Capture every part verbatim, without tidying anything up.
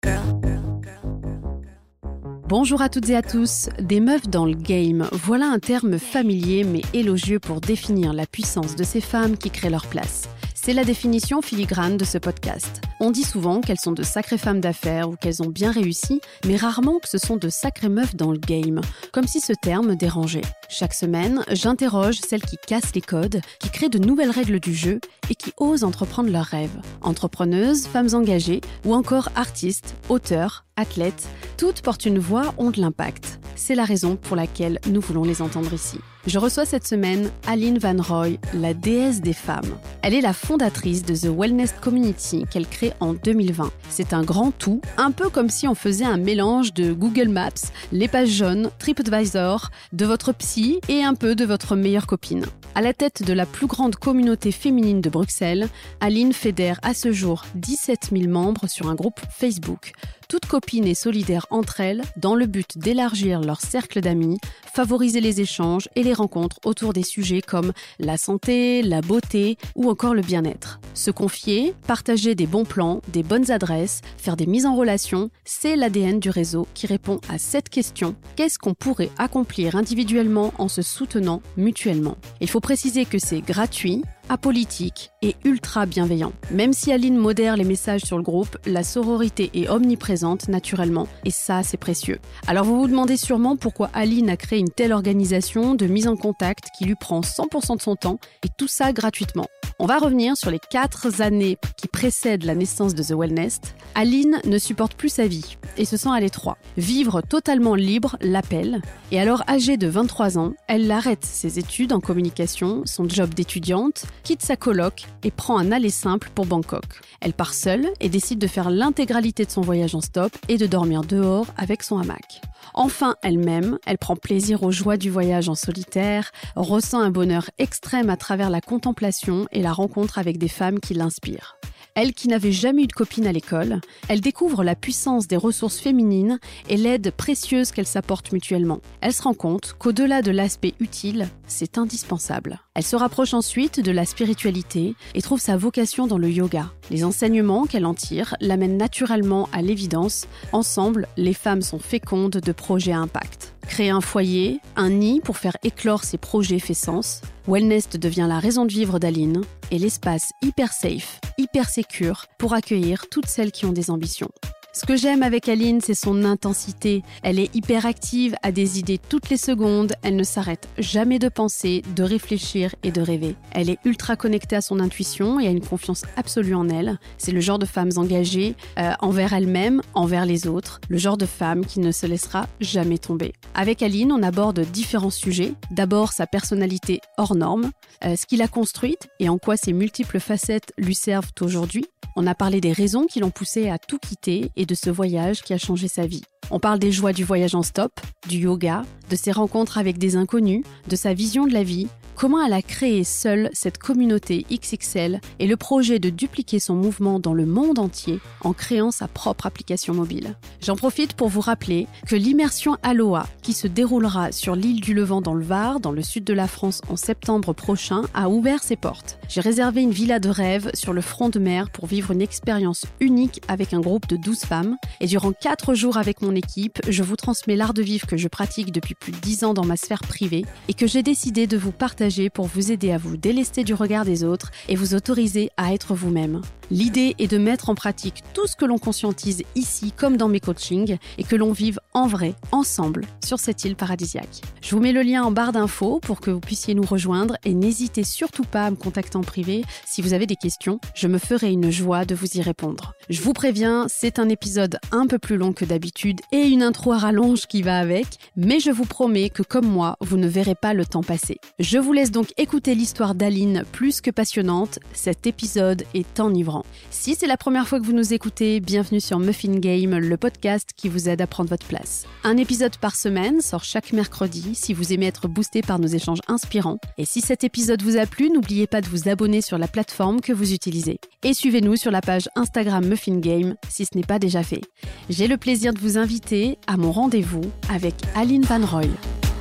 Bonjour à toutes et à tous, des meufs dans le game, voilà un terme familier mais élogieux pour définir la puissance de ces femmes qui créent leur place. C'est la définition filigrane de ce podcast. On dit souvent qu'elles sont de sacrées femmes d'affaires ou qu'elles ont bien réussi, mais rarement que ce sont de sacrées meufs dans le game, comme si ce terme dérangeait. Chaque semaine, j'interroge celles qui cassent les codes, qui créent de nouvelles règles du jeu et qui osent entreprendre leurs rêves. Entrepreneuses, femmes engagées ou encore artistes, auteurs, athlètes, toutes portent une voix, ont de l'impact. C'est la raison pour laquelle nous voulons les entendre ici. Je reçois cette semaine Aline Van Rooij, la déesse des femmes. Elle est la fondatrice de The Wellness Community qu'elle crée en deux mille vingt. C'est un grand tout, un peu comme si on faisait un mélange de Google Maps, les pages jaunes, TripAdvisor, de votre psy et un peu de votre meilleure copine. À la tête de la plus grande communauté féminine de Bruxelles, Aline fédère à ce jour dix-sept mille membres sur un groupe Facebook. Toutes copines et solidaires entre elles, dans le but d'élargir leur cercle d'amis, favoriser les échanges et les rencontres autour des sujets comme la santé, la beauté ou encore le bien-être. Se confier, partager des bons plans, des bonnes adresses, faire des mises en relation, c'est l'A D N du réseau qui répond à cette question: qu'est-ce qu'on pourrait accomplir individuellement en se soutenant mutuellement? Il faut préciser que c'est gratuit, apolitique et ultra bienveillant. Même si Aline modère les messages sur le groupe, la sororité est omniprésente naturellement et ça c'est précieux. Alors vous vous demandez sûrement pourquoi Aline a créé une telle organisation de mise en contact qui lui prend cent pour cent de son temps et tout ça gratuitement. On va revenir sur les quatre années qui précèdent la naissance de The Wellness. Aline ne supporte plus sa vie et se sent à l'étroit. Vivre totalement libre l'appelle et alors âgée de vingt-trois ans, elle arrête ses études en communication, son job d'étudiante, quitte sa coloc et prend un aller simple pour Bangkok. Elle part seule et décide de faire l'intégralité de son voyage en stop et de dormir dehors avec son hamac. Enfin elle-même, elle prend plaisir aux joies du voyage en solitaire, ressent un bonheur extrême à travers la contemplation et la rencontre avec des femmes qui l'inspirent. Elle qui n'avait jamais eu de copine à l'école, elle découvre la puissance des ressources féminines et l'aide précieuse qu'elles s'apportent mutuellement. Elle se rend compte qu'au-delà de l'aspect utile, c'est indispensable. Elle se rapproche ensuite de la spiritualité et trouve sa vocation dans le yoga. Les enseignements qu'elle en tire l'amènent naturellement à l'évidence. Ensemble, les femmes sont fécondes de projets à impact. Créer un foyer, un nid pour faire éclore ses projets fait sens. Wellness devient la raison de vivre d'Aline et l'espace hyper safe, hyper sécure pour accueillir toutes celles qui ont des ambitions. Ce que j'aime avec Aline, c'est son intensité. Elle est hyper active, a des idées toutes les secondes, elle ne s'arrête jamais de penser, de réfléchir et de rêver. Elle est ultra connectée à son intuition et a une confiance absolue en elle. C'est le genre de femme engagée euh, envers elle-même, envers les autres. Le genre de femme qui ne se laissera jamais tomber. Avec Aline, on aborde différents sujets. D'abord, sa personnalité hors norme, euh, ce qui l'a construite et en quoi ses multiples facettes lui servent aujourd'hui. On a parlé des raisons qui l'ont poussée à tout quitter et de ce voyage qui a changé sa vie. On parle des joies du voyage en stop, du yoga, de ses rencontres avec des inconnus, de sa vision de la vie, comment elle a créé seule cette communauté X X L et le projet de dupliquer son mouvement dans le monde entier en créant sa propre application mobile. J'en profite pour vous rappeler que l'immersion Aloha, qui se déroulera sur l'île du Levant dans le Var, dans le sud de la France en septembre prochain, a ouvert ses portes. J'ai réservé une villa de rêve sur le front de mer pour vivre une expérience unique avec un groupe de douze femmes et durant quatre jours avec mon équipe, je vous transmets l'art de vivre que je pratique depuis plus de dix ans dans ma sphère privée et que j'ai décidé de vous partager pour vous aider à vous délester du regard des autres et vous autoriser à être vous-même. L'idée est de mettre en pratique tout ce que l'on conscientise ici comme dans mes coachings et que l'on vive en vrai, ensemble, sur cette île paradisiaque. Je vous mets le lien en barre d'infos pour que vous puissiez nous rejoindre et n'hésitez surtout pas à me contacter en privé si vous avez des questions. Je me ferai une joie de vous y répondre. Je vous préviens, c'est un épisode un peu plus long que d'habitude et une intro à rallonge qui va avec, mais je vous promets que comme moi, vous ne verrez pas le temps passer. Je vous laisse donc écouter l'histoire d'Aline, plus que passionnante. Cet épisode est enivrant. Si c'est la première fois que vous nous écoutez, bienvenue sur Muffin Game, le podcast qui vous aide à prendre votre place. Un épisode par semaine sort chaque mercredi si vous aimez être boosté par nos échanges inspirants. Et si cet épisode vous a plu, n'oubliez pas de vous abonner sur la plateforme que vous utilisez. Et suivez-nous sur la page Instagram Muffin Game si ce n'est pas déjà fait. J'ai le plaisir de vous inviter à mon rendez-vous avec Aline Van Rooij.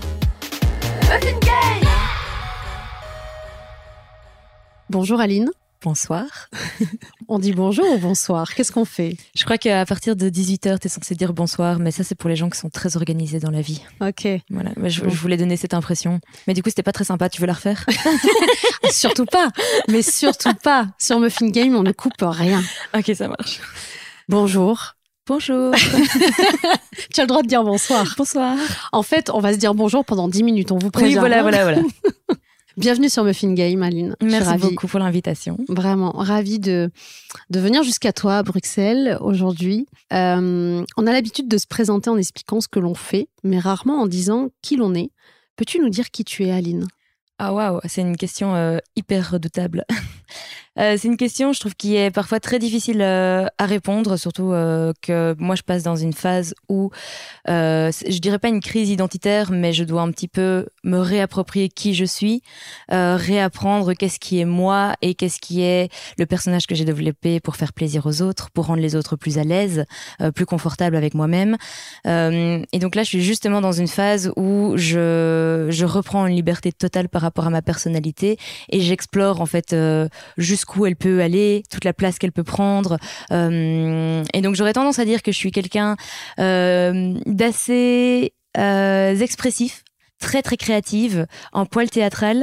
Muffin Game! Bonjour Aline. Bonsoir. On dit bonjour ou bonsoir? Qu'est-ce qu'on fait? Je crois qu'à partir de dix-huit heures, tu es censé dire bonsoir, mais ça, c'est pour les gens qui sont très organisés dans la vie. Ok. Voilà, je, je voulais donner cette impression. Mais du coup, c'était pas très sympa. Tu veux la refaire? Surtout pas. Mais surtout pas. Sur Muffin Game, on ne coupe rien. Ok, ça marche. Bonjour. Bonjour. Tu as le droit de dire bonsoir. Bonsoir. En fait, on va se dire bonjour pendant dix minutes. On vous prévient. Oui, voilà, voilà, voilà. Bienvenue sur Muffin Game, Aline. Merci beaucoup pour l'invitation. Vraiment, ravie de, de venir jusqu'à toi à Bruxelles aujourd'hui. Euh, on a l'habitude de se présenter en expliquant ce que l'on fait, mais rarement en disant qui l'on est. Peux-tu nous dire qui tu es, Aline? Ah waouh, c'est une question euh, hyper redoutable. euh, c'est une question, je trouve, qui est parfois très difficile euh, à répondre, surtout euh, que moi, je passe dans une phase où, euh, je dirais pas une crise identitaire, mais je dois un petit peu me réapproprier qui je suis, euh, réapprendre qu'est-ce qui est moi et qu'est-ce qui est le personnage que j'ai développé pour faire plaisir aux autres, pour rendre les autres plus à l'aise, euh, plus confortables avec moi-même. Euh, et donc là, je suis justement dans une phase où je, je reprends une liberté totale par rapport à ma personnalité et j'explore en fait euh, jusqu'où elle peut aller, toute la place qu'elle peut prendre. Euh, et donc j'aurais tendance à dire que je suis quelqu'un euh, d'assez euh, expressif, très très créative, en poil théâtral.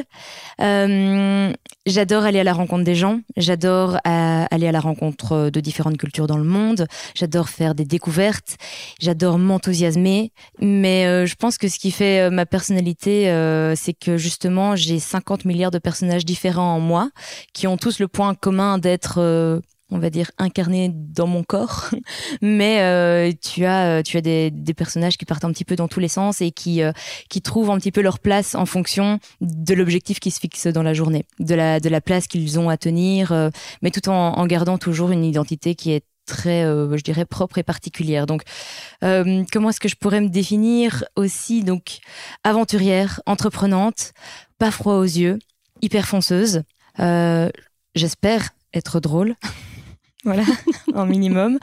Euh, j'adore aller à la rencontre des gens, j'adore à, aller à la rencontre de différentes cultures dans le monde, j'adore faire des découvertes, j'adore m'enthousiasmer, mais euh, je pense que ce qui fait euh, ma personnalité, euh, c'est que justement j'ai cinquante milliards de personnages différents en moi, qui ont tous le point commun d'être... Euh, on va dire incarné dans mon corps, mais euh, tu as tu as des, des personnages qui partent un petit peu dans tous les sens et qui euh, qui trouvent un petit peu leur place en fonction de l'objectif qui se fixe dans la journée, de la de la place qu'ils ont à tenir, euh, mais tout en, en gardant toujours une identité qui est très, euh, je dirais, propre et particulière. Donc, euh, comment est-ce que je pourrais me définir aussi? Donc, aventurière, entreprenante, pas froid aux yeux, hyper fonceuse. Euh, j'espère être drôle. Voilà, un minimum.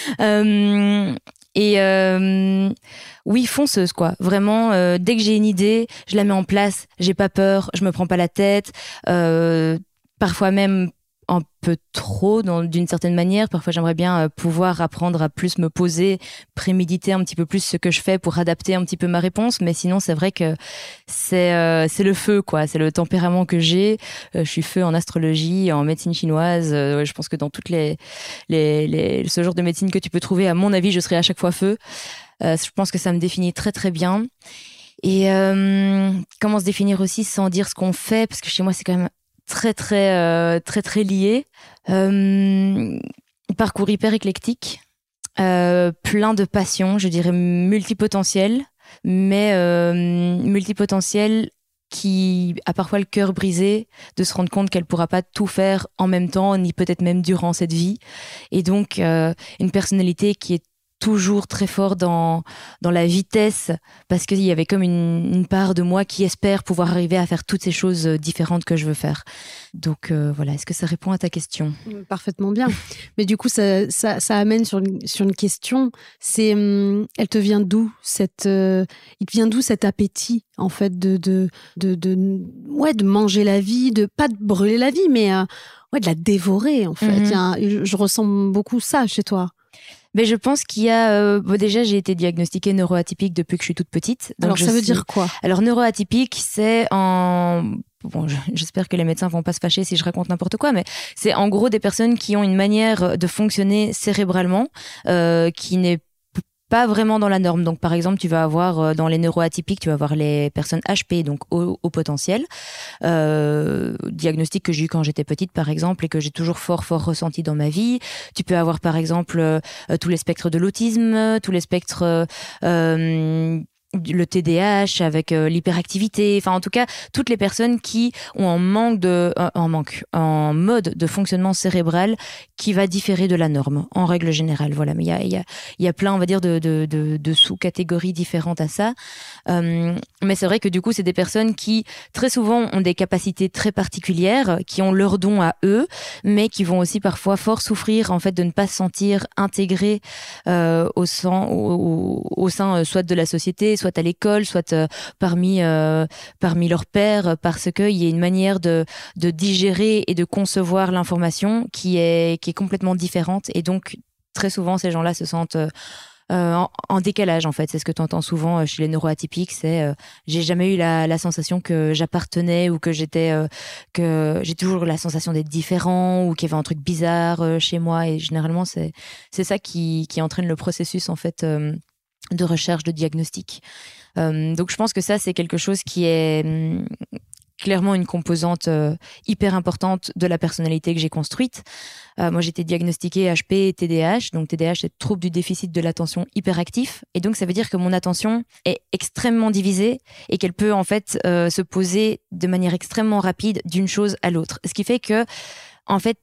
Euh, et euh, oui, fonceuse, quoi. Vraiment, euh, dès que j'ai une idée, je la mets en place. J'ai pas peur, je me prends pas la tête. Euh, parfois même un peu trop, dans, d'une certaine manière. Parfois, j'aimerais bien euh, pouvoir apprendre à plus me poser, préméditer un petit peu plus ce que je fais pour adapter un petit peu ma réponse. Mais sinon, c'est vrai que c'est euh, c'est le feu, quoi. C'est le tempérament que j'ai. Euh, je suis feu en astrologie, en médecine chinoise. Euh, je pense que dans toutes les, les les ce genre de médecine que tu peux trouver, à mon avis, je serai à chaque fois feu. Euh, je pense que ça me définit très très bien. Et euh, comment se définir aussi sans dire ce qu'on fait, parce que chez moi, c'est quand même très très euh, très très lié. Euh, parcours hyper éclectique, euh, plein de passions, je dirais multipotentiel, mais euh, multipotentiel qui a parfois le cœur brisé de se rendre compte qu'elle pourra pas tout faire en même temps, ni peut-être même durant cette vie. Et donc euh, une personnalité qui est toujours très fort dans dans la vitesse, parce qu'il y avait comme une, une part de moi qui espère pouvoir arriver à faire toutes ces choses différentes que je veux faire. Donc euh, voilà, est-ce que ça répond à ta question? Parfaitement bien. Mais du coup, ça, ça, ça amène sur une, sur une question. C'est, hum, elle te vient d'où cette, euh, il te vient d'où cet appétit en fait de de de, de ouais de manger la vie, de pas de brûler la vie, mais euh, ouais de la dévorer en fait. Mm-hmm. Il y a un, je, je ressens beaucoup ça chez toi. Mais je pense qu'il y a... Euh, bon, déjà, j'ai été diagnostiquée neuroatypique depuis que je suis toute petite. Donc Alors, ça veut dire quoi? Alors, neuroatypique, c'est en... Bon, j'espère que les médecins vont pas se fâcher si je raconte n'importe quoi, mais c'est en gros des personnes qui ont une manière de fonctionner cérébralement euh, qui n'est pas vraiment dans la norme. Donc, par exemple, tu vas avoir euh, dans les neuroatypiques, tu vas avoir les personnes H P, donc au, au potentiel, euh, diagnostic que j'ai eu quand j'étais petite, par exemple, et que j'ai toujours fort, fort ressenti dans ma vie. Tu peux avoir, par exemple, euh, tous les spectres de l'autisme, tous les spectres... Euh, euh, le T D A H avec euh, l'hyperactivité, enfin en tout cas toutes les personnes qui ont un manque de euh, en manque en mode de fonctionnement cérébral qui va différer de la norme en règle générale. Voilà, mais il y a il y a il y a plein, on va dire, de de de, de sous-catégories différentes à ça. Euh, mais c'est vrai que du coup c'est des personnes qui très souvent ont des capacités très particulières, qui ont leur don à eux, mais qui vont aussi parfois fort souffrir en fait de ne pas se sentir intégrés euh, au sein au, au, au sein euh, soit de la société, soit à l'école, soit euh, parmi euh, parmi leurs pairs, parce qu'il y a une manière de de digérer et de concevoir l'information qui est qui est complètement différente. Et donc très souvent, ces gens-là se sentent euh, Euh, en, en décalage en fait. C'est ce que tu entends souvent euh, chez les neuroatypiques, c'est euh, j'ai jamais eu la, la sensation que j'appartenais ou que j'étais euh, que j'ai toujours la sensation d'être différent ou qu'il y avait un truc bizarre euh, chez moi. Et généralement c'est c'est ça qui qui entraîne le processus en fait euh, de recherche de diagnostic. Euh, donc je pense que ça c'est quelque chose qui est hum, clairement une composante euh, hyper importante de la personnalité que j'ai construite. Euh, moi, j'ai été diagnostiquée H P et T D A H. Donc, T D A H, c'est trouble du déficit de l'attention hyperactif. Et donc, ça veut dire que mon attention est extrêmement divisée et qu'elle peut, en fait, euh, se poser de manière extrêmement rapide d'une chose à l'autre. Ce qui fait que, en fait,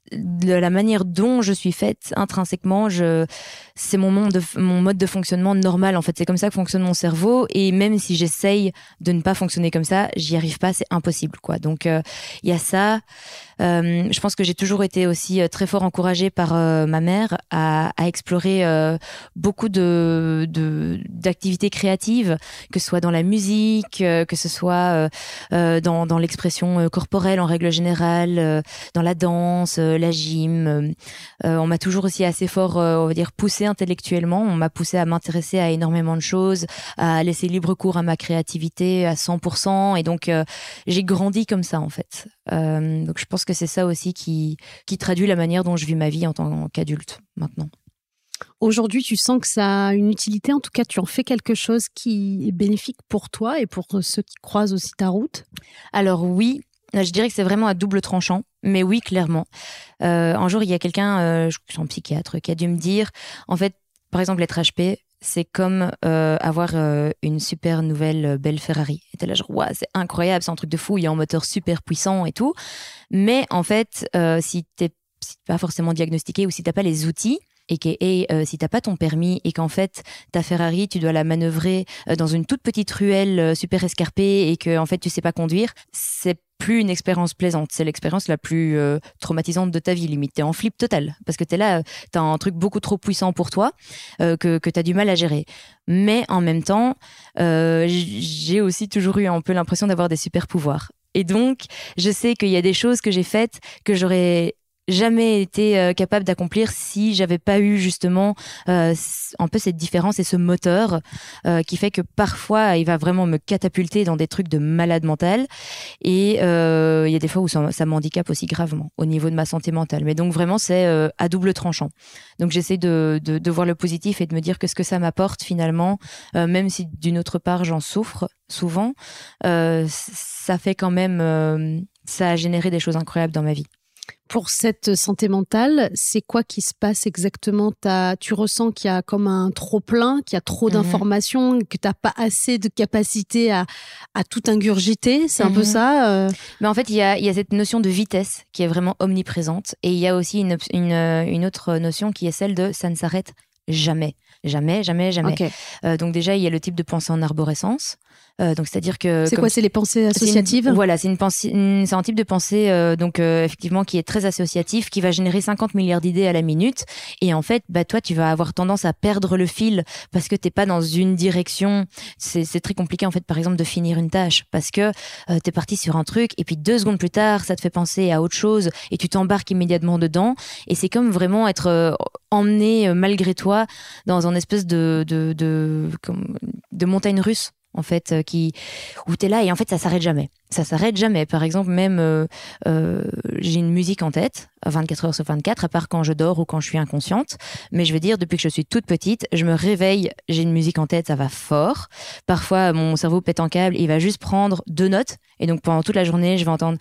de la manière dont je suis faite intrinsèquement, je, c'est mon, monde de, mon mode de fonctionnement normal. En fait, c'est comme ça que fonctionne mon cerveau. Et même si j'essaye de ne pas fonctionner comme ça, j'y arrive pas, c'est impossible, quoi. Donc, il euh, y a ça. Euh, je pense que j'ai toujours été aussi euh, très fort encouragée par euh, ma mère à, à explorer euh, beaucoup de, de d'activités créatives, que ce soit dans la musique, euh, que ce soit euh, euh, dans, dans l'expression euh, corporelle en règle générale, euh, dans la danse, euh, la gym. Euh, on m'a toujours aussi assez fort, euh, on va dire, poussée intellectuellement. On m'a poussée à m'intéresser à énormément de choses, à laisser libre cours à ma créativité à cent pour cent. Et donc, euh, j'ai grandi comme ça, en fait. Euh, donc, je pense que c'est ça aussi qui, qui traduit la manière dont je vis ma vie en tant qu'adulte, maintenant. Aujourd'hui, tu sens que ça a une utilité. En tout cas, tu en fais quelque chose qui est bénéfique pour toi et pour ceux qui croisent aussi ta route. Alors oui, je dirais que c'est vraiment à double tranchant. Mais oui, clairement. Euh, un jour, il y a quelqu'un, euh, je suis un psychiatre, qui a dû me dire, en fait, par exemple, être H P, c'est comme euh, avoir euh, une super nouvelle euh, belle Ferrari. Et t'es là genre, ouais, c'est incroyable, c'est un truc de fou, il y a un moteur super puissant et tout. Mais en fait, euh, si t'es si t'es pas forcément diagnostiqué ou si t'as pas les outils, et que et, euh, si t'as pas ton permis et qu'en fait ta Ferrari tu dois la manœuvrer euh, dans une toute petite ruelle euh, super escarpée et que en fait tu sais pas conduire, c'est plus une expérience plaisante, c'est l'expérience la plus euh, traumatisante de ta vie, limite t'es en flip total parce que t'es là, euh, t'as un truc beaucoup trop puissant pour toi euh, que que t'as du mal à gérer. Mais en même temps, euh, j'ai aussi toujours eu un peu l'impression d'avoir des super pouvoirs. Et donc, je sais qu'il y a des choses que j'ai faites que j'aurais jamais été euh, capable d'accomplir si j'avais pas eu justement euh, un peu cette différence et ce moteur euh, qui fait que parfois il va vraiment me catapulter dans des trucs de malade mental et il euh, y a des fois où ça, ça m'handicape aussi gravement au niveau de ma santé mentale. Mais donc vraiment c'est euh, à double tranchant. Donc j'essaie de, de, de voir le positif et de me dire que ce que ça m'apporte finalement, euh, même si d'une autre part j'en souffre souvent, euh, ça fait quand même, euh, ça a généré des choses incroyables dans ma vie. Pour cette santé mentale, c'est quoi qui se passe exactement? T'as, tu ressens qu'il y a comme un trop-plein, qu'il y a trop mmh. d'informations, que tu n'as pas assez de capacité à, à tout ingurgiter? C'est mmh. un peu ça euh... Mais en fait, il y a, y a cette notion de vitesse qui est vraiment omniprésente. Et il y a aussi une, une, une autre notion qui est celle de « ça ne s'arrête jamais ». Jamais, jamais, jamais. Okay. Euh, donc déjà, il y a le type de pensée en arborescence. Euh, donc c'est-à-dire que c'est quoi, c'est les pensées associatives? C'est une, voilà, c'est une pensée, une, c'est un type de pensée euh, donc euh, effectivement qui est très associatif, qui va générer cinquante milliards d'idées à la minute. Et en fait, bah toi, tu vas avoir tendance à perdre le fil parce que t'es pas dans une direction. C'est, c'est très compliqué en fait, par exemple, de finir une tâche parce que euh, t'es parti sur un truc et puis deux secondes plus tard, ça te fait penser à autre chose et tu t'embarques immédiatement dedans. Et c'est comme vraiment être euh, emmené euh, malgré toi dans un espèce de de de, comme, de montagne russe. En fait, euh, qui où t'es là et en fait ça s'arrête jamais. Ça s'arrête jamais. Par exemple, même euh, euh, j'ai une musique en tête, vingt-quatre heures sur vingt-quatre, à part quand je dors ou quand je suis inconsciente. Mais je veux dire, depuis que je suis toute petite, je me réveille, j'ai une musique en tête, ça va fort. Parfois, mon cerveau pète un câble, il va juste prendre deux notes et donc pendant toute la journée, je vais entendre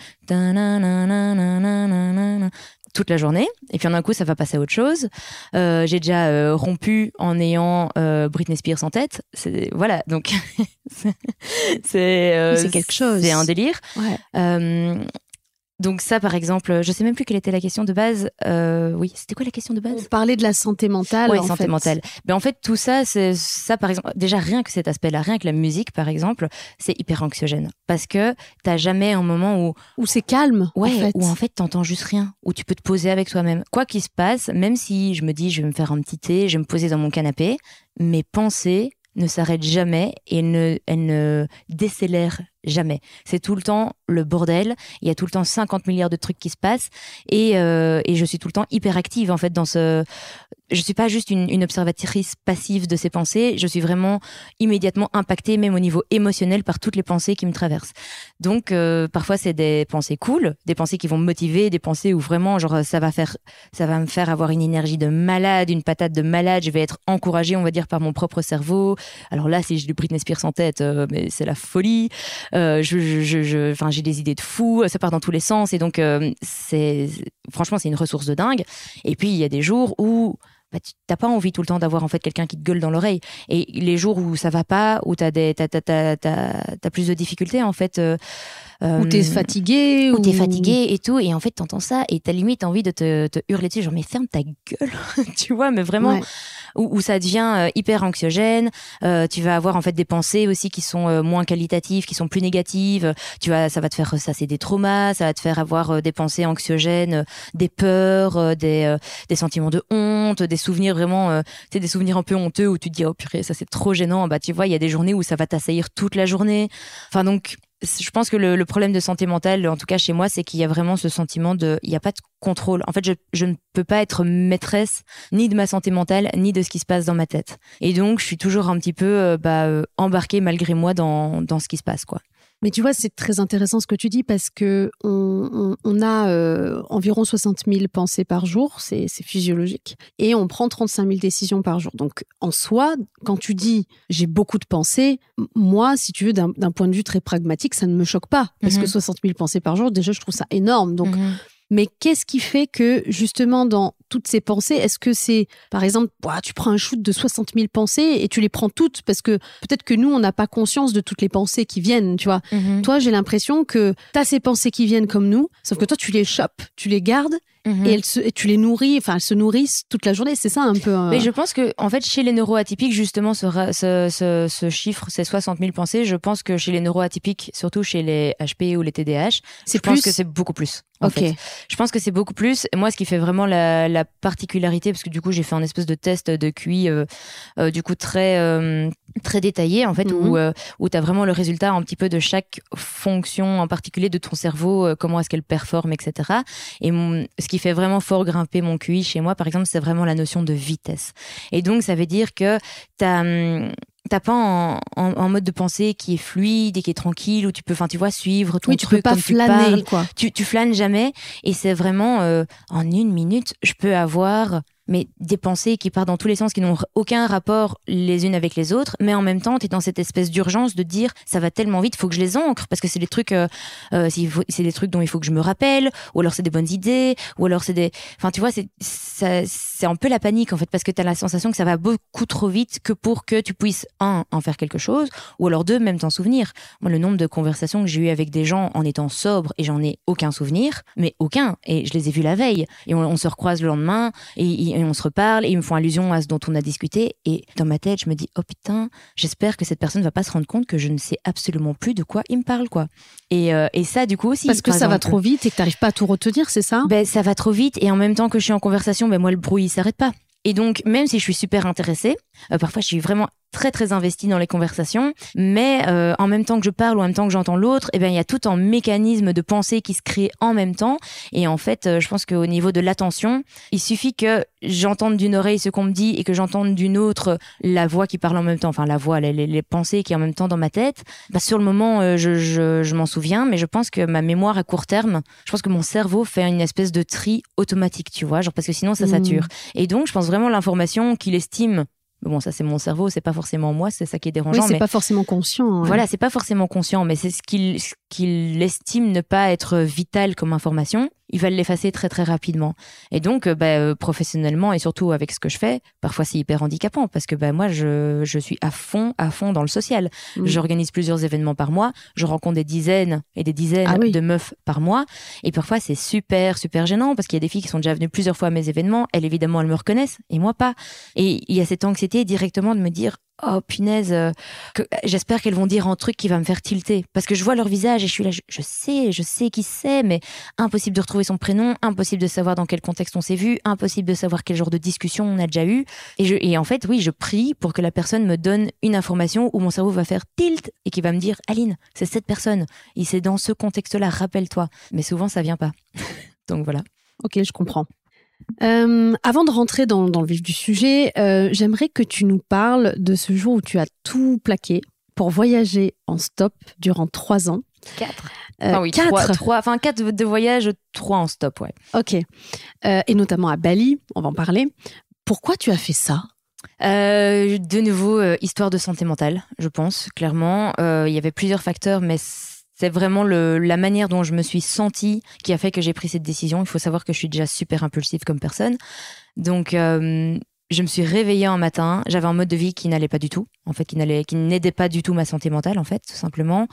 toute la journée, et puis en un coup ça va passer à autre chose. Euh, j'ai déjà euh, rompu en ayant euh, Britney Spears en tête. C'est, voilà, donc c'est, c'est, euh, c'est quelque chose. C'est un délire. Ouais. Euh, donc ça, par exemple, je sais même plus quelle était la question de base. Euh, oui, c'était quoi la question de base? On parlait de la santé mentale. Oui, en santé fait. mentale. Mais en fait, tout ça, c'est ça, par exemple. Déjà, rien que cet aspect-là, rien que la musique, par exemple, c'est hyper anxiogène parce que t'as jamais un moment où où c'est calme. Ouais, en fait. où en fait t'entends juste rien, où tu peux te poser avec toi-même. Quoi qu'il se passe, même si je me dis, je vais me faire un petit thé, je vais me poser dans mon canapé, mes pensées ne s'arrête jamais et elle ne, elle ne décélère jamais. C'est tout le temps le bordel. Il y a tout le temps cinquante milliards de trucs qui se passent et, euh, et je suis tout le temps hyper active en fait dans ce... Je suis pas juste une, une observatrice passive de ces pensées. Je suis vraiment immédiatement impactée, même au niveau émotionnel, par toutes les pensées qui me traversent. Donc euh, parfois c'est des pensées cool, des pensées qui vont me motiver, des pensées où vraiment genre ça va faire, ça va me faire avoir une énergie de malade, une patate de malade. Je vais être encouragée, on va dire, par mon propre cerveau. Alors là, si j'ai du Britney Spears en tête, euh, mais c'est la folie. Euh, je, je, je, je, enfin, j'ai des idées de fou, ça part dans tous les sens et donc euh, c'est, franchement, c'est une ressource de dingue. Et puis il y a des jours où bah, tu n'as pas envie tout le temps d'avoir en fait quelqu'un qui te gueule dans l'oreille. Et les jours où ça va pas, où tu as plus de difficultés en fait. Euh, Ou t'es fatigué. Ou, ou... t'es fatigué et tout. Et en fait, t'entends ça et t'as limite envie de te, te hurler dessus. Genre, mais ferme ta gueule. Tu vois, mais vraiment, ouais. où, où ça devient euh, hyper anxiogène. Euh, tu vas avoir en fait des pensées aussi qui sont euh, moins qualitatives, qui sont plus négatives. Tu vas, ça va te faire ressasser des traumas. Ça va te faire avoir euh, des pensées anxiogènes, euh, des peurs, euh, des, euh, des sentiments de honte, des souvenirs vraiment, euh, tu sais, des souvenirs un peu honteux où tu te dis, oh purée, ça c'est trop gênant. Bah, tu vois, il y a des journées où ça va t'assaillir toute la journée. Enfin, donc, je pense que le, le problème de santé mentale, en tout cas chez moi, c'est qu'il y a vraiment ce sentiment de, il n'y a pas de contrôle. En fait, je, je ne peux pas être maîtresse ni de ma santé mentale, ni de ce qui se passe dans ma tête. Et donc, je suis toujours un petit peu euh, bah, euh, embarquée malgré moi dans, dans ce qui se passe, quoi. Mais tu vois, c'est très intéressant ce que tu dis parce que on, on, on a euh, environ soixante mille pensées par jour, c'est, c'est physiologique, et on prend trente-cinq mille décisions par jour. Donc, en soi, quand tu dis « j'ai beaucoup de pensées », moi, si tu veux, d'un, d'un point de vue très pragmatique, ça ne me choque pas. Parce mm-hmm. que soixante mille pensées par jour, déjà, je trouve ça énorme. Donc, mm-hmm. Mais qu'est-ce qui fait que, justement, dans toutes ces pensées, est-ce que c'est, par exemple, bah, tu prends un shoot de soixante mille pensées et tu les prends toutes parce que peut-être que nous, on n'a pas conscience de toutes les pensées qui viennent, tu vois. Mm-hmm. Toi, j'ai l'impression que tu as ces pensées qui viennent comme nous, sauf que toi, tu les chopes, tu les gardes mm-hmm. et, elles se, et tu les nourris, enfin, elles se nourrissent toute la journée. C'est ça un peu... Euh... Mais je pense que, en fait, chez les neuroatypiques, justement, ce, ce, ce, ce chiffre, ces soixante mille pensées, je pense que chez les neuroatypiques, surtout chez les H P ou les T D A H, c'est je plus... pense que c'est beaucoup plus. En ok. Fait. Je pense que c'est beaucoup plus. Moi, ce qui fait vraiment la, la particularité, parce que du coup, j'ai fait un espèce de test de Q I, euh, euh, du coup, très, euh, très détaillé, en fait, mm-hmm. où, euh, où tu as vraiment le résultat un petit peu de chaque fonction en particulier de ton cerveau, euh, comment est-ce qu'elle performe, et cetera. Et mon, ce qui fait vraiment fort grimper mon Q I chez moi, par exemple, c'est vraiment la notion de vitesse. Et donc, ça veut dire que tu as... Hum, t'as pas en, en, en mode de pensée qui est fluide et qui est tranquille où tu peux, enfin tu vois, suivre ton oui, tu truc peux pas comme flâner, tu parles. Quoi. Tu, tu flânes jamais et c'est vraiment euh, en une minute, je peux avoir mais des pensées qui partent dans tous les sens, qui n'ont aucun rapport les unes avec les autres, mais en même temps, tu es dans cette espèce d'urgence de dire ça va tellement vite, faut que je les ancre, parce que c'est des trucs, euh, euh, c'est, c'est des trucs dont il faut que je me rappelle, ou alors c'est des bonnes idées, ou alors c'est des... Enfin, tu vois, c'est, ça, c'est un peu la panique, en fait, parce que tu as la sensation que ça va beaucoup trop vite que pour que tu puisses, un, en faire quelque chose, ou alors deux, même t'en souvenir. Moi, le nombre de conversations que j'ai eues avec des gens en étant sobre, et j'en ai aucun souvenir, mais aucun, et je les ai vus la veille, et on, on se recroise le lendemain, et, et on se reparle et ils me font allusion à ce dont on a discuté et dans ma tête je me dis oh putain, j'espère que cette personne va pas se rendre compte que je ne sais absolument plus de quoi il me parle, quoi. Et, euh, et ça du coup aussi parce que ça exemple, va trop vite et que t'arrives pas à tout retenir, c'est ça? Ben ça va trop vite et en même temps que je suis en conversation, ben moi le bruit il s'arrête pas. Et donc, même si je suis super intéressée, euh, parfois je suis vraiment très très investie dans les conversations, mais euh, en même temps que je parle ou en même temps que j'entends l'autre, eh ben il y a tout un mécanisme de pensée qui se crée en même temps. Et en fait, euh, je pense qu'au niveau de l'attention, il suffit que j'entende d'une oreille ce qu'on me dit et que j'entende d'une autre la voix qui parle en même temps, enfin la voix, les, les, les pensées qui en même temps dans ma tête. Bah, sur le moment, euh, je, je, je m'en souviens, mais je pense que ma mémoire à court terme, je pense que mon cerveau fait une espèce de tri automatique, tu vois, genre parce que sinon ça sature. Mmh. Et donc, je pense vraiment l'information qu'il estime. Bon, ça, c'est mon cerveau, c'est pas forcément moi, c'est ça qui est dérangeant. Oui, c'est mais... pas forcément conscient. Ouais. Voilà, c'est pas forcément conscient, mais c'est ce qu'il, ce qu'il estime ne pas être vital comme information. Il va l'effacer très très rapidement. Et donc, bah, euh, professionnellement et surtout avec ce que je fais, parfois c'est hyper handicapant parce que bah, moi, je, je suis à fond, à fond dans le social. Mmh. J'organise plusieurs événements par mois, je rencontre des dizaines et des dizaines ah oui. de meufs par mois. Et parfois, c'est super, super gênant parce qu'il y a des filles qui sont déjà venues plusieurs fois à mes événements. Elles, évidemment, elles me reconnaissent et moi pas. Et il y a cette anxiété directement de me dire oh punaise, euh, que, j'espère qu'elles vont dire un truc qui va me faire tilter. Parce que je vois leur visage et je suis là, je, je sais, je sais qui c'est, mais impossible de retrouver son prénom, impossible de savoir dans quel contexte on s'est vu, impossible de savoir quel genre de discussion on a déjà eu. Et, je, et en fait, oui, je prie pour que la personne me donne une information où mon cerveau va faire tilt et qui va me dire, Aline, c'est cette personne. Et c'est dans ce contexte-là, rappelle-toi. Mais souvent, ça vient pas. Donc voilà. Ok, je comprends. Euh, avant de rentrer dans, dans le vif du sujet, euh, j'aimerais que tu nous parles de ce jour où tu as tout plaqué pour voyager en stop durant trois ans. Quatre. Euh, enfin oui, quatre. Trois, trois, enfin quatre de voyage, trois en stop, ouais. Ok. Euh, et notamment à Bali, on va en parler. Pourquoi tu as fait ça ? Euh, de nouveau, euh, histoire de santé mentale, je pense, clairement. Euh, il y avait plusieurs facteurs, mais c'est vraiment le, la manière dont je me suis sentie qui a fait que j'ai pris cette décision. Il faut savoir que je suis déjà super impulsive comme personne. Donc, euh, je me suis réveillée un matin. J'avais un mode de vie qui n'allait pas du tout, en fait, qui, n'allait, qui n'aidait pas du tout ma santé mentale, en fait, tout simplement.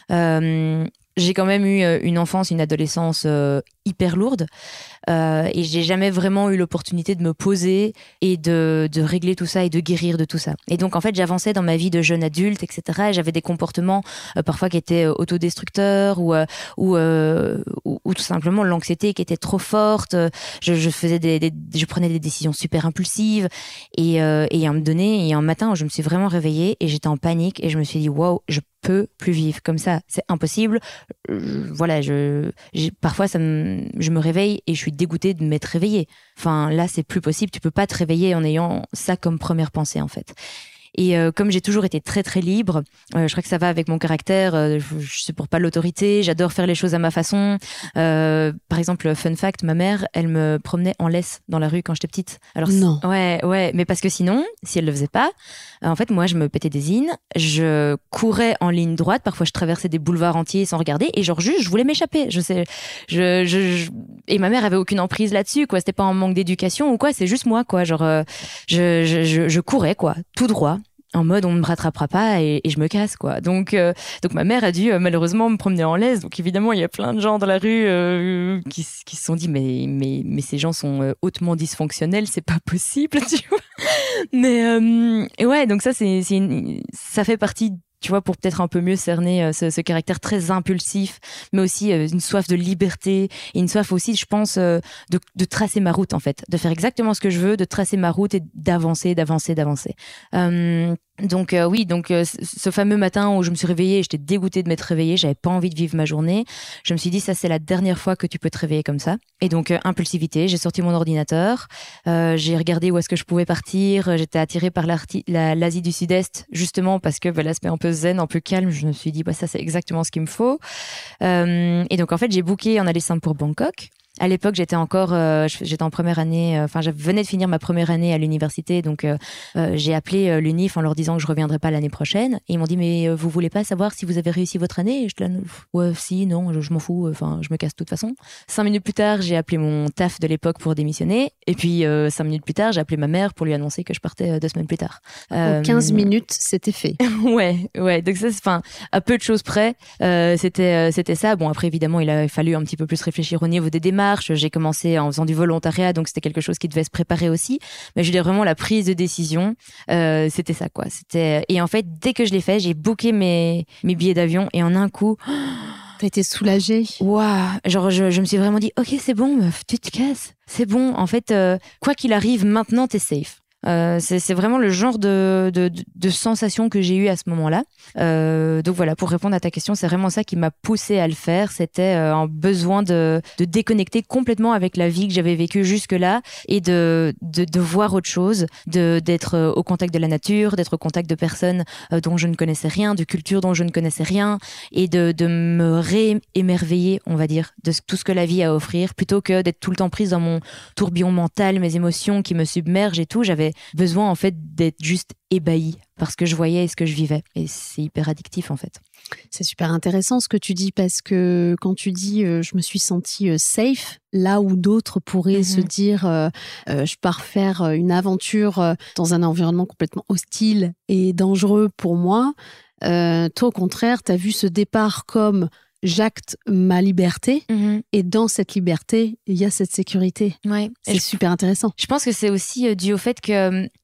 Euh, j'ai quand même eu une enfance, une adolescence euh, hyper lourde. Euh, et j'ai jamais vraiment eu l'opportunité de me poser et de, de régler tout ça et de guérir de tout ça. Et donc en fait j'avançais dans ma vie de jeune adulte, et cetera. Et j'avais des comportements euh, parfois qui étaient euh, autodestructeurs ou, euh, ou, euh, ou, ou tout simplement l'anxiété qui était trop forte. Je, je faisais des, des, je prenais des décisions super impulsives et, euh, et à un moment donné, il y a un matin où je me suis vraiment réveillée et j'étais en panique et je me suis dit waouh, je peux plus vivre comme ça, c'est impossible. Euh, voilà, je, j'ai, parfois ça me, je me réveille et je suis dégoûtée de m'être réveillée. Enfin, là, c'est plus possible. Tu peux pas te réveiller en ayant ça comme première pensée, en fait. Et euh, comme j'ai toujours été très très libre, euh, je crois que ça va avec mon caractère. Euh, je, je supporte pas l'autorité. J'adore faire les choses à ma façon. Euh, par exemple, fun fact, ma mère, elle me promenait en laisse dans la rue quand j'étais petite. Alors non. Ouais, ouais, mais parce que sinon, si elle le faisait pas, euh, en fait, moi, je me pétais des zines. Je courais en ligne droite. Parfois, je traversais des boulevards entiers sans regarder. Et genre juste, je voulais m'échapper. Je sais, je, je, je... et ma mère avait aucune emprise là-dessus. Quoi, c'était pas un manque d'éducation ou quoi. C'est juste moi, quoi. Genre, euh, je, je, je, je courais, quoi, tout droit. En mode on me rattrapera pas et, et je me casse quoi. Donc euh, donc ma mère a dû euh, malheureusement me promener en laisse. Donc évidemment il y a plein de gens dans la rue euh, qui qui se sont dit mais mais mais ces gens sont euh, hautement dysfonctionnels, c'est pas possible tu vois. Mais euh, et ouais donc ça c'est c'est une, ça fait partie tu vois, pour peut-être un peu mieux cerner euh, ce, ce caractère très impulsif, mais aussi euh, une soif de liberté et une soif aussi, je pense, euh, de, de tracer ma route, en fait, de faire exactement ce que je veux, de tracer ma route et d'avancer, d'avancer, d'avancer. Euh, donc euh, oui, donc euh, ce fameux matin où je me suis réveillée, j'étais dégoûtée de m'être réveillée, j'avais pas envie de vivre ma journée. Je me suis dit ça c'est la dernière fois que tu peux te réveiller comme ça. Et donc euh, impulsivité, j'ai sorti mon ordinateur, euh, j'ai regardé où est-ce que je pouvais partir. J'étais attirée par la, l'Asie du Sud-Est justement parce que bah, l'aspect un peu zen, un peu calme. Je me suis dit bah ça c'est exactement ce qu'il me faut. Euh, et donc en fait j'ai booké en aller simple pour Bangkok. À l'époque, j'étais encore, euh, j'étais en première année, enfin, euh, je venais de finir ma première année à l'université, donc euh, euh, j'ai appelé euh, l'Unif en leur disant que je reviendrais pas l'année prochaine. Et ils m'ont dit, mais euh, vous voulez pas savoir si vous avez réussi votre année ? Et je dis, ouais, si, non, je, je m'en fous, enfin, je me casse de toute façon. Cinq minutes plus tard, j'ai appelé mon taf de l'époque pour démissionner. Et puis, euh, cinq minutes plus tard, j'ai appelé ma mère pour lui annoncer que je partais euh, deux semaines plus tard. Euh, en quinze minutes, c'était fait. ouais, ouais. Donc ça, enfin, à peu de choses près, euh, c'était, euh, c'était ça. Bon, après, évidemment, il a fallu un petit peu plus réfléchir au niveau des démarches. J'ai commencé en faisant du volontariat, donc c'était quelque chose qui devait se préparer aussi. Mais je veux dire, vraiment, la prise de décision, euh, c'était ça, quoi. C'était... Et en fait, dès que je l'ai fait, j'ai booké mes, mes billets d'avion et en un coup... T'as été soulagée. Waouh, genre je, je me suis vraiment dit, ok, c'est bon, meuf, tu te casses. C'est bon, en fait, euh, quoi qu'il arrive, maintenant, t'es safe. Euh, c'est, c'est vraiment le genre de, de, de, de sensation que j'ai eu à ce moment-là. Euh, donc voilà, pour répondre à ta question, c'est vraiment ça qui m'a poussée à le faire. C'était euh, un besoin de, de déconnecter complètement avec la vie que j'avais vécue jusque-là et de, de, de voir autre chose, de, d'être au contact de la nature, d'être au contact de personnes euh, dont je ne connaissais rien, de cultures dont je ne connaissais rien et de, de me réémerveiller, on va dire, de tout ce que la vie a à offrir plutôt que d'être tout le temps prise dans mon tourbillon mental, mes émotions qui me submergent et tout. J'avais besoin en fait d'être juste ébahie parce que je voyais ce que je vivais et c'est hyper addictif en fait. C'est super intéressant ce que tu dis parce que quand tu dis euh, je me suis sentie euh, safe là où d'autres pourraient mm-hmm. se dire euh, euh, je pars faire une aventure euh, dans un environnement complètement hostile et dangereux pour moi, euh, toi au contraire t'as vu ce départ comme j'acte ma liberté mmh. et dans cette liberté, il y a cette sécurité. Ouais. C'est et super intéressant. Je pense que c'est aussi dû au fait que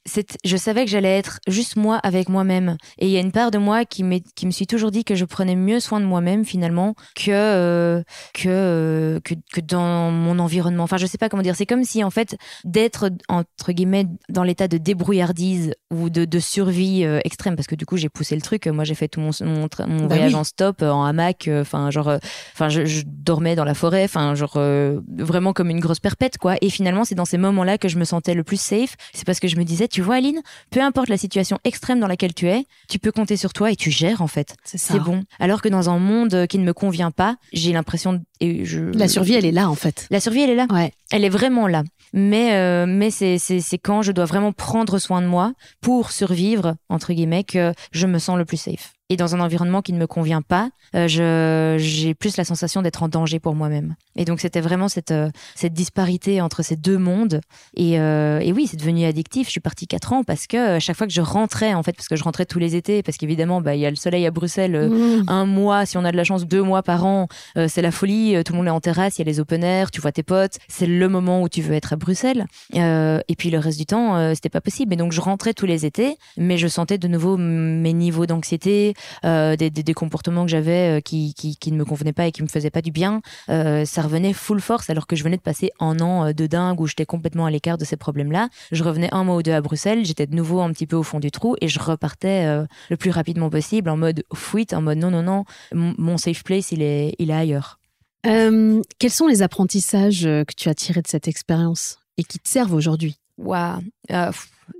c'est, je savais que j'allais être juste moi avec moi-même. Et il y a une part de moi qui, qui me suis toujours dit que je prenais mieux soin de moi-même finalement que, euh, que, euh, que, que dans mon environnement. Enfin, je sais pas comment dire. C'est comme si en fait, d'être entre guillemets dans l'état de débrouillardise ou de, de survie euh, extrême, parce que du coup, j'ai poussé le truc. Moi, j'ai fait tout mon, mon, mon bah voyage oui. en stop, en hamac. Enfin, euh, genre, enfin, euh, je, je dormais dans la forêt. Enfin, genre, euh, vraiment comme une grosse perpète, quoi. Et finalement, c'est dans ces moments-là que je me sentais le plus safe. C'est parce que je me disais, tu vois, Aline, peu importe la situation extrême dans laquelle tu es, tu peux compter sur toi et tu gères, en fait. C'est ça. C'est bon. Alors que dans un monde qui ne me convient pas, j'ai l'impression... Et je... La survie, elle est là, en fait. La survie, elle est là. Ouais. Elle est vraiment là. Mais, euh, mais c'est, c'est, c'est quand je dois vraiment prendre soin de moi pour survivre, entre guillemets, que je me sens le plus safe. Et dans un environnement qui ne me convient pas, euh, je, j'ai plus la sensation d'être en danger pour moi-même. Et donc, c'était vraiment cette, euh, cette disparité entre ces deux mondes. Et, euh, et oui, c'est devenu addictif. Je suis partie quatre ans parce que à chaque fois que je rentrais, en fait, parce que je rentrais tous les étés, parce qu'évidemment, bah, il y a le soleil à Bruxelles, euh, mmh. un mois, si on a de la chance, deux mois par an, euh, c'est la folie. Tout le monde est en terrasse, il y a les open air, tu vois tes potes. C'est le moment où tu veux être à Bruxelles. Euh, et puis, le reste du temps, euh, c'était pas possible. Et donc, je rentrais tous les étés, mais je sentais de nouveau mes niveaux d'anxiété, Euh, des, des, des comportements que j'avais euh, qui, qui, qui ne me convenaient pas et qui me faisaient pas du bien, euh, ça revenait full force alors que je venais de passer un an de dingue où j'étais complètement à l'écart de ces problèmes-là. Je revenais un mois ou deux à Bruxelles, j'étais de nouveau un petit peu au fond du trou et je repartais euh, le plus rapidement possible en mode fuite, en mode non, non, non, mon, mon safe place, il est, il est ailleurs. Euh, quels sont les apprentissages que tu as tirés de cette expérience et qui te servent aujourd'hui ? Waouh, euh,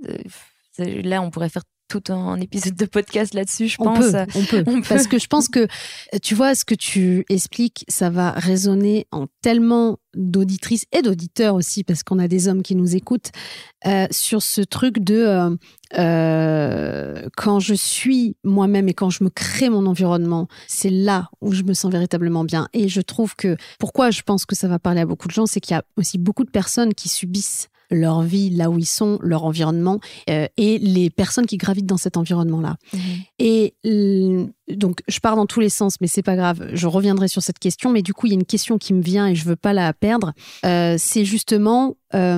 là on pourrait faire tout un épisode de podcast là-dessus, je on pense. Peut, on, peut. on peut. Parce que je pense que, tu vois, ce que tu expliques, ça va résonner en tellement d'auditrices et d'auditeurs aussi, parce qu'on a des hommes qui nous écoutent, euh, sur ce truc de euh, euh, quand je suis moi-même et quand je me crée mon environnement, c'est là où je me sens véritablement bien. Et je trouve que, pourquoi je pense que ça va parler à beaucoup de gens, c'est qu'il y a aussi beaucoup de personnes qui subissent leur vie, là où ils sont, leur environnement, euh, et les personnes qui gravitent dans cet environnement-là. Mmh. Et euh, donc, je pars dans tous les sens, mais c'est pas grave, je reviendrai sur cette question, mais du coup, il y a une question qui me vient et je veux pas la perdre. Euh, c'est justement,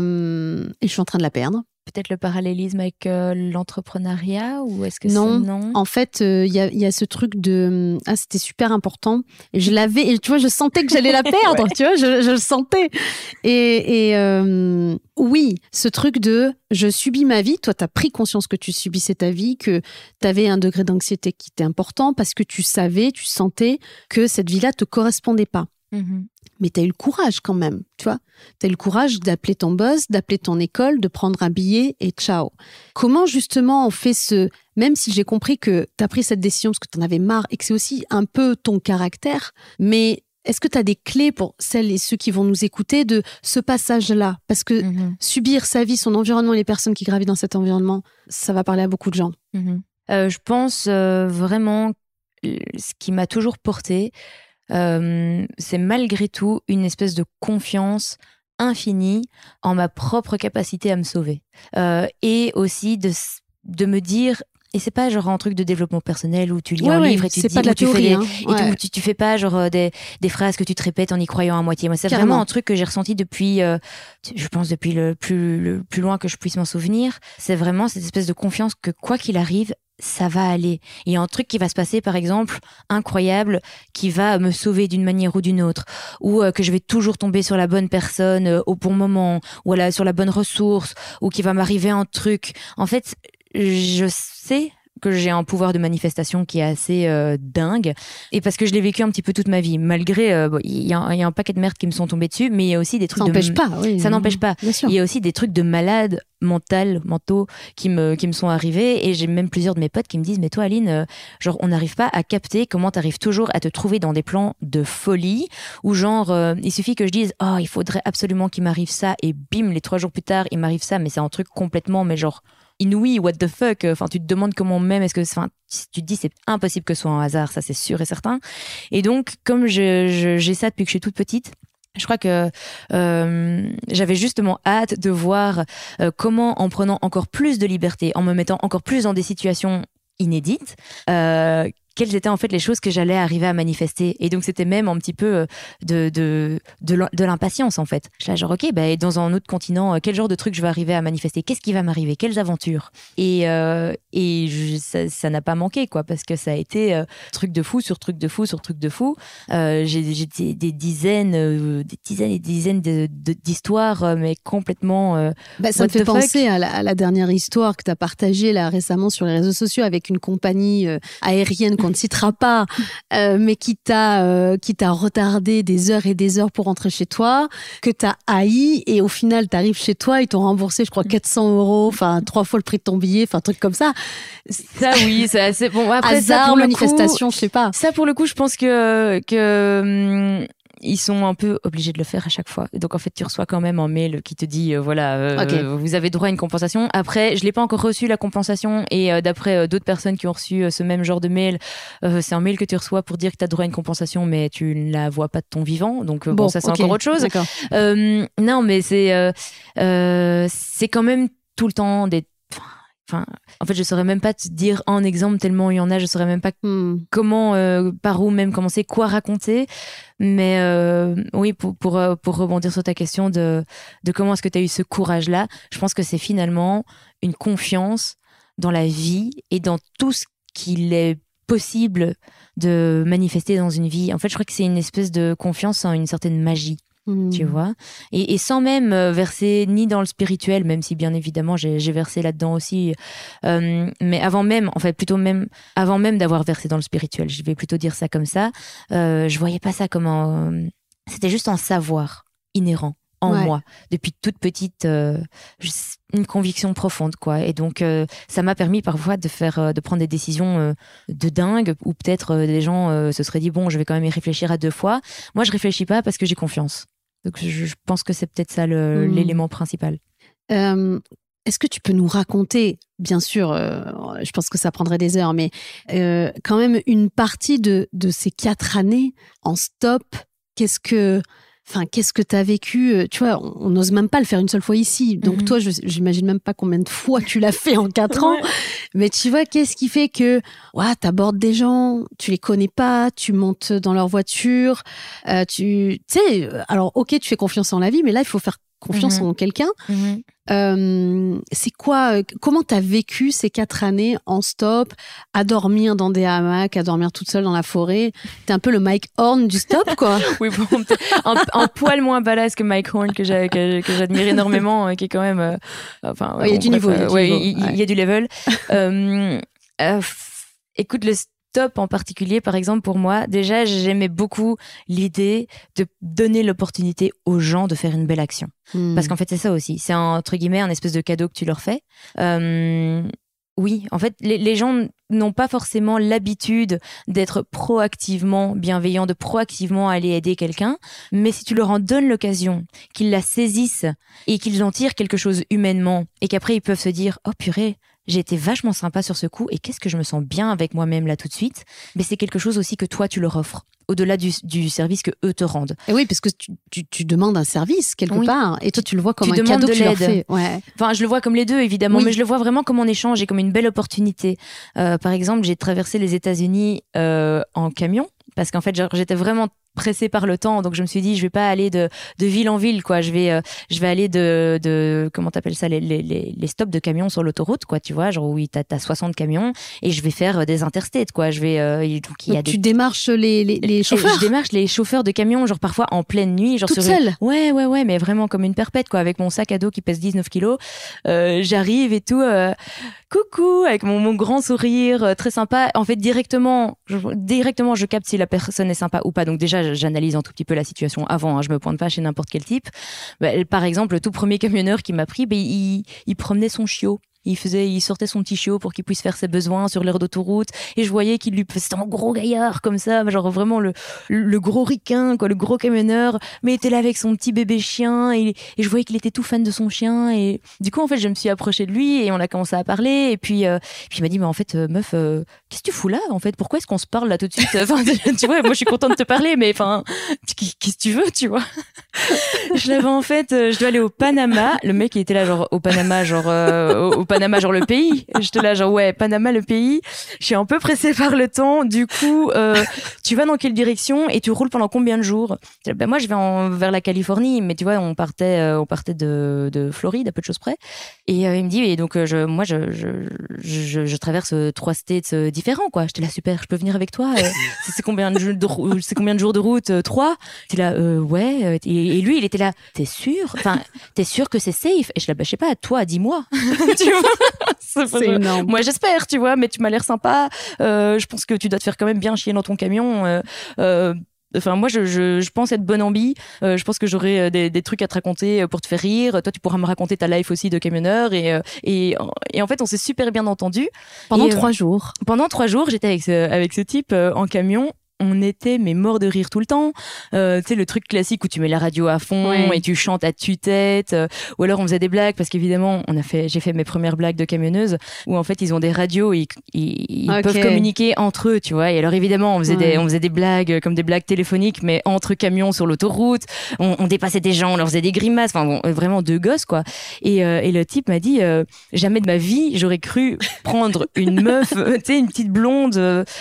euh, et je suis en train de la perdre, peut-être le parallélisme avec euh, l'entrepreneuriat ou est-ce que non, c'est non en fait, il euh, y, a, y a ce truc de ah c'était super important et je l'avais et tu vois je sentais que j'allais la perdre, ouais. Tu vois je, je le sentais et, et euh, oui ce truc de je subis ma vie, toi t'as pris conscience que tu subissais ta vie, que t'avais un degré d'anxiété qui était important parce que tu savais, tu sentais que cette vie-là te correspondait pas. Mmh. Mais t'as eu le courage quand même, tu vois. T'as eu le courage d'appeler ton boss, d'appeler ton école, de prendre un billet et ciao. Comment justement on fait ce... Même si j'ai compris que t'as pris cette décision parce que t'en avais marre et que c'est aussi un peu ton caractère, mais est-ce que t'as des clés pour celles et ceux qui vont nous écouter de ce passage-là ? Parce que mmh. subir sa vie, son environnement et les personnes qui gravitent dans cet environnement, ça va parler à beaucoup de gens. Mmh. Euh, je pense euh, vraiment ce qui m'a toujours portée, Euh, c'est malgré tout une espèce de confiance infinie en ma propre capacité à me sauver. Euh, et aussi de, de me dire, et c'est pas genre un truc de développement personnel où tu lis ouais, un ouais, livre et tu c'est te pas dis de la où tu théorie, fais, hein. et ouais. où tu, tu fais pas genre des, des phrases que tu te répètes en y croyant à moitié. Moi, c'est Carrément. vraiment un truc que j'ai ressenti depuis, euh, je pense depuis le plus, le plus loin que je puisse m'en souvenir. C'est vraiment cette espèce de confiance que quoi qu'il arrive, ça va aller. Il y a un truc qui va se passer, par exemple, incroyable, qui va me sauver d'une manière ou d'une autre, ou euh, que je vais toujours tomber sur la bonne personne euh, au bon moment, ou là, sur la bonne ressource, ou qu'il va m'arriver un truc. En fait, je sais que j'ai un pouvoir de manifestation qui est assez euh, dingue, et parce que je l'ai vécu un petit peu toute ma vie, malgré euh, bon, il y, y a un paquet de merdes qui me sont tombées dessus, mais il y a aussi des trucs ça n'empêche de... pas, oui, ça n'empêche pas. Il y a aussi des trucs de malade mental, mentaux qui me, qui me sont arrivés, et j'ai même plusieurs de mes potes qui me disent mais toi Aline, euh, genre on n'arrive pas à capter comment t'arrives toujours à te trouver dans des plans de folie où genre euh, il suffit que je dise oh il faudrait absolument qu'il m'arrive ça et bim les trois jours plus tard il m'arrive ça, mais c'est un truc complètement mais genre inouï, what the fuck, enfin tu te demandes comment même est-ce que, enfin tu te dis c'est impossible que ce soit un hasard, ça c'est sûr et certain. Et donc comme je, je, j'ai ça depuis que je suis toute petite, je crois que euh, j'avais justement hâte de voir euh, comment, en prenant encore plus de liberté, en me mettant encore plus dans des situations inédites, euh, quelles étaient en fait les choses que j'allais arriver à manifester. Et donc c'était même un petit peu de de de, de l'impatience en fait. Je suis là genre ok, bah, dans un autre continent, quel genre de truc je vais arriver à manifester, qu'est-ce qui va m'arriver, quelles aventures. Et euh, et je, ça, ça n'a pas manqué quoi, parce que ça a été euh, truc de fou sur truc de fou sur truc de fou. Euh, j'ai j'ai des, des dizaines, euh, des dizaines et des dizaines de, de, d'histoires, euh, mais complètement. Euh, bah, ça me fait penser à la, à la dernière histoire que tu as partagée là récemment sur les réseaux sociaux avec une compagnie euh, aérienne qu'on ne citera pas, euh, mais qui t'a, euh, qui t'a retardé des heures et des heures pour rentrer chez toi, que t'as haï, et au final, t'arrives chez toi, ils t'ont remboursé, je crois, quatre cents euros, enfin, trois fois le prix de ton billet, enfin, un truc comme ça. Ça, oui, c'est assez bon. Après, hasard, ça, pour manifestation, coup, je sais pas. Ça, pour le coup, je pense que, que, hum, ils sont un peu obligés de le faire à chaque fois. Donc, en fait, tu reçois quand même un mail qui te dit, euh, voilà, euh, okay. vous avez droit à une compensation. Après, je l'ai pas encore reçu, la compensation. Et euh, d'après euh, d'autres personnes qui ont reçu euh, ce même genre de mail, euh, c'est un mail que tu reçois pour dire que tu as droit à une compensation, mais tu ne la vois pas de ton vivant. Donc, euh, bon, bon, ça, c'est okay. encore autre chose. Euh, non, mais c'est, euh, euh, c'est quand même tout le temps des... Enfin, en fait, je saurais même pas te dire un exemple tellement il y en a. Je saurais même pas hmm. comment, euh, par où même commencer, quoi raconter. Mais euh, oui, pour, pour, pour rebondir sur ta question de, de comment est-ce que tu as eu ce courage-là, je pense que c'est finalement une confiance dans la vie et dans tout ce qu'il est possible de manifester dans une vie. En fait, je crois que c'est une espèce de confiance en une certaine magie. Mmh. Tu vois, et, et sans même verser ni dans le spirituel, même si bien évidemment j'ai, j'ai versé là-dedans aussi, euh, mais avant même, en fait plutôt même avant même d'avoir versé dans le spirituel, je vais plutôt dire ça comme ça, euh, je voyais pas ça comme un, c'était juste un savoir inhérent en ouais. moi depuis toute petite, euh, une conviction profonde quoi, et donc euh, ça m'a permis parfois de faire, de prendre des décisions euh, de dingue, ou peut-être euh, des gens euh, se seraient dit bon, je vais quand même y réfléchir à deux fois. Moi je réfléchis pas parce que j'ai confiance. Donc, je, je pense que c'est peut-être ça le, mmh. l'élément principal. Euh, est-ce que tu peux nous raconter, bien sûr, euh, je pense que ça prendrait des heures, mais euh, quand même une partie de, de ces quatre années en stop, qu'est-ce que... Enfin, qu'est-ce que tu as vécu? Tu vois, on n'ose même pas le faire une seule fois ici. Donc, mm-hmm. toi, je, j'imagine même pas combien de fois tu l'as fait en quatre ans. Ouais. Mais tu vois, qu'est-ce qui fait que ouais, tu abordes des gens, tu les connais pas, tu montes dans leur voiture, euh, tu sais, alors ok, tu fais confiance en la vie, mais là, il faut faire confiance mm-hmm. en quelqu'un. Mm-hmm. Euh, c'est quoi, comment t'as vécu ces quatre années en stop, à dormir dans des hamacs, à dormir toute seule dans la forêt? T'es un peu le Mike Horn du stop, quoi. Oui, bon, un, un poil moins balèze que Mike Horn, que, j'ai, que, que j'admire énormément, qui est quand même, euh, enfin, il ouais, bon, y a du bref, niveau, euh, il ouais, il, ouais. y a du level. euh, euh, écoute, le stop en particulier, par exemple, pour moi, déjà, j'aimais beaucoup l'idée de donner l'opportunité aux gens de faire une belle action. Mmh. Parce qu'en fait, c'est ça aussi. C'est, un, entre guillemets, un espèce de cadeau que tu leur fais. Euh, oui, en fait, les, les gens n'ont pas forcément l'habitude d'être proactivement bienveillants, de proactivement aller aider quelqu'un. Mais si tu leur en donnes l'occasion, qu'ils la saisissent et qu'ils en tirent quelque chose humainement, et qu'après, ils peuvent se dire « Oh purée !» J'ai été vachement sympa sur ce coup et qu'est-ce que je me sens bien avec moi-même là tout de suite. Mais c'est quelque chose aussi que toi, tu leur offres, au-delà du, du service que eux te rendent. Et oui, parce que tu, tu, tu demandes un service quelque oui. part et toi, tu le vois comme tu un cadeau de que tu leur fais. Ouais. Enfin, je le vois comme les deux, évidemment, oui. mais je le vois vraiment comme un échange et comme une belle opportunité. Euh, par exemple, j'ai traversé les États-Unis euh, en camion parce qu'en fait, genre, j'étais vraiment pressée par le temps, donc je me suis dit je vais pas aller de de ville en ville quoi, je vais euh, je vais aller de de comment t'appelles ça, les les les stops de camions sur l'autoroute quoi, tu vois, genre oui t'as t'as soixante camions et je vais faire des interstates quoi, je vais euh, donc il y a donc des... tu démarches les les, les chauffeurs. Je démarche les chauffeurs de camions, genre parfois en pleine nuit, genre toute sur seule. Une... ouais ouais ouais mais vraiment comme une perpète quoi, avec mon sac à dos qui pèse dix-neuf kilos, euh, j'arrive et tout, euh, coucou avec mon mon grand sourire euh, très sympa. En fait directement je, directement je capte si la personne est sympa ou pas, donc déjà j'analyse un tout petit peu la situation avant, hein, je me pointe pas chez n'importe quel type. Bah, par exemple, le tout premier camionneur qui m'a pris, bah, il, il promenait son chiot. Il faisait, il sortait son petit chiot pour qu'il puisse faire ses besoins sur l'aire d'autoroute. Et je voyais qu'il lui, c'était un gros gaillard comme ça, genre vraiment le, le gros ricain, quoi, le gros camionneur. Mais il était là avec son petit bébé chien et, et je voyais qu'il était tout fan de son chien. Et du coup, en fait, je me suis approchée de lui et on a commencé à parler. Et puis, euh, puis il m'a dit, mais en fait, euh, meuf, euh, qu'est-ce que tu fous là, en fait? Pourquoi est-ce qu'on se parle là tout de suite? Enfin, tu vois, moi, je suis contente de te parler, mais enfin, qu'est-ce que tu veux, tu vois? Je l'avais en fait, euh, je dois aller au Panama. Le mec, il était là, genre, au Panama, genre, euh, au, au Panama, Panama, genre le pays. J'étais là, genre ouais, Panama, le pays. Je suis un peu pressée par le temps. Du coup, euh, tu vas dans quelle direction et tu roules pendant combien de jours? Ben moi, je vais en, vers la Californie, mais tu vois, on partait, euh, on partait de, de Floride, à peu de choses près. Et euh, il me dit, et donc euh, je, moi, je, je, je, je traverse trois states différents, quoi. J'étais là, super, je peux venir avec toi. Euh, c'est, c'est combien de jours de, c'est combien de jours de route? euh, Trois. J'étais là, euh, ouais. Et, et lui, il était là, t'es sûr? Enfin, t'es sûr que c'est safe? Et je suis là, bah, je sais pas, toi, dis-moi. Tu vois, c'est, c'est énorme. Moi, j'espère, tu vois, mais tu m'as l'air sympa. Euh, je pense que tu dois te faire quand même bien chier dans ton camion. Euh, euh, Enfin, moi, je, je, je pense être bonne ambi. Euh, je pense que j'aurai des, des trucs à te raconter pour te faire rire. Toi, tu pourras me raconter ta life aussi de camionneur. Et, et, et en fait, on s'est super bien entendu. Pendant et, trois jours. Pendant trois jours, j'étais avec ce, avec ce type euh, en camion. On était mais morts de rire tout le temps. Euh, tu sais, le truc classique où tu mets la radio à fond ouais. et tu chantes à tue-tête. Euh, ou alors on faisait des blagues parce qu'évidemment, on a fait, j'ai fait mes premières blagues de camionneuse où en fait ils ont des radios et ils, ils okay. peuvent communiquer entre eux, tu vois. Et alors évidemment, on faisait ouais. des, on faisait des blagues comme des blagues téléphoniques, mais entre camions sur l'autoroute. On, on dépassait des gens, on leur faisait des grimaces. Enfin bon, vraiment deux gosses quoi. Et, euh, et le type m'a dit euh, jamais de ma vie j'aurais cru prendre une meuf, tu sais, une petite blonde.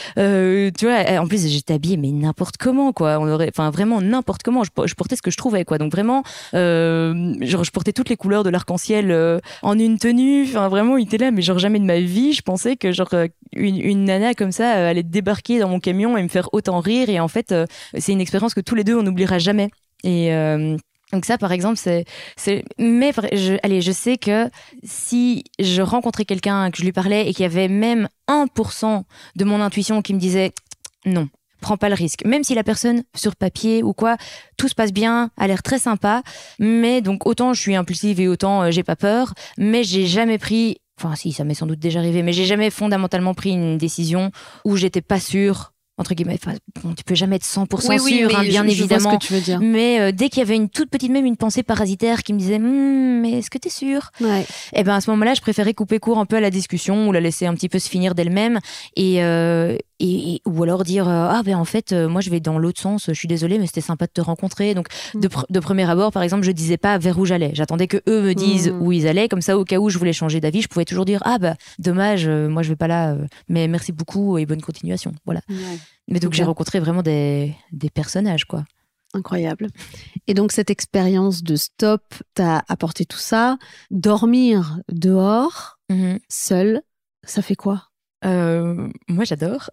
Euh, tu vois, en plus j'ai habillée mais n'importe comment quoi, on aurait enfin vraiment n'importe comment, je, je portais ce que je trouvais quoi, donc vraiment euh, genre je portais toutes les couleurs de l'arc-en-ciel euh, en une tenue, enfin vraiment il était là mais genre jamais de ma vie je pensais que genre une, une nana comme ça euh, allait débarquer dans mon camion et me faire autant rire, et en fait euh, c'est une expérience que tous les deux on n'oubliera jamais. Et euh, donc ça, par exemple, c'est, c'est, mais je, allez, je sais que si je rencontrais quelqu'un, que je lui parlais et qu'il y avait même un pour cent de mon intuition qui me disait non, prends pas le risque. Même si la personne, sur papier ou quoi, tout se passe bien, a l'air très sympa, mais donc autant je suis impulsive et autant euh, j'ai pas peur, mais j'ai jamais pris, enfin si, ça m'est sans doute déjà arrivé, mais j'ai jamais fondamentalement pris une décision où j'étais pas sûre, entre guillemets, enfin, bon, tu peux jamais être cent pour cent oui, sûr, oui, hein, bien je, évidemment. Je vois ce que tu veux dire. Mais euh, dès qu'il y avait une toute petite, même une pensée parasitaire qui me disait hm, mais est-ce que t'es sûre? Ouais. Et ben à ce moment-là, je préférais couper court un peu à la discussion ou la laisser un petit peu se finir d'elle-même, et, euh, et, et ou alors dire euh, ah ben en fait euh, moi je vais dans l'autre sens, je suis désolée mais c'était sympa de te rencontrer. Donc mmh. de, pr- de premier abord, par exemple, je disais pas vers où j'allais, j'attendais que eux me disent mmh. où ils allaient, comme ça au cas où je voulais changer d'avis, je pouvais toujours dire ah bah dommage, euh, moi je vais pas là, euh, mais merci beaucoup et bonne continuation. Voilà. Ouais. Mais donc, okay. j'ai rencontré vraiment des, des personnages, quoi. Incroyable. Et donc, cette expérience de stop t'a apporté tout ça. Dormir dehors, mm-hmm. seul, ça fait quoi? euh, Moi, j'adore.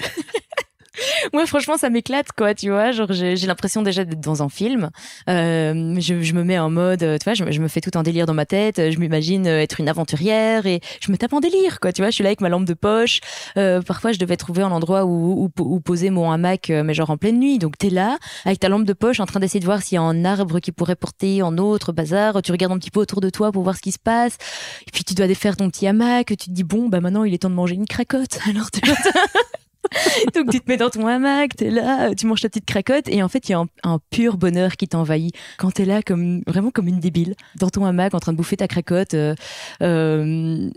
Moi, franchement, ça m'éclate, quoi, tu vois. Genre, j'ai, j'ai l'impression déjà d'être dans un film. Euh, je, je me mets en mode, tu vois, je, je me fais tout un délire dans ma tête. Je m'imagine être une aventurière et je me tape en délire, quoi, tu vois. Je suis là avec ma lampe de poche. Euh, parfois, je devais trouver un endroit où, où, où poser mon hamac, mais genre en pleine nuit. Donc, t'es là, avec ta lampe de poche, en train d'essayer de voir s'il y a un arbre qui pourrait porter en autre bazar. Tu regardes un petit peu autour de toi pour voir ce qui se passe. Et puis, tu dois défaire ton petit hamac. Tu te dis, bon, bah maintenant, il est temps de manger une cracotte. Alors, tu vois. Donc tu te mets dans ton hamac, t'es là, tu manges ta petite cracotte, et en fait il y a un, un pur bonheur qui t'envahit quand t'es là comme vraiment comme une débile dans ton hamac en train de bouffer ta cracotte, euh, euh,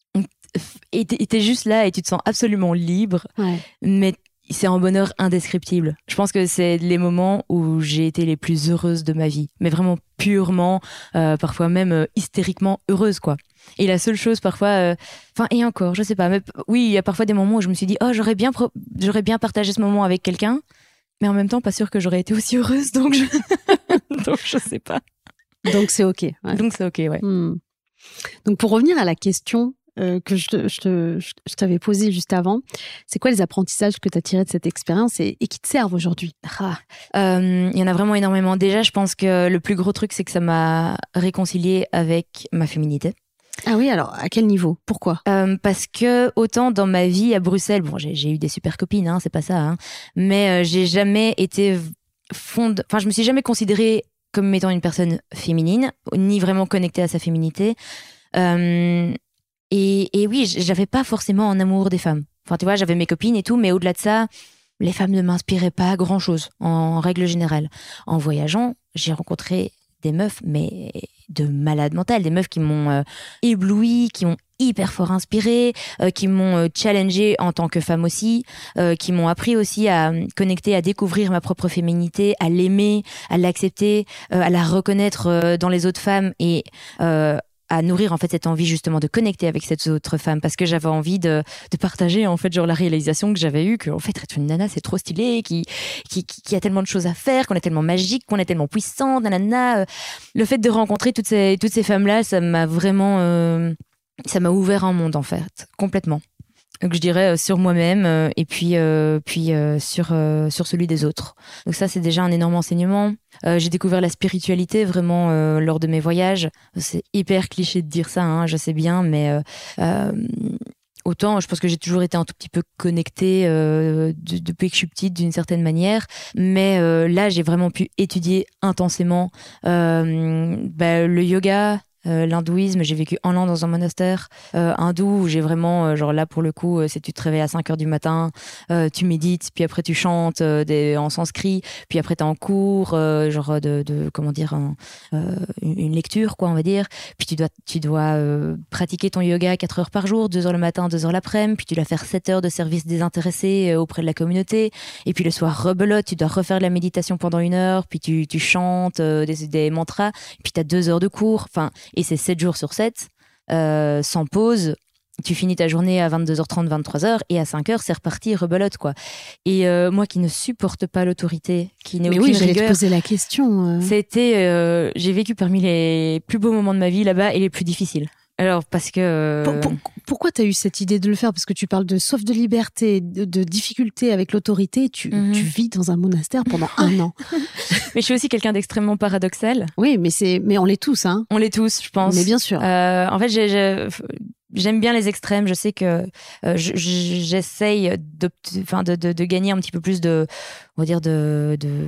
et, t'es, et t'es juste là et tu te sens absolument libre, ouais. Mais c'est un bonheur indescriptible. Je pense que c'est les moments où j'ai été les plus heureuses de ma vie, mais vraiment purement, euh, parfois même euh, hystériquement heureuse, quoi. Et la seule chose parfois, enfin euh, et encore, je sais pas, mais oui, il y a parfois des moments où je me suis dit oh j'aurais bien, pro- j'aurais bien partagé ce moment avec quelqu'un, mais en même temps pas sûre que j'aurais été aussi heureuse, donc je, donc je sais pas. Donc c'est ok. Ouais. Donc c'est ok, ouais. Hmm. Donc pour revenir à la question euh, que je, te, je, te, je t'avais posée juste avant, c'est quoi les apprentissages que tu as tirés de cette expérience et, et qui te servent aujourd'hui? Ah, euh, il y en a vraiment énormément. Déjà, je pense que le plus gros truc, c'est que ça m'a réconciliée avec ma féminité. Ah oui, alors à quel niveau? Pourquoi? euh, Parce que autant dans ma vie à Bruxelles, bon, j'ai, j'ai eu des super copines, hein, c'est pas ça, hein, mais euh, j'ai jamais été fond, enfin, je me suis jamais considérée comme étant une personne féminine, ni vraiment connectée à sa féminité. Euh, et, et oui, j'avais pas forcément un amour des femmes. Enfin, tu vois, j'avais mes copines et tout, mais au-delà de ça, les femmes ne m'inspiraient pas grand-chose, en règle générale. En voyageant, j'ai rencontré des meufs, mais de malades mentales, des meufs qui m'ont euh, éblouie, qui m'ont hyper fort inspirée, euh, qui m'ont euh, challengée en tant que femme aussi, euh, qui m'ont appris aussi à euh, connecter, à découvrir ma propre féminité, à l'aimer, à l'accepter, euh, à la reconnaître euh, dans les autres femmes et euh, à nourrir en fait cette envie justement de connecter avec cette autre femme, parce que j'avais envie de, de partager en fait genre la réalisation que j'avais eue, que en fait être une nana c'est trop stylé, qui, qui, qui a tellement de choses à faire, qu'on est tellement magique, qu'on est tellement puissante, nanana. Le fait de rencontrer toutes ces, toutes ces femmes-là, ça m'a vraiment... Euh, ça m'a ouvert un monde en fait, complètement. Donc je dirais euh, sur moi-même euh, et puis euh, puis euh, sur euh, sur celui des autres. Donc ça c'est déjà un énorme enseignement. Euh, j'ai découvert la spiritualité vraiment euh, lors de mes voyages. C'est hyper cliché de dire ça, hein, je sais bien, mais euh, euh, autant je pense que j'ai toujours été un tout petit peu connectée euh, de, depuis que je suis petite d'une certaine manière, mais euh, là j'ai vraiment pu étudier intensément euh, bah, le yoga. Euh, l'hindouisme, j'ai vécu un an dans un monastère euh, hindou où j'ai vraiment, euh, genre là pour le coup, euh, c'est tu te réveilles à cinq heures du matin, euh, tu médites, puis après tu chantes euh, des, en sanskrit, puis après t'es en cours, euh, genre de, de, comment dire, un, euh, une lecture quoi on va dire, puis tu dois, tu dois euh, pratiquer ton yoga quatre heures par jour, deux heures le matin, deux heures l'après-midi, puis tu dois faire sept heures de service désintéressé euh, auprès de la communauté, et puis le soir rebelote, tu dois refaire de la méditation pendant une heure, puis tu, tu chantes euh, des, des mantras, puis t'as deux heures de cours, enfin. Et c'est sept jours sur sept, euh, sans pause. Tu finis ta journée à vingt-deux heures trente, vingt-trois heures, et à cinq heures, c'est reparti, rebelote, quoi. Et euh, moi qui ne supporte pas l'autorité, qui n'ai Mais aucune oui, j'allais rigueur, te poser la question. Euh... C'était, euh, j'ai vécu parmi les plus beaux moments de ma vie là-bas et les plus difficiles. Alors, parce que... Euh... Pour, pour, pourquoi tu as eu cette idée de le faire ? Parce que tu parles de soif de liberté, de, de difficulté avec l'autorité. Tu, mm-hmm. tu vis dans un monastère pendant un an. Mais je suis aussi quelqu'un d'extrêmement paradoxal. Oui, mais, c'est, mais on l'est tous. Hein. On l'est tous, je pense. Mais bien sûr. Euh, en fait, j'ai, j'ai, j'aime bien les extrêmes. Je sais que euh, je, j'essaye de, enfin, de, de, de gagner un petit peu plus de... On va dire de... de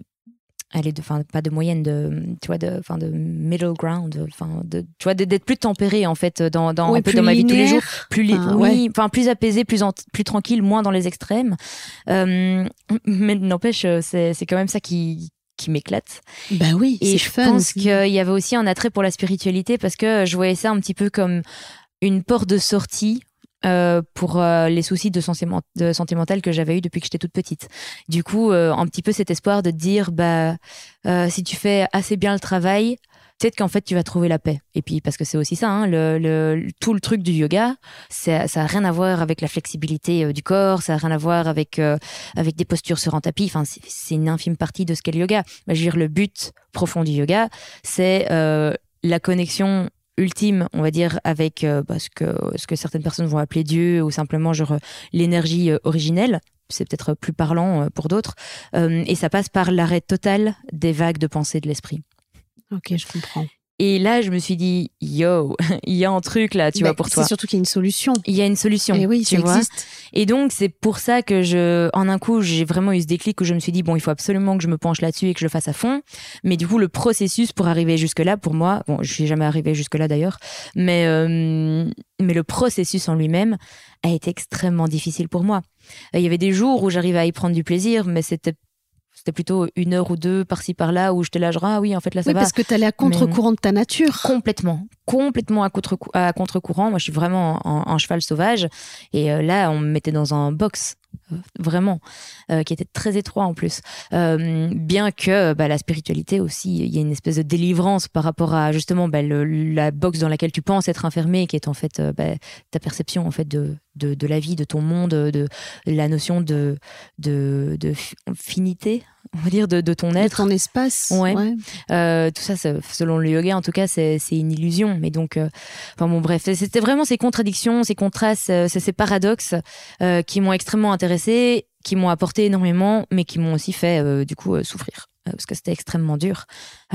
elle est de, enfin, pas de moyenne, de, tu vois, de, enfin, de middle ground, enfin, de, tu vois, d'être plus tempérée, en fait, dans, dans, ouais, un peu dans ma vie de tous les jours. Plus, li- enfin, oui, ouais. enfin, plus apaisée, plus, en, plus tranquille, moins dans les extrêmes. Euh, mais n'empêche, c'est, c'est quand même ça qui, qui m'éclate. Bah oui, et c'est je fun. pense qu'il y avait aussi un attrait pour la spiritualité parce que je voyais ça un petit peu comme une porte de sortie Euh, pour euh, les soucis de santé, de santé mentale que j'avais eu depuis que j'étais toute petite. Du coup, euh, un petit peu cet espoir de dire, bah, euh, si tu fais assez bien le travail, peut-être qu'en fait tu vas trouver la paix. Et puis parce que c'est aussi ça, hein, le, le, tout le truc du yoga, ça n'a rien à voir avec la flexibilité euh, du corps, ça n'a rien à voir avec euh, avec des postures sur un tapis. Enfin, c'est, c'est une infime partie de ce qu'est le yoga. Mais je veux dire, le but profond du yoga, c'est euh, la connexion ultime, on va dire, avec euh, bah, ce, que, ce que certaines personnes vont appeler Dieu ou simplement genre l'énergie euh, originelle. C'est peut-être plus parlant euh, pour d'autres. Euh, et ça passe par l'arrêt total des vagues de pensée de l'esprit. Ok, je comprends. Et là, je me suis dit, yo, il y a un truc là, tu bah, vois, pour toi. C'est surtout qu'il y a une solution. Il y a une solution. Et oui, tu ça vois. existe. Et donc, c'est pour ça que je, en un coup, j'ai vraiment eu ce déclic où je me suis dit, bon, il faut absolument que je me penche là-dessus et que je le fasse à fond. Mais du coup, le processus pour arriver jusque-là, pour moi, bon, je suis jamais arrivée jusque-là d'ailleurs, mais, euh, mais le processus en lui-même a été extrêmement difficile pour moi. Il y avait des jours où j'arrivais à y prendre du plaisir, mais c'était C'était plutôt une heure ou deux par-ci par-là où j'étais là, genre, ah oui, en fait, là, ça oui, va. parce que t'allais à contre-courant Mais... de ta nature. Complètement. Complètement à, contre- à contre-courant. Moi, je suis vraiment en, en cheval sauvage. Et euh, là, on me mettait dans un box, euh, vraiment, euh, qui était très étroit en plus. Euh, bien que bah, la spiritualité aussi, il y a une espèce de délivrance par rapport à, justement, bah, le, la box dans laquelle tu penses être enfermé, qui est en fait euh, bah, ta perception, en fait, de... De, de la vie, de ton monde, de, de la notion de, de, de finité, on va dire, de, de ton être. De ton espace. Ouais. ouais. Euh, tout ça, selon le yoga, en tout cas, c'est, c'est une illusion. Mais donc, euh, enfin bon, bref, c'était vraiment ces contradictions, ces contrastes, euh, ces paradoxes euh, qui m'ont extrêmement intéressée, qui m'ont apporté énormément, mais qui m'ont aussi fait, euh, du coup, euh, souffrir. Euh, parce que c'était extrêmement dur.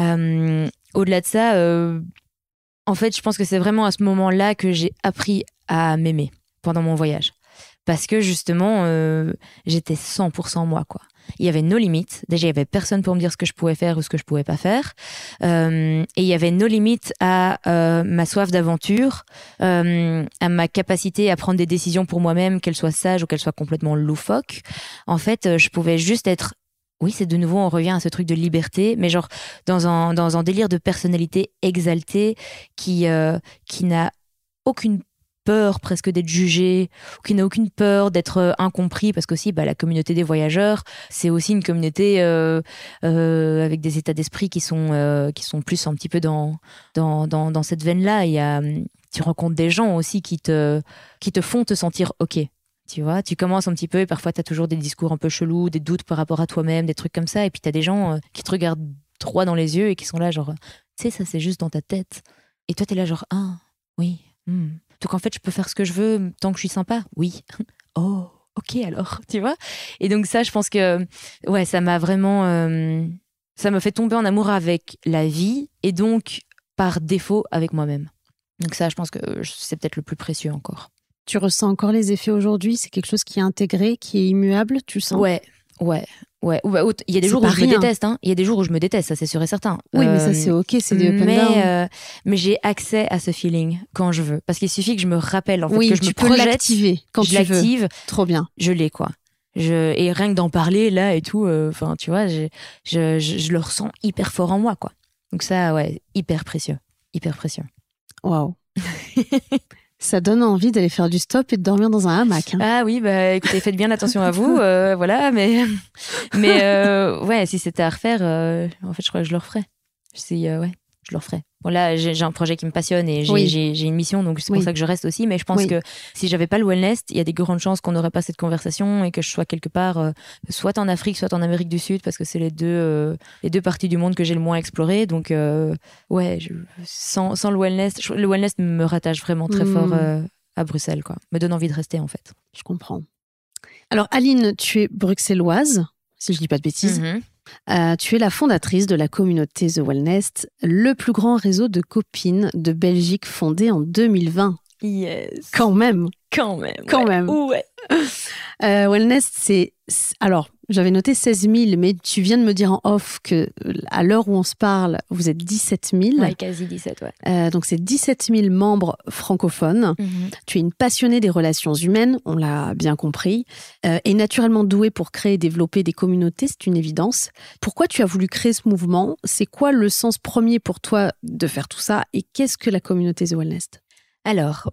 Euh, au-delà de ça, euh, en fait, je pense que c'est vraiment à ce moment-là que j'ai appris à m'aimer. Pendant mon voyage. Parce que justement, euh, j'étais cent pour cent moi, quoi. Il y avait nos limites. Déjà, il y avait personne pour me dire ce que je pouvais faire ou ce que je pouvais pas faire. Euh, et il y avait nos limites à euh, ma soif d'aventure, euh, à ma capacité à prendre des décisions pour moi-même, qu'elles soient sages ou qu'elles soient complètement loufoques. En fait, je pouvais juste être... Oui, c'est de nouveau, on revient à ce truc de liberté, mais genre dans un, dans un délire de personnalité exaltée qui, euh, qui n'a aucune peur presque d'être jugé, ou qui n'a aucune peur d'être incompris, parce qu'aussi bah, la communauté des voyageurs, c'est aussi une communauté euh, euh, avec des états d'esprit qui sont, euh, qui sont plus un petit peu dans, dans, dans, dans cette veine-là. Il y a, tu rencontres des gens aussi qui te, qui te font te sentir OK. Tu vois, tu commences un petit peu et parfois tu as toujours des discours un peu chelous, des doutes par rapport à toi-même, des trucs comme ça. Et puis tu as des gens euh, qui te regardent droit dans les yeux et qui sont là genre, tu sais, ça c'est juste dans ta tête. Et toi, tu es là genre, ah, oui. Hmm. Donc en fait, je peux faire ce que je veux tant que je suis sympa. Oui. Oh, ok alors, tu vois. Et donc ça, je pense que ouais, ça m'a vraiment... Euh, ça m'a fait tomber en amour avec la vie et donc, par défaut, avec moi-même. Donc ça, je pense que c'est peut-être le plus précieux encore. Tu ressens encore les effets aujourd'hui? C'est quelque chose qui est intégré, qui est immuable, tu sens? Ouais, ouais. Ouais, il y a des c'est jours où je rien. me déteste, hein. Il y a des jours où je me déteste, ça c'est sûr et certain. Oui, euh, mais ça c'est ok, c'est des up and mais, down. Euh, mais j'ai accès à ce feeling quand je veux, parce qu'il suffit que je me rappelle, en fait, oui, que je tu me peux projette, l'activer quand je tu l'active, veux. Trop bien. Je l'ai quoi. Je et rien que d'en parler là et tout, enfin euh, tu vois, je, je, je, je le ressens hyper fort en moi quoi. Donc ça, ouais, hyper précieux, hyper précieux. Waouh. Ça donne envie d'aller faire du stop et de dormir dans un hamac. Hein. Ah oui, bah écoutez, faites bien attention à vous, euh, voilà, mais mais euh, ouais, si c'était à refaire, euh, en fait, je crois que je le referais. Si euh, ouais, je le referais. Bon là, j'ai, j'ai un projet qui me passionne et j'ai, oui. j'ai, j'ai une mission, donc c'est pour oui. ça que je reste aussi. Mais je pense oui. que si j'avais pas le Wellness, il y a des grandes chances qu'on n'aurait pas cette conversation et que je sois quelque part, euh, soit en Afrique, soit en Amérique du Sud, parce que c'est les deux, euh, les deux parties du monde que j'ai le moins explorées. Donc euh, ouais, je, sans, sans le Wellness, je, le Wellness me rattache vraiment très mmh. fort euh, à Bruxelles, quoi. Me donne envie de rester en fait. Je comprends. Alors Aline, tu es bruxelloise, si je dis pas de bêtises. Mmh. Euh, tu es la fondatrice de la communauté The Wellness, le plus grand réseau de copines de Belgique fondé en deux mille vingt. Yes. Quand même. Quand même. Quand ouais. même. Ouais. Euh, Wellness, c'est... Alors, j'avais noté seize mille, mais tu viens de me dire en off que à l'heure où on se parle, vous êtes dix-sept mille. Ouais, quasi dix-sept, ouais. Euh, donc, c'est dix-sept mille membres francophones. Mm-hmm. Tu es une passionnée des relations humaines, on l'a bien compris, euh, et naturellement douée pour créer et développer des communautés, c'est une évidence. Pourquoi tu as voulu créer ce mouvement? C'est quoi le sens premier pour toi de faire tout ça? Et qu'est-ce que la communauté The Wellness? Alors...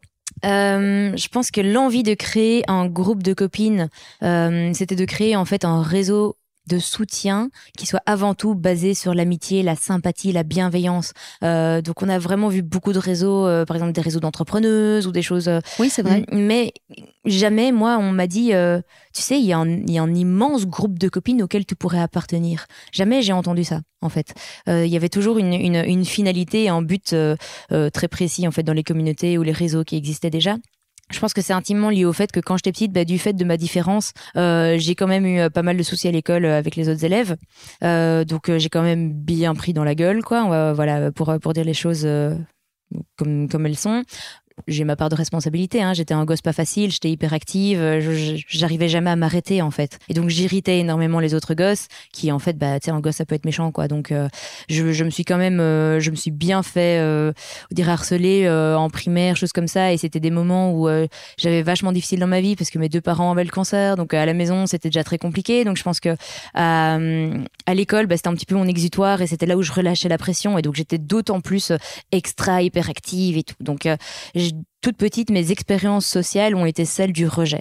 Euh, je pense que l'envie de créer un groupe de copines, euh, c'était de créer en fait un réseau de soutien qui soit avant tout basé sur l'amitié, la sympathie, la bienveillance. Euh, donc on a vraiment vu beaucoup de réseaux, euh, par exemple des réseaux d'entrepreneuses ou des choses. Euh, oui, c'est vrai. Mais jamais, moi, on m'a dit, euh, tu sais, il y, y a un immense groupe de copines auquel tu pourrais appartenir. Jamais j'ai entendu ça, en fait. Il euh, y avait toujours une, une, une finalité, un but euh, euh, très précis, en fait, dans les communautés ou les réseaux qui existaient déjà. Je pense que c'est intimement lié au fait que quand j'étais petite, bah, du fait de ma différence, euh, j'ai quand même eu pas mal de soucis à l'école avec les autres élèves. Euh, donc euh, j'ai quand même bien pris dans la gueule, quoi. Euh, voilà, pour pour dire les choses euh, comme comme elles sont. J'ai ma part de responsabilité, hein. J'étais un gosse pas facile, j'étais hyper active, je, j'arrivais jamais à m'arrêter en fait. Et donc j'irritais énormément les autres gosses, qui en fait, bah tu sais, un gosse ça peut être méchant quoi. Donc euh, je, je me suis quand même, euh, je me suis bien fait, euh, dire harceler euh, en primaire, choses comme ça. Et c'était des moments où euh, j'avais vachement difficile dans ma vie parce que mes deux parents avaient le cancer, donc à la maison c'était déjà très compliqué. Donc je pense que à, à l'école, bah, c'était un petit peu mon exutoire et c'était là où je relâchais la pression. Et donc j'étais d'autant plus extra hyper active et tout. Donc euh, toute petite, mes expériences sociales ont été celles du rejet.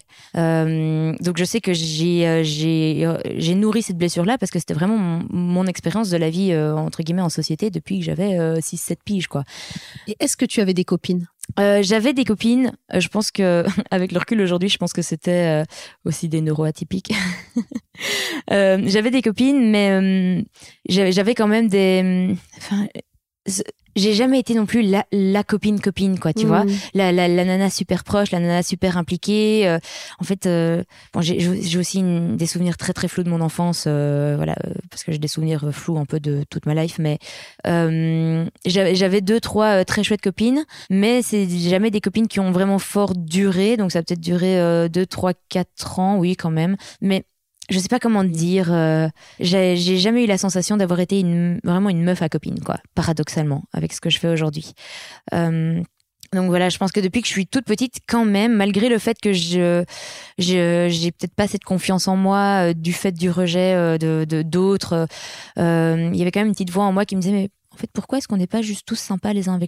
Euh, donc je sais que j'ai, euh, j'ai, euh, j'ai nourri cette blessure-là parce que c'était vraiment mon, mon expérience de la vie, euh, entre guillemets, en société depuis que j'avais euh, six sept piges, quoi. Et est-ce que tu avais des copines ? Euh, j'avais des copines. Euh, je pense que, avec le recul aujourd'hui, je pense que c'était euh, aussi des neuroatypiques. euh, j'avais des copines, mais euh, j'avais, j'avais quand même des... Enfin, j'ai jamais été non plus la, la copine copine quoi, tu mmh. vois, la, la, la nana super proche, la nana super impliquée. Euh, en fait, euh, bon, j'ai, j'ai aussi une, des souvenirs très très flous de mon enfance, euh, voilà, euh, parce que j'ai des souvenirs flous un peu de toute ma life, mais euh, j'avais, j'avais deux trois euh, très chouettes copines, mais c'est jamais des copines qui ont vraiment fort duré, donc ça a peut-être duré euh, deux, trois, quatre ans, oui quand même, mais je sais pas comment dire, euh, j'ai, j'ai jamais eu la sensation d'avoir été une, vraiment une meuf à copine, quoi, paradoxalement, avec ce que je fais aujourd'hui. Euh, donc voilà, je pense que depuis que je suis toute petite, quand même, malgré le fait que je, je j'ai peut-être pas cette confiance en moi, euh, du fait du rejet euh, de, de, d'autres, euh, il y avait quand même une petite voix en moi qui me disait, mais en fait, pourquoi est-ce qu'on n'est pas juste tous sympas les uns avec les autres ?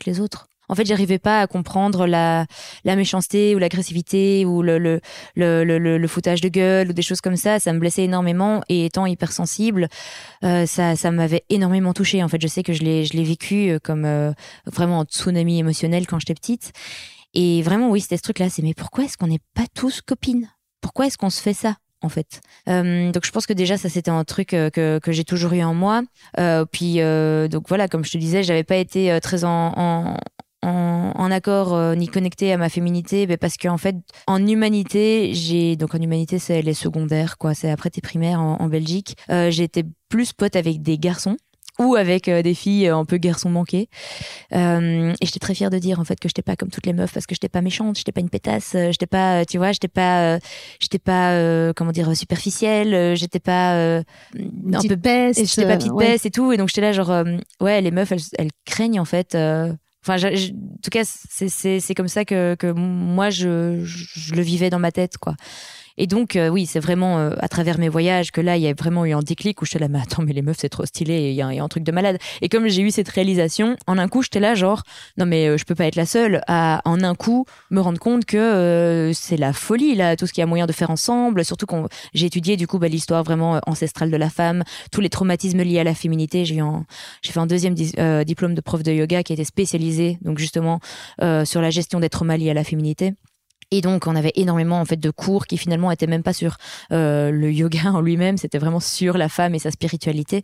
En fait, j'arrivais pas à comprendre la, la méchanceté ou l'agressivité ou le, le, le, le, le foutage de gueule ou des choses comme ça. Ça me blessait énormément et étant hypersensible, euh, ça, ça m'avait énormément touchée. En fait, je sais que je l'ai, je l'ai vécu comme euh, vraiment un tsunami émotionnel quand j'étais petite. Et vraiment, oui, c'était ce truc-là. C'est mais pourquoi est-ce qu'on n'est pas tous copines ? Pourquoi est-ce qu'on se fait ça ? En fait. Euh, donc je pense que déjà ça c'était un truc euh, que, que j'ai toujours eu en moi. Euh, puis euh, donc voilà, comme je te disais, j'avais pas été euh, très en, en, en, en accord euh, ni connectée à ma féminité, mais parce qu'en fait en humanité, j'ai donc en humanité c'est les secondaires quoi, c'est après tes primaires en, en Belgique. Euh, j'ai été plus pote avec des garçons ou avec euh, des filles un peu garçons manqués. Euh, et j'étais très fière de dire en fait que j'étais pas comme toutes les meufs parce que j'étais pas méchante, j'étais pas une pétasse, euh, j'étais pas, tu vois, j'étais pas, euh, j'étais pas, euh, comment dire, superficielle, euh, j'étais pas euh, un peu peste, j'étais pas petite ouais. peste et tout. Et donc j'étais là genre, euh, ouais, les meufs, elles, elles craignent en fait. Euh, Enfin, je, je, en tout cas, c'est, c'est, c'est comme ça que, que moi, je, je, je le vivais dans ma tête, quoi. Et donc, euh, oui, c'est vraiment euh, à travers mes voyages que là, il y a vraiment eu un déclic où j'étais là, mais attends, mais les meufs, c'est trop stylé, il y, y, a un truc de malade. Et comme j'ai eu cette réalisation, en un coup, j'étais là, genre, non, mais euh, je peux pas être la seule à, en un coup, me rendre compte que euh, c'est la folie, là, tout ce qu'il y a moyen de faire ensemble. Surtout quand j'ai étudié, du coup, bah, l'histoire vraiment ancestrale de la femme, tous les traumatismes liés à la féminité. J'ai, eu un, j'ai fait un deuxième di- euh, diplôme de prof de yoga qui était spécialisé, donc justement, euh, sur la gestion des traumas liés à la féminité. Et donc, on avait énormément en fait de cours qui finalement étaient même pas sur euh, le yoga en lui-même, c'était vraiment sur la femme et sa spiritualité.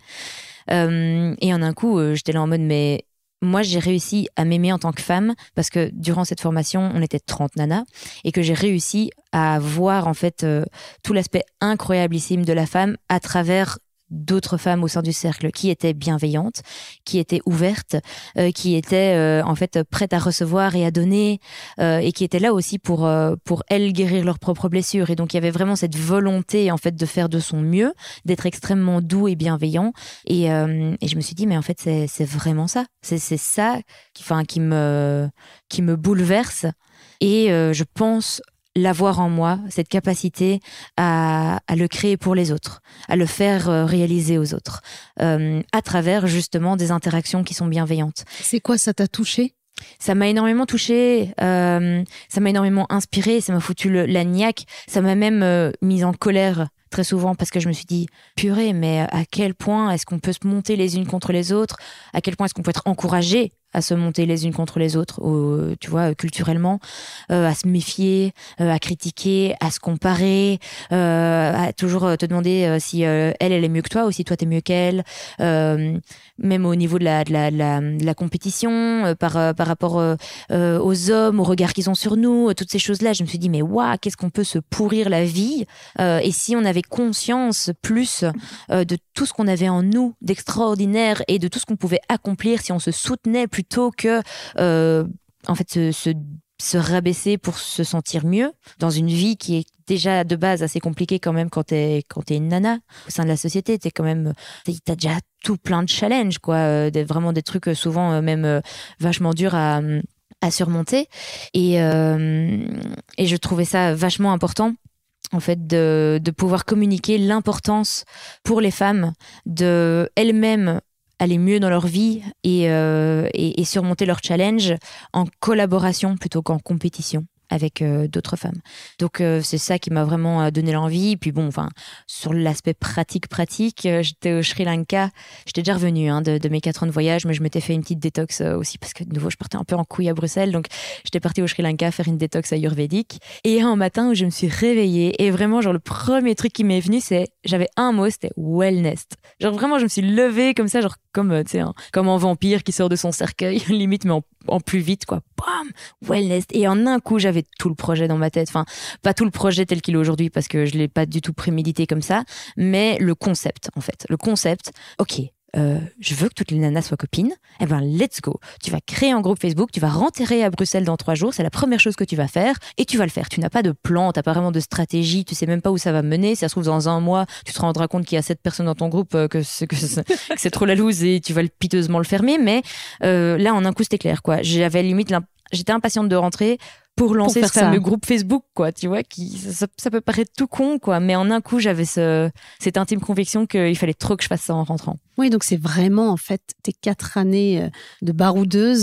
Euh, et en un coup, euh, j'étais là en mode, mais moi, j'ai réussi à m'aimer en tant que femme parce que durant cette formation, on était trente nanas et que j'ai réussi à voir en fait euh, tout l'aspect incroyablissime de la femme à travers d'autres femmes au sein du cercle qui étaient bienveillantes, qui étaient ouvertes, euh, qui étaient euh, en fait prêtes à recevoir et à donner, euh, et qui étaient là aussi pour euh, pour elles guérir leurs propres blessures. Et donc il y avait vraiment cette volonté en fait de faire de son mieux, d'être extrêmement doux et bienveillant. Et euh, et je me suis dit mais en fait c'est c'est vraiment ça, c'est c'est ça qui enfin qui me qui me bouleverse. Et euh, je pense l'avoir en moi, cette capacité à, à le créer pour les autres, à le faire euh, réaliser aux autres, euh, à travers justement des interactions qui sont bienveillantes. C'est quoi, ça t'a touché ? Ça m'a énormément touchée, euh, ça m'a énormément inspirée, ça m'a foutu le, la niaque, ça m'a même euh, mise en colère très souvent parce que je me suis dit, purée, mais à quel point est-ce qu'on peut se monter les unes contre les autres ? À quel point est-ce qu'on peut être encouragé à se monter les unes contre les autres, euh, tu vois, culturellement, euh, à se méfier, euh, à critiquer, à se comparer, euh, à toujours te demander euh, si euh, elle, elle est mieux que toi ou si toi, t'es mieux qu'elle, euh, même au niveau de la, de la, de la, de la compétition, euh, par, euh, par rapport euh, euh, aux hommes, au regard qu'ils ont sur nous, euh, toutes ces choses-là. Je me suis dit, mais waouh, qu'est-ce qu'on peut se pourrir la vie euh, et si on avait conscience plus euh, de tout ce qu'on avait en nous d'extraordinaire et de tout ce qu'on pouvait accomplir si on se soutenait plus plutôt que euh, en fait se, se, se rabaisser pour se sentir mieux dans une vie qui est déjà de base assez compliquée quand même quand t'es quand t'es une nana au sein de la société. T'es quand même t'as déjà tout plein de challenges quoi, euh, des, vraiment des trucs souvent euh, même euh, vachement durs à à surmonter et euh, et je trouvais ça vachement important en fait de de pouvoir communiquer l'importance pour les femmes de elles-mêmes aller mieux dans leur vie et, euh, et, et surmonter leurs challenges en collaboration plutôt qu'en compétition avec euh, d'autres femmes. Donc euh, c'est ça qui m'a vraiment euh, donné l'envie. Puis bon, enfin sur l'aspect pratique pratique, euh, j'étais au Sri Lanka, j'étais déjà revenue hein, de, de mes quatre ans de voyage, mais je m'étais fait une petite détox euh, aussi parce que de nouveau je partais un peu en couille à Bruxelles, donc j'étais partie au Sri Lanka faire une détox ayurvédique. Et un matin où je me suis réveillée et vraiment genre le premier truc qui m'est venu c'est j'avais un mot, c'était wellness. Genre vraiment je me suis levée comme ça, genre comme euh, tu sais hein, comme un vampire qui sort de son cercueil limite mais en, en plus vite quoi. Bam, wellness. Et en un coup j'avais tout le projet dans ma tête, enfin pas tout le projet tel qu'il est aujourd'hui parce que je l'ai pas du tout prémédité comme ça, mais le concept en fait, le concept. Ok, euh, je veux que toutes les nanas soient copines. Eh ben let's go. Tu vas créer un groupe Facebook, tu vas rentrer à Bruxelles dans trois jours, c'est la première chose que tu vas faire et tu vas le faire. Tu n'as pas de plan, t'as pas vraiment de stratégie, tu sais même pas où ça va mener. Si ça se trouve dans un mois, tu te rendras compte qu'il y a sept personnes dans ton groupe, euh, que c'est, que c'est, que c'est trop la loose et tu vas piteusement le fermer. Mais euh, là en un coup c'était clair quoi. J'avais limite l'imp... j'étais impatiente de rentrer pour lancer pour ce fameux ça. Groupe Facebook, quoi, tu vois, qui, ça, ça peut paraître tout con, quoi, mais en un coup, j'avais ce, cette intime conviction qu'il fallait trop que je fasse ça en rentrant. Oui, donc c'est vraiment, en fait, tes quatre années de baroudeuse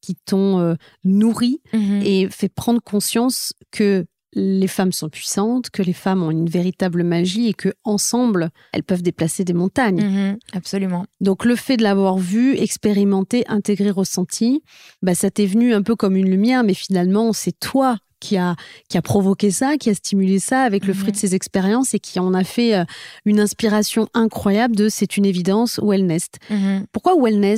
qui t'ont euh, nourri Mmh. et fait prendre conscience que les femmes sont puissantes, que les femmes ont une véritable magie et que ensemble elles peuvent déplacer des montagnes. Mmh, absolument. Donc le fait de l'avoir vu, expérimenté, intégré, ressenti, bah, ça t'est venu un peu comme une lumière, mais finalement c'est toi qui a, qui a provoqué ça, qui a stimulé ça avec le Mmh. fruit de ses expériences et qui en a fait euh, une inspiration incroyable de c'est une évidence, Wellnest. Mmh. Pourquoi Wellnest ?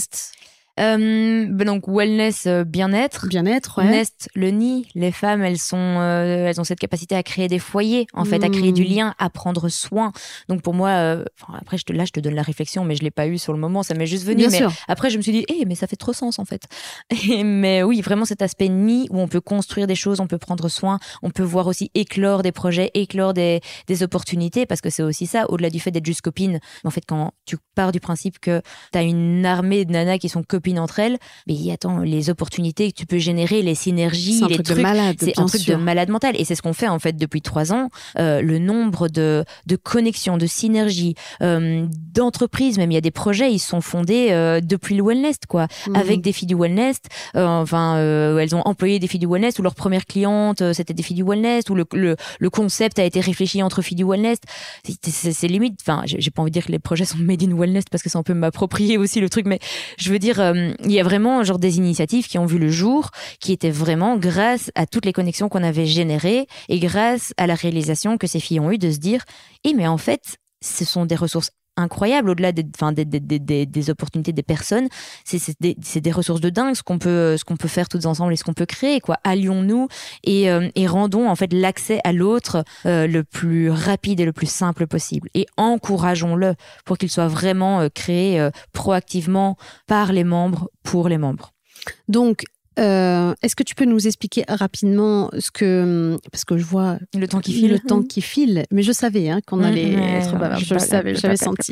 Euh, ben donc wellness, euh, bien-être. Bien-être, ouais. Nest, le nid. Les femmes, elles sont, euh, elles ont cette capacité à créer des foyers, en fait, à créer Mmh. du lien, à prendre soin. Donc pour moi, euh, enfin, après, je te, là, je te donne la réflexion, mais je l'ai pas eu sur le moment. Ça m'est juste venu. Bien mais sûr. après, je me suis dit, eh, mais ça fait trop sens, en fait. Et, mais oui, vraiment cet aspect nid où on peut construire des choses, on peut prendre soin, on peut voir aussi éclore des projets, éclore des, des opportunités, parce que c'est aussi ça, au-delà du fait d'être juste copine. En fait, quand tu pars du principe que t'as une armée de nanas qui sont copines entre elles, mais attends, les opportunités que tu peux générer, les synergies, C'est un les truc trucs, de malade, c'est bien un truc sûr. de malade mental. Et c'est ce qu'on fait en fait depuis trois ans. Euh, le nombre de, de connexions, de synergies, euh, d'entreprises, même il y a des projets, ils sont fondés euh, depuis le Wellness, quoi, Mmh. avec des filles du Wellness. Euh, enfin, euh, elles ont employé des filles du Wellness, ou leurs premières clientes, euh, c'était des filles du Wellness, ou le, le, le concept a été réfléchi entre filles du Wellness. C'est, c'est, c'est limite. Enfin, j'ai, j'ai pas envie de dire que les projets sont made in Wellness parce que c'est un peu m'approprier aussi le truc, mais je veux dire, euh, il y a vraiment genre des initiatives qui ont vu le jour, qui étaient vraiment grâce à toutes les connexions qu'on avait générées et grâce à la réalisation que ces filles ont eu de se dire eh mais en fait ce sont des ressources incroyables au-delà des, enfin, des, des, des, des opportunités des personnes, c'est, c'est, des, c'est des ressources de dingue ce qu'on peut, ce qu'on peut faire toutes ensemble et ce qu'on peut créer, quoi. Allions-nous et, euh, et rendons en fait l'accès à l'autre euh, le plus rapide et le plus simple possible et encourageons-le pour qu'il soit vraiment euh, créé euh, proactivement par les membres pour les membres. Donc, euh, est-ce que tu peux nous expliquer rapidement ce que... Parce que je vois le temps qui file. Le temps qui file. Mais je savais hein, qu'on allait mmh, être bavard. Je le savais, j'avais senti.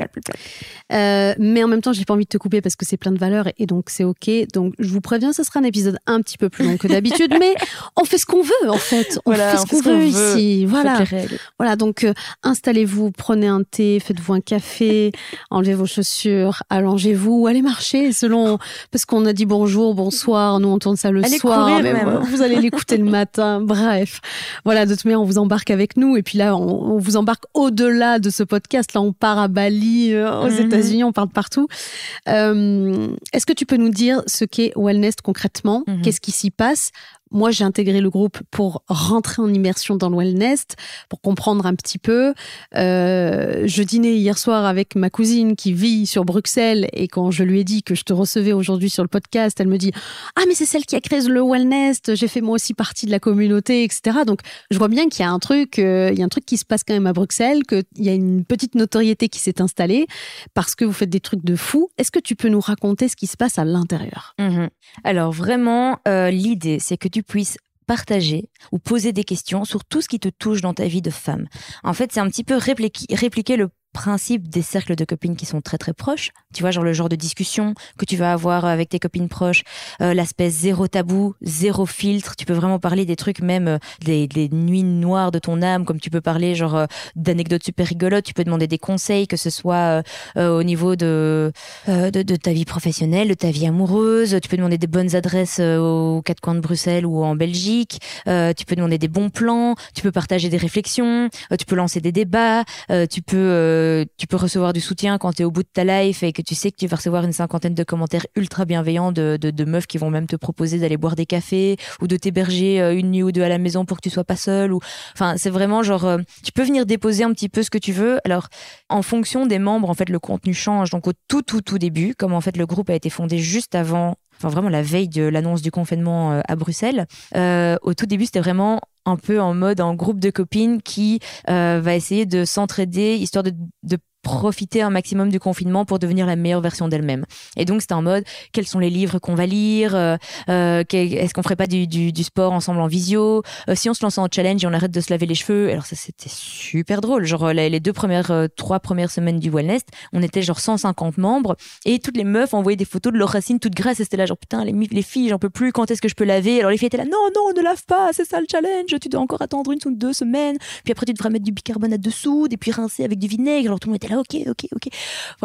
Euh, mais en même temps, j'ai pas envie de te couper parce que c'est plein de valeurs et donc c'est OK. Donc, je vous préviens, ce sera un épisode un petit peu plus long que d'habitude, mais on fait ce qu'on veut, en fait. On voilà, fait ce on qu'on, fait ce veut, qu'on veut ici. Voilà. Voilà. Donc, euh, installez-vous, prenez un thé, faites-vous un café, enlevez vos chaussures, allongez-vous, allez marcher selon... Parce qu'on a dit bonjour, bonsoir, nous on tourne ça le allez soir, courir mais même. Vous allez l'écouter le matin. Bref, voilà, de toute manière, on vous embarque avec nous. Et puis là, on, on vous embarque au-delà de ce podcast. Là, on part à Bali, euh, aux mm-hmm. États-Unis, on part de partout. Euh, est-ce que tu peux nous dire ce qu'est Wellness concrètement ? Mm-hmm. Qu'est-ce qui s'y passe ? Moi, j'ai intégré le groupe pour rentrer en immersion dans le Wellness, pour comprendre un petit peu. Euh, je dînais hier soir avec ma cousine qui vit sur Bruxelles et quand je lui ai dit que je te recevais aujourd'hui sur le podcast, elle me dit « Ah, mais c'est celle qui a créé le Wellness, j'ai fait moi aussi partie de la communauté, et cetera » Donc, je vois bien qu'il y a un truc, euh, il y a un truc qui se passe quand même à Bruxelles, qu'il y a une petite notoriété qui s'est installée parce que vous faites des trucs de fou. Est-ce que tu peux nous raconter ce qui se passe à l'intérieur ? Mmh. Alors, vraiment, euh, l'idée, c'est que tu puisses partager ou poser des questions sur tout ce qui te touche dans ta vie de femme. En fait, c'est un petit peu répliquer, répliquer le principe des cercles de copines qui sont très très proches. Tu vois, genre le genre de discussion que tu vas avoir avec tes copines proches, euh, l'aspect zéro tabou, zéro filtre. Tu peux vraiment parler des trucs, même euh, des, des nuits noires de ton âme, comme tu peux parler genre euh, d'anecdotes super rigolotes. Tu peux demander des conseils, que ce soit euh, euh, au niveau de, euh, de de ta vie professionnelle, de ta vie amoureuse. Tu peux demander des bonnes adresses euh, aux quatre coins de Bruxelles ou en Belgique. Euh, tu peux demander des bons plans. Tu peux partager des réflexions. Euh, tu peux lancer des débats. Euh, tu peux euh, tu peux recevoir du soutien quand tu es au bout de ta life et que tu sais que tu vas recevoir une cinquantaine de commentaires ultra bienveillants de, de, de meufs qui vont même te proposer d'aller boire des cafés ou de t'héberger une nuit ou deux à la maison pour que tu sois pas seule. Ou... Enfin, c'est vraiment genre, euh, tu peux venir déposer un petit peu ce que tu veux. Alors, en fonction des membres, en fait, le contenu change. Donc, au tout, tout, tout début, comme en fait, le groupe a été fondé juste avant, enfin, vraiment la veille de l'annonce du confinement euh, à Bruxelles, euh, au tout début, c'était vraiment un peu en mode en groupe de copines qui euh, va essayer de s'entraider histoire de, de profiter un maximum du confinement pour devenir la meilleure version d'elle-même. Et donc, c'était en mode, quels sont les livres qu'on va lire euh, euh, est-ce qu'on ferait pas du, du, du sport ensemble en visio euh, si on se lance en challenge et on arrête de se laver les cheveux. Alors ça, c'était super drôle. Genre, les, les deux premières, euh, trois premières semaines du Wellness, on était genre cent cinquante membres et toutes les meufs envoyaient des photos de leurs racines toutes grasses et c'était là genre, putain, les, les filles, j'en peux plus, quand est-ce que je peux laver? Alors les filles étaient là, non, non, ne lave pas, c'est ça le challenge, tu dois encore attendre une ou deux semaines, puis après tu devras mettre du bicarbonate dessous et puis rincer avec du vinaigre. Alors tout le monde était là, ok, ok, ok. Enfin,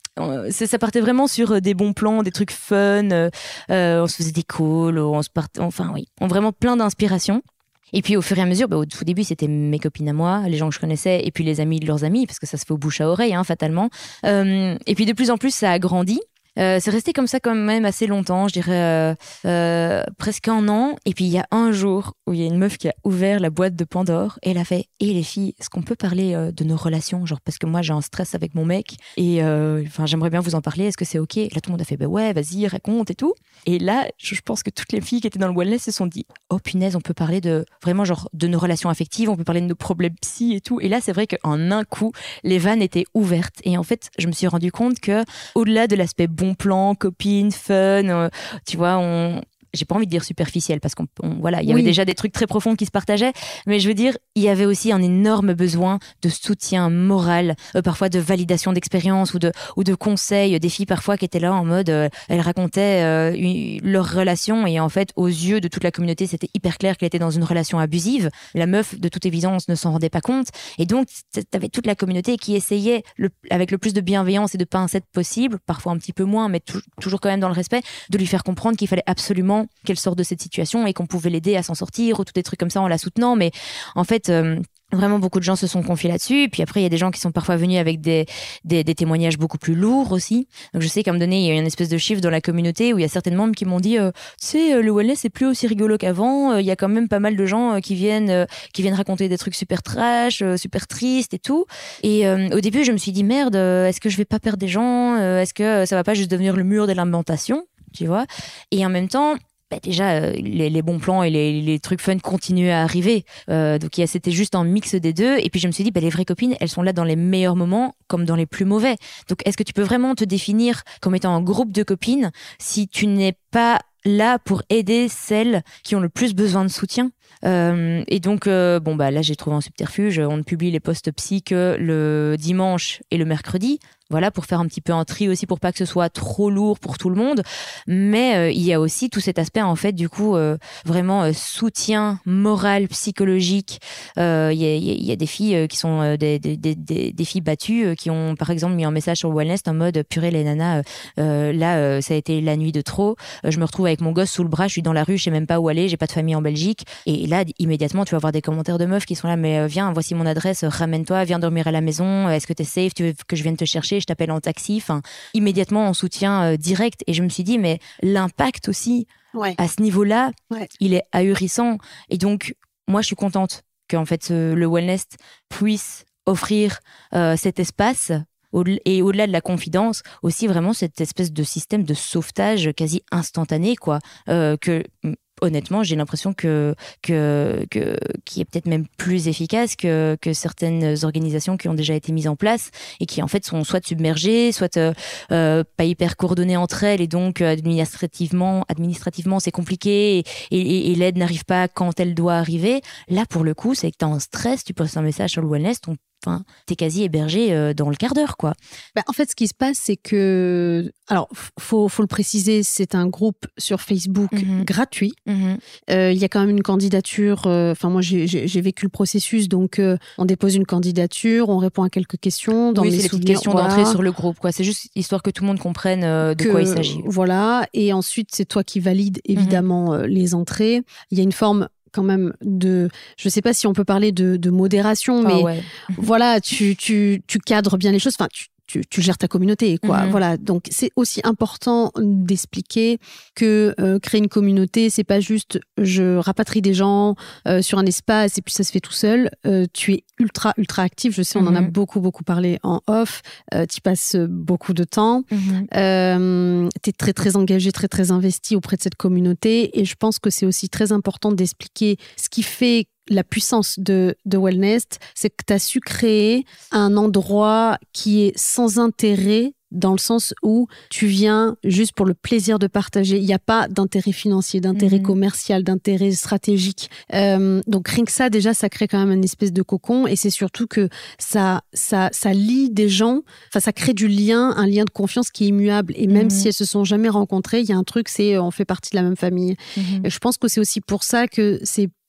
ça, ça partait vraiment sur des bons plans, des trucs fun. Euh, on se faisait des calls, on se part... enfin oui, on vraiment plein d'inspiration. Et puis au fur et à mesure, bah, au tout début, c'était mes copines à moi, les gens que je connaissais, et puis les amis de leurs amis, parce que ça se fait au bouche à oreille, hein, fatalement. Euh, et puis de plus en plus, ça a grandi. Euh, c'est resté comme ça quand même assez longtemps, je dirais euh, euh, presque un an. Et puis il y a un jour où il y a une meuf qui a ouvert la boîte de Pandore et elle a fait « Et les filles, est-ce qu'on peut parler euh, de nos relations ?» Genre parce que moi j'ai un stress avec mon mec et euh, j'aimerais bien vous en parler, est-ce que c'est ok? Et là tout le monde a fait « Bah ouais, vas-y, raconte et tout ». Et là, je pense que toutes les filles qui étaient dans le wellness se sont dit « Oh punaise, on peut parler de vraiment genre de nos relations affectives, on peut parler de nos problèmes psy et tout ». Et là c'est vrai qu'en un coup, les vannes étaient ouvertes. Et en fait, je me suis rendu compte que au-delà de l'aspect bon plan, copine, fun, euh, tu vois, on... j'ai pas envie de dire superficiel parce qu'on on, voilà, il y avait oui. déjà des trucs très profonds qui se partageaient, mais je veux dire, il y avait aussi un énorme besoin de soutien moral, euh, parfois de validation d'expérience ou de ou de conseils, des filles parfois qui étaient là en mode euh, elles racontaient euh, une, leur relation et en fait aux yeux de toute la communauté, c'était hyper clair qu'elle était dans une relation abusive. La meuf de toute évidence ne s'en rendait pas compte et donc t'avais toute la communauté qui essayait le, avec le plus de bienveillance et de pincette possible, parfois un petit peu moins mais t- toujours quand même dans le respect, de lui faire comprendre qu'il fallait absolument qu'elle sorte de cette situation et qu'on pouvait l'aider à s'en sortir ou tous des trucs comme ça en la soutenant. Mais en fait, euh, vraiment beaucoup de gens se sont confiés là-dessus. Et puis après, il y a des gens qui sont parfois venus avec des, des, des témoignages beaucoup plus lourds aussi. Donc je sais qu'à un moment donné, il y a une espèce de chiffre dans la communauté où il y a certains membres qui m'ont dit euh, tu sais, le wellness c'est plus aussi rigolo qu'avant. Il y a quand même pas mal de gens euh, qui viennent euh, qui viennent raconter des trucs super trash, euh, super tristes et tout. Et euh, au début, je me suis dit merde, euh, est-ce que je vais pas perdre des gens? euh, Est-ce que ça va pas juste devenir le mur des lamentations, tu vois? Et en même temps, bah déjà, euh, les, les bons plans et les, les trucs fun continuaient à arriver. Euh, donc, il y a, c'était juste un mix des deux. Et puis, je me suis dit, bah, les vraies copines, elles sont là dans les meilleurs moments comme dans les plus mauvais. Donc, est-ce que tu peux vraiment te définir comme étant un groupe de copines si tu n'es pas là pour aider celles qui ont le plus besoin de soutien? Euh, et donc, euh, bon, bah là, j'ai trouvé un subterfuge. On ne publie les posts psy que le dimanche et le mercredi. Voilà, pour faire un petit peu un tri aussi, pour pas que ce soit trop lourd pour tout le monde. Mais euh, il y a aussi tout cet aspect, en fait, du coup, euh, vraiment euh, soutien moral, psychologique. Il euh, y, a, y, y a des filles euh, qui sont euh, des, des, des, des filles battues euh, qui ont, par exemple, mis un message sur le wellness en mode « Purée, les nanas, euh, là, euh, ça a été la nuit de trop. Euh, je me retrouve avec mon gosse sous le bras, je suis dans la rue, je sais même pas où aller, j'ai pas de famille en Belgique. » Et là, immédiatement, tu vas voir des commentaires de meufs qui sont là « Mais euh, viens, voici mon adresse, ramène-toi, viens dormir à la maison. Est-ce que t'es safe? Tu veux que je vienne te chercher? Je t'appelle en taxi. » Enfin, immédiatement en soutien euh, direct. Et je me suis dit, mais l'impact aussi, ouais. à ce niveau-là, ouais. il est ahurissant. Et donc, moi, je suis contente qu'en fait, euh, le wellness puisse offrir euh, cet espace au- et au-delà de la confidence, aussi vraiment cette espèce de système de sauvetage quasi instantané, quoi. Euh, que honnêtement, j'ai l'impression que, que, que, qui est peut-être même plus efficace que, que certaines organisations qui ont déjà été mises en place et qui, en fait, sont soit submergées, soit euh, euh, pas hyper coordonnées entre elles et donc administrativement, administrativement c'est compliqué et, et, et l'aide n'arrive pas quand elle doit arriver. Là, pour le coup, c'est que t'as un stress, tu postes un message sur le wellness, ton Enfin, t'es quasi hébergé euh, dans le quart d'heure, quoi. Bah, en fait, ce qui se passe, c'est que... Alors, faut, faut le préciser, c'est un groupe sur Facebook mmh. gratuit. Il mmh. euh, y a quand même une candidature. Enfin, euh, moi, j'ai, j'ai, j'ai vécu le processus. Donc, euh, on dépose une candidature, on répond à quelques questions. Dans oui, mes c'est les souvenirs, petites questions voilà. d'entrée sur le groupe, quoi. C'est juste histoire que tout le monde comprenne euh, de que, quoi il s'agit. Voilà. Et ensuite, c'est toi qui valides, évidemment, mmh. euh, les entrées. Il y a une forme... quand même de, je sais pas si on peut parler de, de modération, mais oh ouais. voilà, tu, tu, tu cadres bien les choses, enfin, tu, tu, tu gères ta communauté, quoi. Mm-hmm. Voilà. Donc, c'est aussi important d'expliquer que euh, créer une communauté, c'est pas juste je rapatrie des gens euh, sur un espace et puis ça se fait tout seul. Euh, tu es ultra, ultra actif. Je sais, on mm-hmm. en a beaucoup, beaucoup parlé en off. Euh, tu passes beaucoup de temps. Mm-hmm. Euh, tu es très, très engagé, très, très investi auprès de cette communauté. Et je pense que c'est aussi très important d'expliquer ce qui fait la puissance de, de Wellness, c'est que tu as su créer un endroit qui est sans intérêt, dans le sens où tu viens juste pour le plaisir de partager. Il n'y a pas d'intérêt financier, d'intérêt mmh. commercial, d'intérêt stratégique. Euh, donc rien que ça, déjà, ça crée quand même une espèce de cocon. Et c'est surtout que ça, ça, ça lie des gens, enfin ça crée du lien, un lien de confiance qui est immuable. Et même mmh. si elles se sont jamais rencontrées, il y a un truc, c'est on fait partie de la même famille. Mmh. Et je pense que c'est aussi pour ça que c'est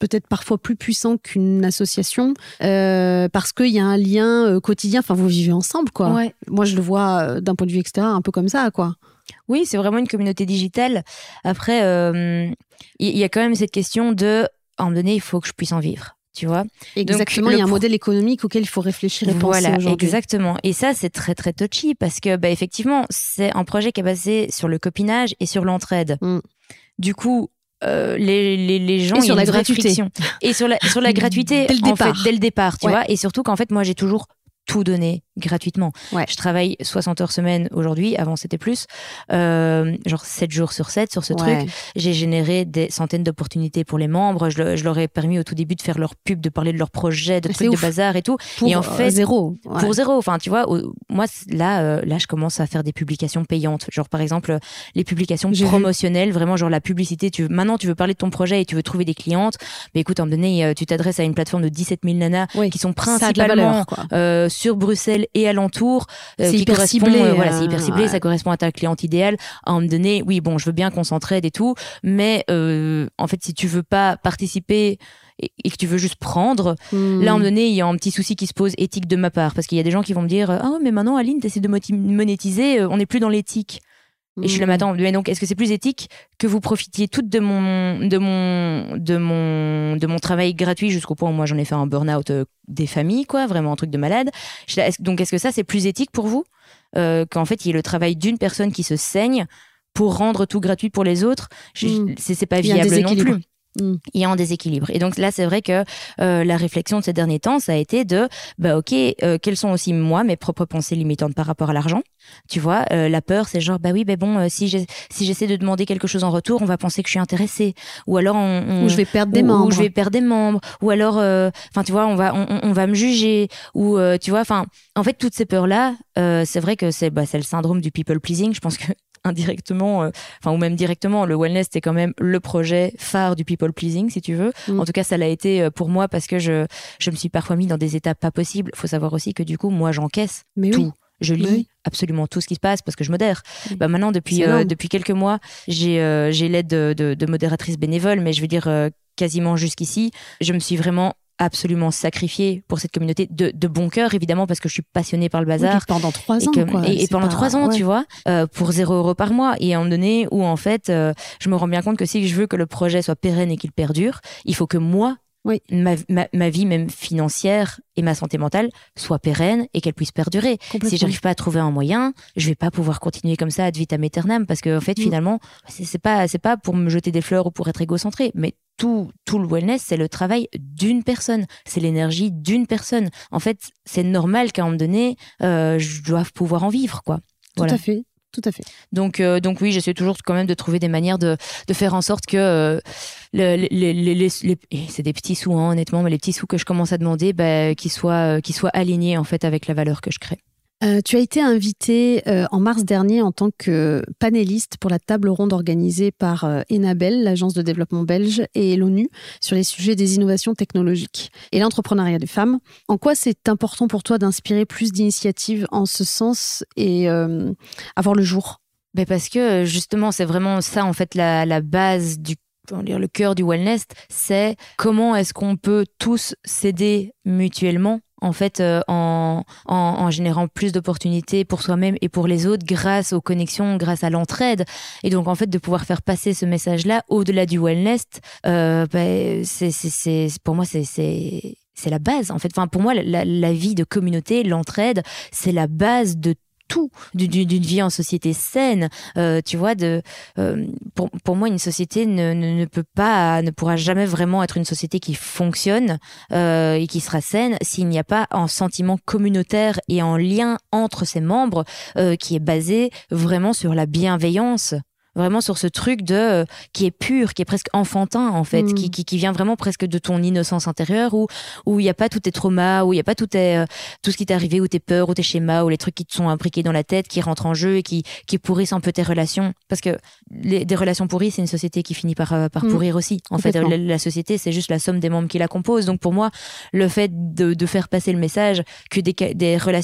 peut-être parfois plus puissant qu'une association euh, parce qu'il y a un lien euh, quotidien. Enfin, vous vivez ensemble, quoi. Ouais. Moi, je le vois euh, d'un point de vue extérieur un peu comme ça, quoi. Oui, c'est vraiment une communauté digitale. Après, il euh, y, y a quand même cette question de, à un moment donné, il faut que je puisse en vivre. Tu vois. Exactement, il y a un pro... modèle économique auquel il faut réfléchir et voilà, penser aujourd'hui. Exactement. Et ça, c'est très, très touchy parce que, bah, effectivement, c'est un projet qui est basé sur le copinage et sur l'entraide. Mm. Du coup, euh, les, les, les gens... Et sur la gratuité. Et sur la, sur la gratuité, dès le en départ. Fait, dès le départ, tu ouais. vois. Et surtout qu'en fait, moi, j'ai toujours tout donné gratuitement. Ouais. Je travaille soixante heures semaine aujourd'hui, avant c'était plus, euh, genre sept jours sur sept sur ce ouais. truc. J'ai généré des centaines d'opportunités pour les membres. Je, je leur ai permis au tout début de faire leur pub, de parler de leurs projets, de c'est trucs ouf. de bazar et tout. Pour et en fait, zéro. Ouais. Pour zéro. Enfin, tu vois, au, moi, là, euh, là, je commence à faire des publications payantes. Genre, par exemple, les publications J'ai promotionnelles, vu. Vraiment, genre la publicité. Tu veux, maintenant, tu veux parler de ton projet et tu veux trouver des clientes. Mais écoute, à un moment donné, tu t'adresses à une plateforme de dix-sept mille nanas oui. qui sont principalement valeur, euh, sur Bruxelles et alentour. Euh, c'est hyper ciblé. Euh, voilà, c'est hyper ciblé, ouais. Ça correspond à ta cliente idéale. À un moment donné, oui, bon, je veux bien qu'on s'entraide et tout, mais euh, en fait, si tu veux pas participer et, et que tu veux juste prendre, mmh. là, à un moment donné, il y a un petit souci qui se pose éthique de ma part, parce qu'il y a des gens qui vont me dire, ah, mais maintenant, Aline, t'essaies de monétiser, on n'est plus dans l'éthique. Et je suis là, mais attends, mais donc, est-ce que c'est plus éthique que vous profitiez toutes de mon, de mon, de mon, de mon travail gratuit jusqu'au point où moi j'en ai fait un burn-out euh, des familles, quoi, vraiment un truc de malade. Je là, est-ce, donc, est-ce que ça c'est plus éthique pour vous euh, qu'en fait il y ait le travail d'une personne qui se saigne pour rendre tout gratuit pour les autres? je, mmh. c'est, c'est pas viable non plus. Mmh. Il y a un déséquilibre. Et donc là, c'est vrai que euh, la réflexion de ces derniers temps, ça a été de, bah ok, euh, quelles sont aussi moi mes propres pensées limitantes par rapport à l'argent. Tu vois, euh, la peur, c'est genre, bah oui, bah bon, euh, si, j'ai, si j'essaie de demander quelque chose en retour, on va penser que je suis intéressée. Ou alors, on, on, ou je vais perdre des ou, membres. Ou je vais perdre des membres. Ou alors, enfin, euh, tu vois, on va, on, on va me juger. Ou euh, tu vois, enfin, en fait, toutes ces peurs-là, euh, c'est vrai que c'est, bah, c'est le syndrome du people pleasing. Je pense que indirectement, enfin euh, ou même directement, le wellness c'est quand même le projet phare du people pleasing, si tu veux. Mm. En tout cas, ça l'a été pour moi parce que je je me suis parfois mis dans des étapes pas possibles. Faut savoir aussi que du coup, moi, j'encaisse Mais tout. Oui. Je lis oui. absolument tout ce qui se passe parce que je modère. Oui. Bah maintenant, depuis euh, depuis quelques mois, j'ai euh, j'ai l'aide de, de, de modératrice bénévole, mais je veux dire euh, quasiment jusqu'ici, je me suis vraiment absolument sacrifiée pour cette communauté de, de bon cœur, évidemment, parce que je suis passionnée par le bazar. Oui, pendant trois ans, et que, quoi. Et, et pendant pas... trois ans, ouais. tu vois, euh, pour zéro euro par mois. Et à un moment donné où, en fait, euh, je me rends bien compte que si je veux que le projet soit pérenne et qu'il perdure, il faut que moi, oui. ma, ma, ma vie même financière et ma santé mentale soit pérenne et qu'elle puisse perdurer. Si j'arrive pas à trouver un moyen, je vais pas pouvoir continuer comme ça ad vitam aeternam, parce que en fait, mmh. finalement, c'est, c'est pas c'est pas pour me jeter des fleurs ou pour être égocentré, mais tout tout le wellness, c'est le travail d'une personne, c'est l'énergie d'une personne. En fait, c'est normal qu'à un moment donné, euh, je doive pouvoir en vivre, quoi. Tout Voilà. à fait. Tout à fait. Donc, euh, donc oui, j'essaie toujours quand même de trouver des manières de, de faire en sorte que euh, les, les, les, les, les, c'est des petits sous, hein, honnêtement, mais les petits sous que je commence à demander, bah, qu'ils soient, euh, qu'ils soient alignés en fait avec la valeur que je crée. Euh, tu as été invité euh, en mars dernier en tant que panéliste pour la table ronde organisée par euh, Enabel, l'agence de développement belge, et l'ONU sur les sujets des innovations technologiques et l'entrepreneuriat des femmes. En quoi c'est important pour toi d'inspirer plus d'initiatives en ce sens et euh, avoir le jour ? Ben parce que justement, c'est vraiment ça en fait la, la base du dire, le cœur du wellness, c'est comment est-ce qu'on peut tous s'aider mutuellement en fait euh, en, en, en générant plus d'opportunités pour soi-même et pour les autres grâce aux connexions, grâce à l'entraide. Et donc en fait de pouvoir faire passer ce message-là au-delà du wellness, euh, ben, c'est, c'est, c'est, pour moi c'est, c'est, c'est la base en fait. Enfin, pour moi la, la vie de communauté, l'entraide, c'est la base de tout, d'une, d'une vie en société saine, euh, tu vois, de, euh, pour, pour moi, une société ne, ne, ne peut pas, ne pourra jamais vraiment être une société qui fonctionne euh, et qui sera saine s'il n'y a pas un sentiment communautaire et en lien entre ses membres euh, qui est basé vraiment sur la bienveillance. Vraiment sur ce truc de euh, qui est pur, qui est presque enfantin en fait, mmh. qui, qui qui vient vraiment presque de ton innocence intérieure, où où il y a pas tous tes traumas, où il y a pas tout tes euh, tout ce qui t'est arrivé, ou tes peurs, ou tes schémas, ou les trucs qui te sont imbriqués dans la tête, qui rentrent en jeu et qui qui pourrissent un peu tes relations. Parce que les, des relations pourries, c'est une société qui finit par euh, par mmh. pourrir aussi. En fait, la, la société, c'est juste la somme des membres qui la composent. Donc pour moi, le fait de de faire passer le message que des des relations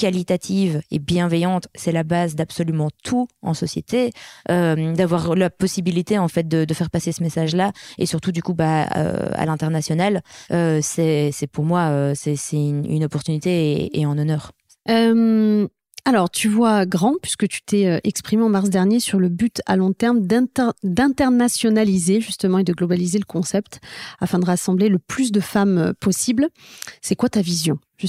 qualitative et bienveillante, c'est la base d'absolument tout en société. Euh, d'avoir la possibilité en fait de, de faire passer ce message-là, et surtout du coup bah, euh, à l'international, euh, c'est, c'est pour moi euh, c'est, c'est une, une opportunité et, et un honneur. Euh... Alors, tu vois grand, puisque tu t'es exprimé en mars dernier sur le but à long terme d'inter- d'internationaliser justement et de globaliser le concept afin de rassembler le plus de femmes possible. C'est quoi ta vision, justement ?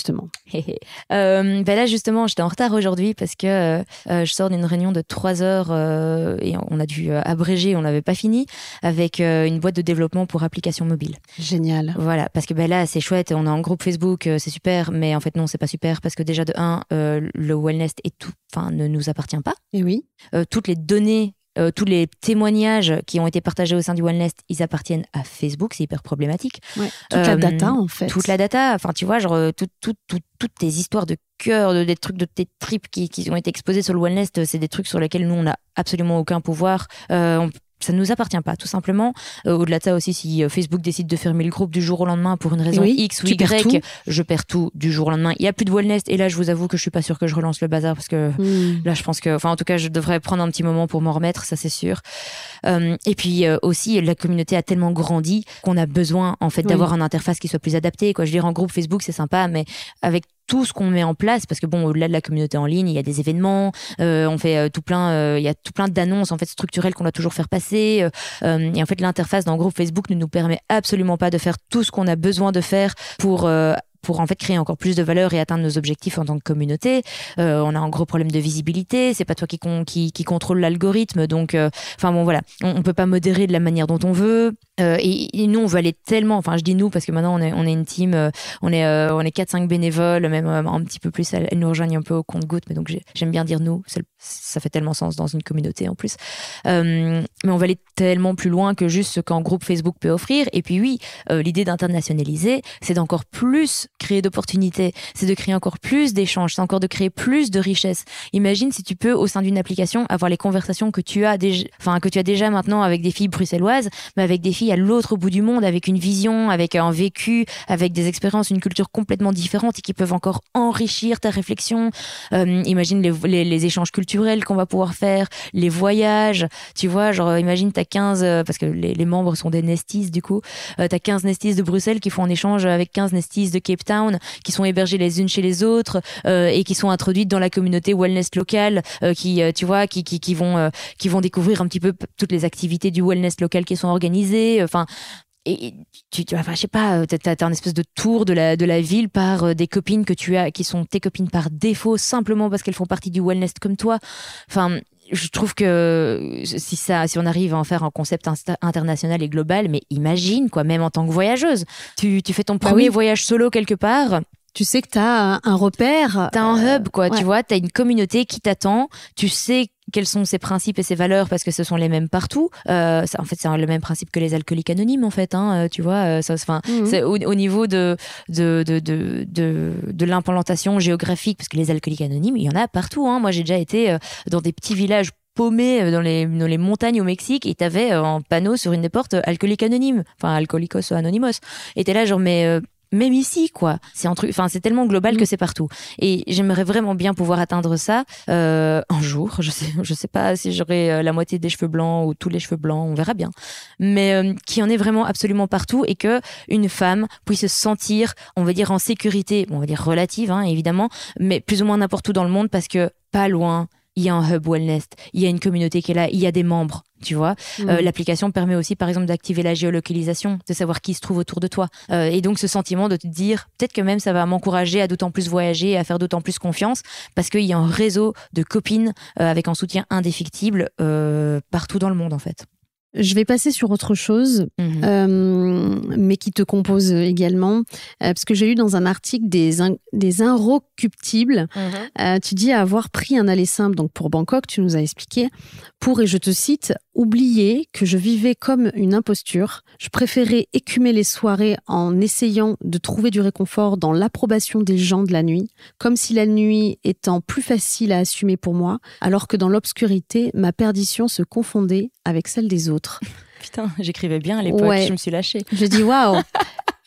euh, ben Là, justement, j'étais en retard aujourd'hui parce que euh, je sors d'une réunion de trois heures euh, et on a dû abréger, on n'avait pas fini, avec euh, une boîte de développement pour applications mobiles. Génial. Voilà, parce que ben là, c'est chouette, on est en groupe Facebook, euh, c'est super, mais en fait, non, c'est pas super parce que déjà, de un, euh, le wellness et tout, enfin, ne nous appartient pas. Et oui. Euh, toutes les données Euh, tous les témoignages qui ont été partagés au sein du Wellnest, ils appartiennent à Facebook, c'est hyper problématique. Ouais, toute euh, la data, en fait. Toute la data, enfin, tu vois, genre, tout, tout, tout, toutes tes histoires de cœur, de, des trucs de tes tripes qui, qui ont été exposés sur le Wellnest, c'est des trucs sur lesquels nous, on n'a absolument aucun pouvoir. Euh, on, ça ne nous appartient pas, tout simplement. Euh, au-delà de ça aussi, si Facebook décide de fermer le groupe du jour au lendemain pour une raison oui, X ou Y, je perds tout du jour au lendemain. Il n'y a plus de Wellnest, et là, je vous avoue que je suis pas sûre que je relance le bazar, parce que mmh. là, je pense que, enfin, en tout cas, je devrais prendre un petit moment pour m'en remettre, ça c'est sûr. Euh, et puis euh, aussi, la communauté a tellement grandi qu'on a besoin, en fait, oui. d'avoir une interface qui soit plus adaptée, quoi. Je veux dire, en groupe Facebook, c'est sympa, mais avec tout ce qu'on met en place, parce que bon, au-delà de la communauté en ligne, il y a des événements, euh, on fait euh, tout plein, euh, il y a tout plein d'annonces en fait structurelles qu'on doit toujours faire passer. Euh, et en fait, l'interface dans le groupe Facebook ne nous permet absolument pas de faire tout ce qu'on a besoin de faire pour euh, pour en fait créer encore plus de valeur et atteindre nos objectifs en tant que communauté. Euh, on a un gros problème de visibilité, c'est pas toi qui con, qui, qui contrôle l'algorithme, donc enfin euh, bon voilà, on, on peut pas modérer de la manière dont on veut. Euh, et, et nous on veut aller tellement, enfin je dis nous parce que maintenant on est on est une team, euh, on est euh, on est quatre cinq bénévoles, même euh, un petit peu plus, elles, elles nous rejoignent un peu au compte-gouttes, mais donc j'ai, j'aime bien dire nous, c'est, ça fait tellement sens dans une communauté en plus. Euh, mais on va aller tellement plus loin que juste ce qu'un groupe Facebook peut offrir. Et puis oui, euh, l'idée d'internationaliser, c'est d'encore plus créer d'opportunités, c'est de créer encore plus d'échanges, c'est encore de créer plus de richesses. Imagine si tu peux, au sein d'une application, avoir les conversations que tu as déjà, enfin, que tu as déjà maintenant avec des filles bruxelloises, mais avec des filles à l'autre bout du monde, avec une vision, avec un vécu, avec des expériences, une culture complètement différente et qui peuvent encore enrichir ta réflexion. Euh, imagine les, les, les échanges culturels qu'on va pouvoir faire, les voyages, tu vois, genre, imagine t'as quinze, euh, parce que les, les membres sont des nesties, du coup, euh, t'as quinze nesties de Bruxelles qui font un échange avec quinze nesties de Cape Town, qui sont hébergées les unes chez les autres, euh, et qui sont introduites dans la communauté wellness locale, euh, qui, euh, tu vois, qui, qui, qui vont, euh, qui vont découvrir un petit peu p- toutes les activités du wellness local qui sont organisées, enfin, et tu, tu enfin, je sais pas, t'as, t'as un espèce de tour de la, de la ville par euh, des copines que tu as, qui sont tes copines par défaut, simplement parce qu'elles font partie du wellness comme toi. Enfin, je trouve que si ça, si on arrive à en faire un concept insta- international et global, mais imagine, quoi, même en tant que voyageuse, tu, tu fais ton premier ah oui. voyage solo quelque part. Tu sais que t'as un repère. T'as un hub, quoi, ouais. Tu vois, t'as une communauté qui t'attend, tu sais quels sont ses principes et ses valeurs parce que ce sont les mêmes partout. Euh, ça, en fait, c'est le même principe que les alcooliques anonymes, en fait, hein, tu vois. Ça, enfin, mmh. c'est au, au niveau de, de, de, de, de, de l'implantation géographique, parce que les alcooliques anonymes, il y en a partout, hein. Moi, j'ai déjà été dans des petits villages paumé dans les, dans les montagnes au Mexique et t'avais un panneau sur une des portes alcoolique anonyme, enfin alcoólicos anonymos, et t'es là genre mais euh, même ici, quoi. C'est un truc, enfin, c'est tellement global mmh. que c'est partout. Et j'aimerais vraiment bien pouvoir atteindre ça euh, un jour. Je sais, je sais pas si j'aurai la moitié des cheveux blancs ou tous les cheveux blancs, on verra bien. Mais euh, qu'il y en ait vraiment absolument partout et que une femme puisse se sentir, on va dire, en sécurité, bon, on va dire relative, hein, évidemment, mais plus ou moins n'importe où dans le monde parce que pas loin, il y a un hub wellness, il y a une communauté qui est là, il y a des membres, tu vois. Mmh. Euh, l'application permet aussi, par exemple, d'activer la géolocalisation, de savoir qui se trouve autour de toi. Euh, et donc, ce sentiment de te dire, peut-être que même ça va m'encourager à d'autant plus voyager, à faire d'autant plus confiance, parce qu'il y a un réseau de copines euh, avec un soutien indéfectible euh, partout dans le monde, en fait. Je vais passer sur autre chose, mmh. euh, mais qui te compose également, euh, parce que j'ai lu dans un article des, in- des inrocuptibles. Mmh. Euh, tu dis avoir pris un aller simple, donc pour Bangkok, tu nous as expliqué, pour, et je te cite, oublier que je vivais comme une imposture. Je préférais écumer les soirées en essayant de trouver du réconfort dans l'approbation des gens de la nuit, comme si la nuit étant plus facile à assumer pour moi, alors que dans l'obscurité, ma perdition se confondait avec celle des autres. Putain, j'écrivais bien à l'époque, ouais. Je me suis lâchée. Je dis waouh.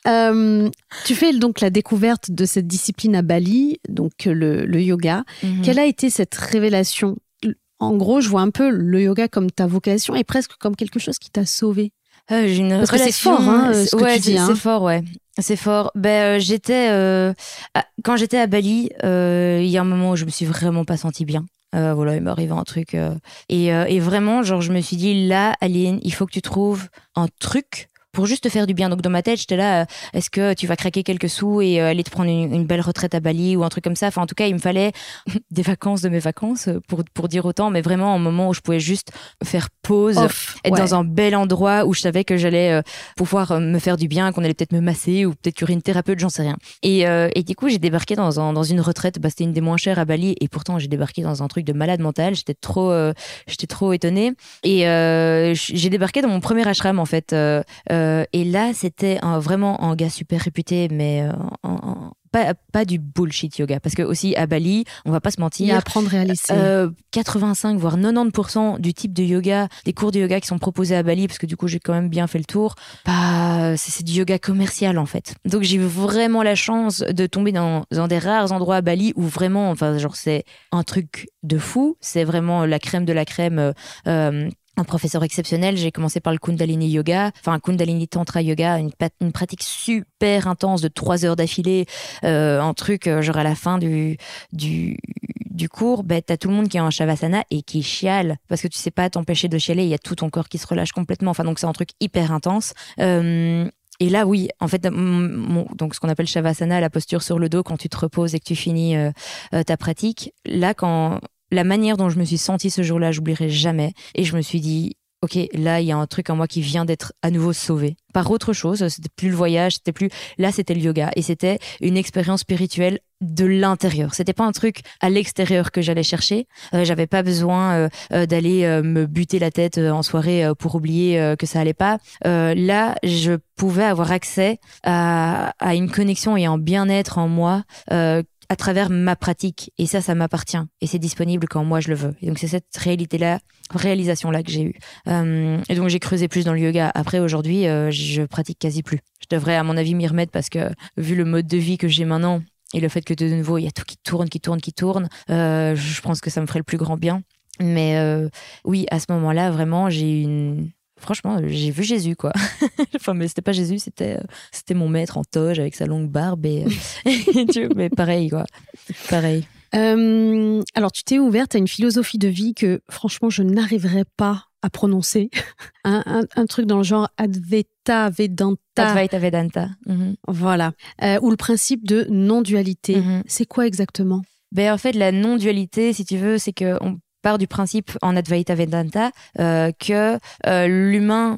Euh, tu fais donc la découverte de cette discipline à Bali, donc le, le yoga. Mm-hmm. Quelle a été cette révélation ? En gros, je vois un peu le yoga comme ta vocation et presque comme quelque chose qui t'a sauvé. Euh, j'ai une Parce relation... que c'est fort, hein, ce que ouais, tu dis. C'est, hein. c'est fort, ouais. C'est fort. Ben, euh, j'étais... Euh... Quand j'étais à Bali, euh, il y a un moment où je me suis vraiment pas sentie bien. Euh, voilà, il m'est arrivé un truc. Euh... Et, euh, et vraiment, genre, je me suis dit, là, Aline, il faut que tu trouves un truc pour juste te faire du bien. Donc dans ma tête, j'étais là, euh, est-ce que tu vas craquer quelques sous et euh, aller te prendre une, une belle retraite à Bali ou un truc comme ça. Enfin, en tout cas, il me fallait des vacances de mes vacances pour, pour dire autant, mais vraiment un moment où je pouvais juste faire pause, Off, être ouais. dans un bel endroit où je savais que j'allais euh, pouvoir euh, me faire du bien, qu'on allait peut-être me masser ou peut-être qu'il y aurait une thérapeute, j'en sais rien. Et, euh, et du coup, j'ai débarqué dans, un, dans une retraite, bah, c'était une des moins chères à Bali et pourtant j'ai débarqué dans un truc de malade mental. J'étais trop, euh, j'étais trop étonnée. Et euh, j'ai débarqué dans mon premier ashram en fait. Euh, euh, et là, c'est C'était un, vraiment un gars super réputé, mais euh, en, en, pas, pas du bullshit yoga. Parce que aussi à Bali, on va pas se mentir. Il y a à apprendre et à laisser. Euh, quatre-vingt-cinq voire quatre-vingt-dix pour cent du type de yoga, des cours de yoga qui sont proposés à Bali, parce que du coup j'ai quand même bien fait le tour, bah, c'est, c'est du yoga commercial en fait. Donc j'ai eu vraiment la chance de tomber dans, dans des rares endroits à Bali où vraiment, enfin genre c'est un truc de fou. C'est vraiment la crème de la crème. Euh, un professeur exceptionnel. J'ai commencé par le Kundalini Yoga, enfin Kundalini Tantra Yoga, une, une pratique super intense de trois heures d'affilée, euh, un truc genre à la fin du du du cours, ben t'as tout le monde qui est en Shavasana et qui chiale parce que tu sais pas t'empêcher de chialer. Il y a tout ton corps qui se relâche complètement. Enfin donc c'est un truc hyper intense. Euh, Et là, oui, en fait, mon, donc ce qu'on appelle Shavasana, la posture sur le dos quand tu te reposes et que tu finis euh, euh, ta pratique. Là, quand la manière dont je me suis sentie ce jour-là, j'oublierai jamais. Et je me suis dit, ok, là, il y a un truc en moi qui vient d'être à nouveau sauvé par autre chose. C'était plus le voyage, c'était plus. Là, c'était le yoga et c'était une expérience spirituelle de l'intérieur. C'était pas un truc à l'extérieur que j'allais chercher. Euh, j'avais pas besoin euh, d'aller euh, me buter la tête euh, en soirée euh, pour oublier euh, que ça allait pas. Euh, là, je pouvais avoir accès à, à une connexion et un bien-être en moi. Euh, à travers ma pratique. Et ça, ça m'appartient. Et c'est disponible quand moi je le veux. Et donc, c'est cette réalité-là, réalisation-là que j'ai eue. Euh, et donc, j'ai creusé plus dans le yoga. Après, aujourd'hui, euh, je pratique quasi plus. Je devrais, à mon avis, m'y remettre parce que, vu le mode de vie que j'ai maintenant, et le fait que de nouveau, il y a tout qui tourne, qui tourne, qui tourne, euh, je pense que ça me ferait le plus grand bien. Mais euh, oui, à ce moment-là, vraiment, j'ai une... Franchement, j'ai vu Jésus, quoi. Enfin, mais c'était pas Jésus, c'était, c'était mon maître en toge avec sa longue barbe. Et, euh, mais pareil, quoi. Pareil. Euh, alors, tu t'es ouverte à une philosophie de vie que, franchement, je n'arriverais pas à prononcer. un, un, un truc dans le genre Advaita Vedanta. Advaita Vedanta. Mm-hmm. Voilà. Euh, ou le principe de non-dualité. Mm-hmm. C'est quoi exactement ? Ben, en fait, la non-dualité, si tu veux, c'est qu'on part du principe en Advaita Vedanta euh, que euh, l'humain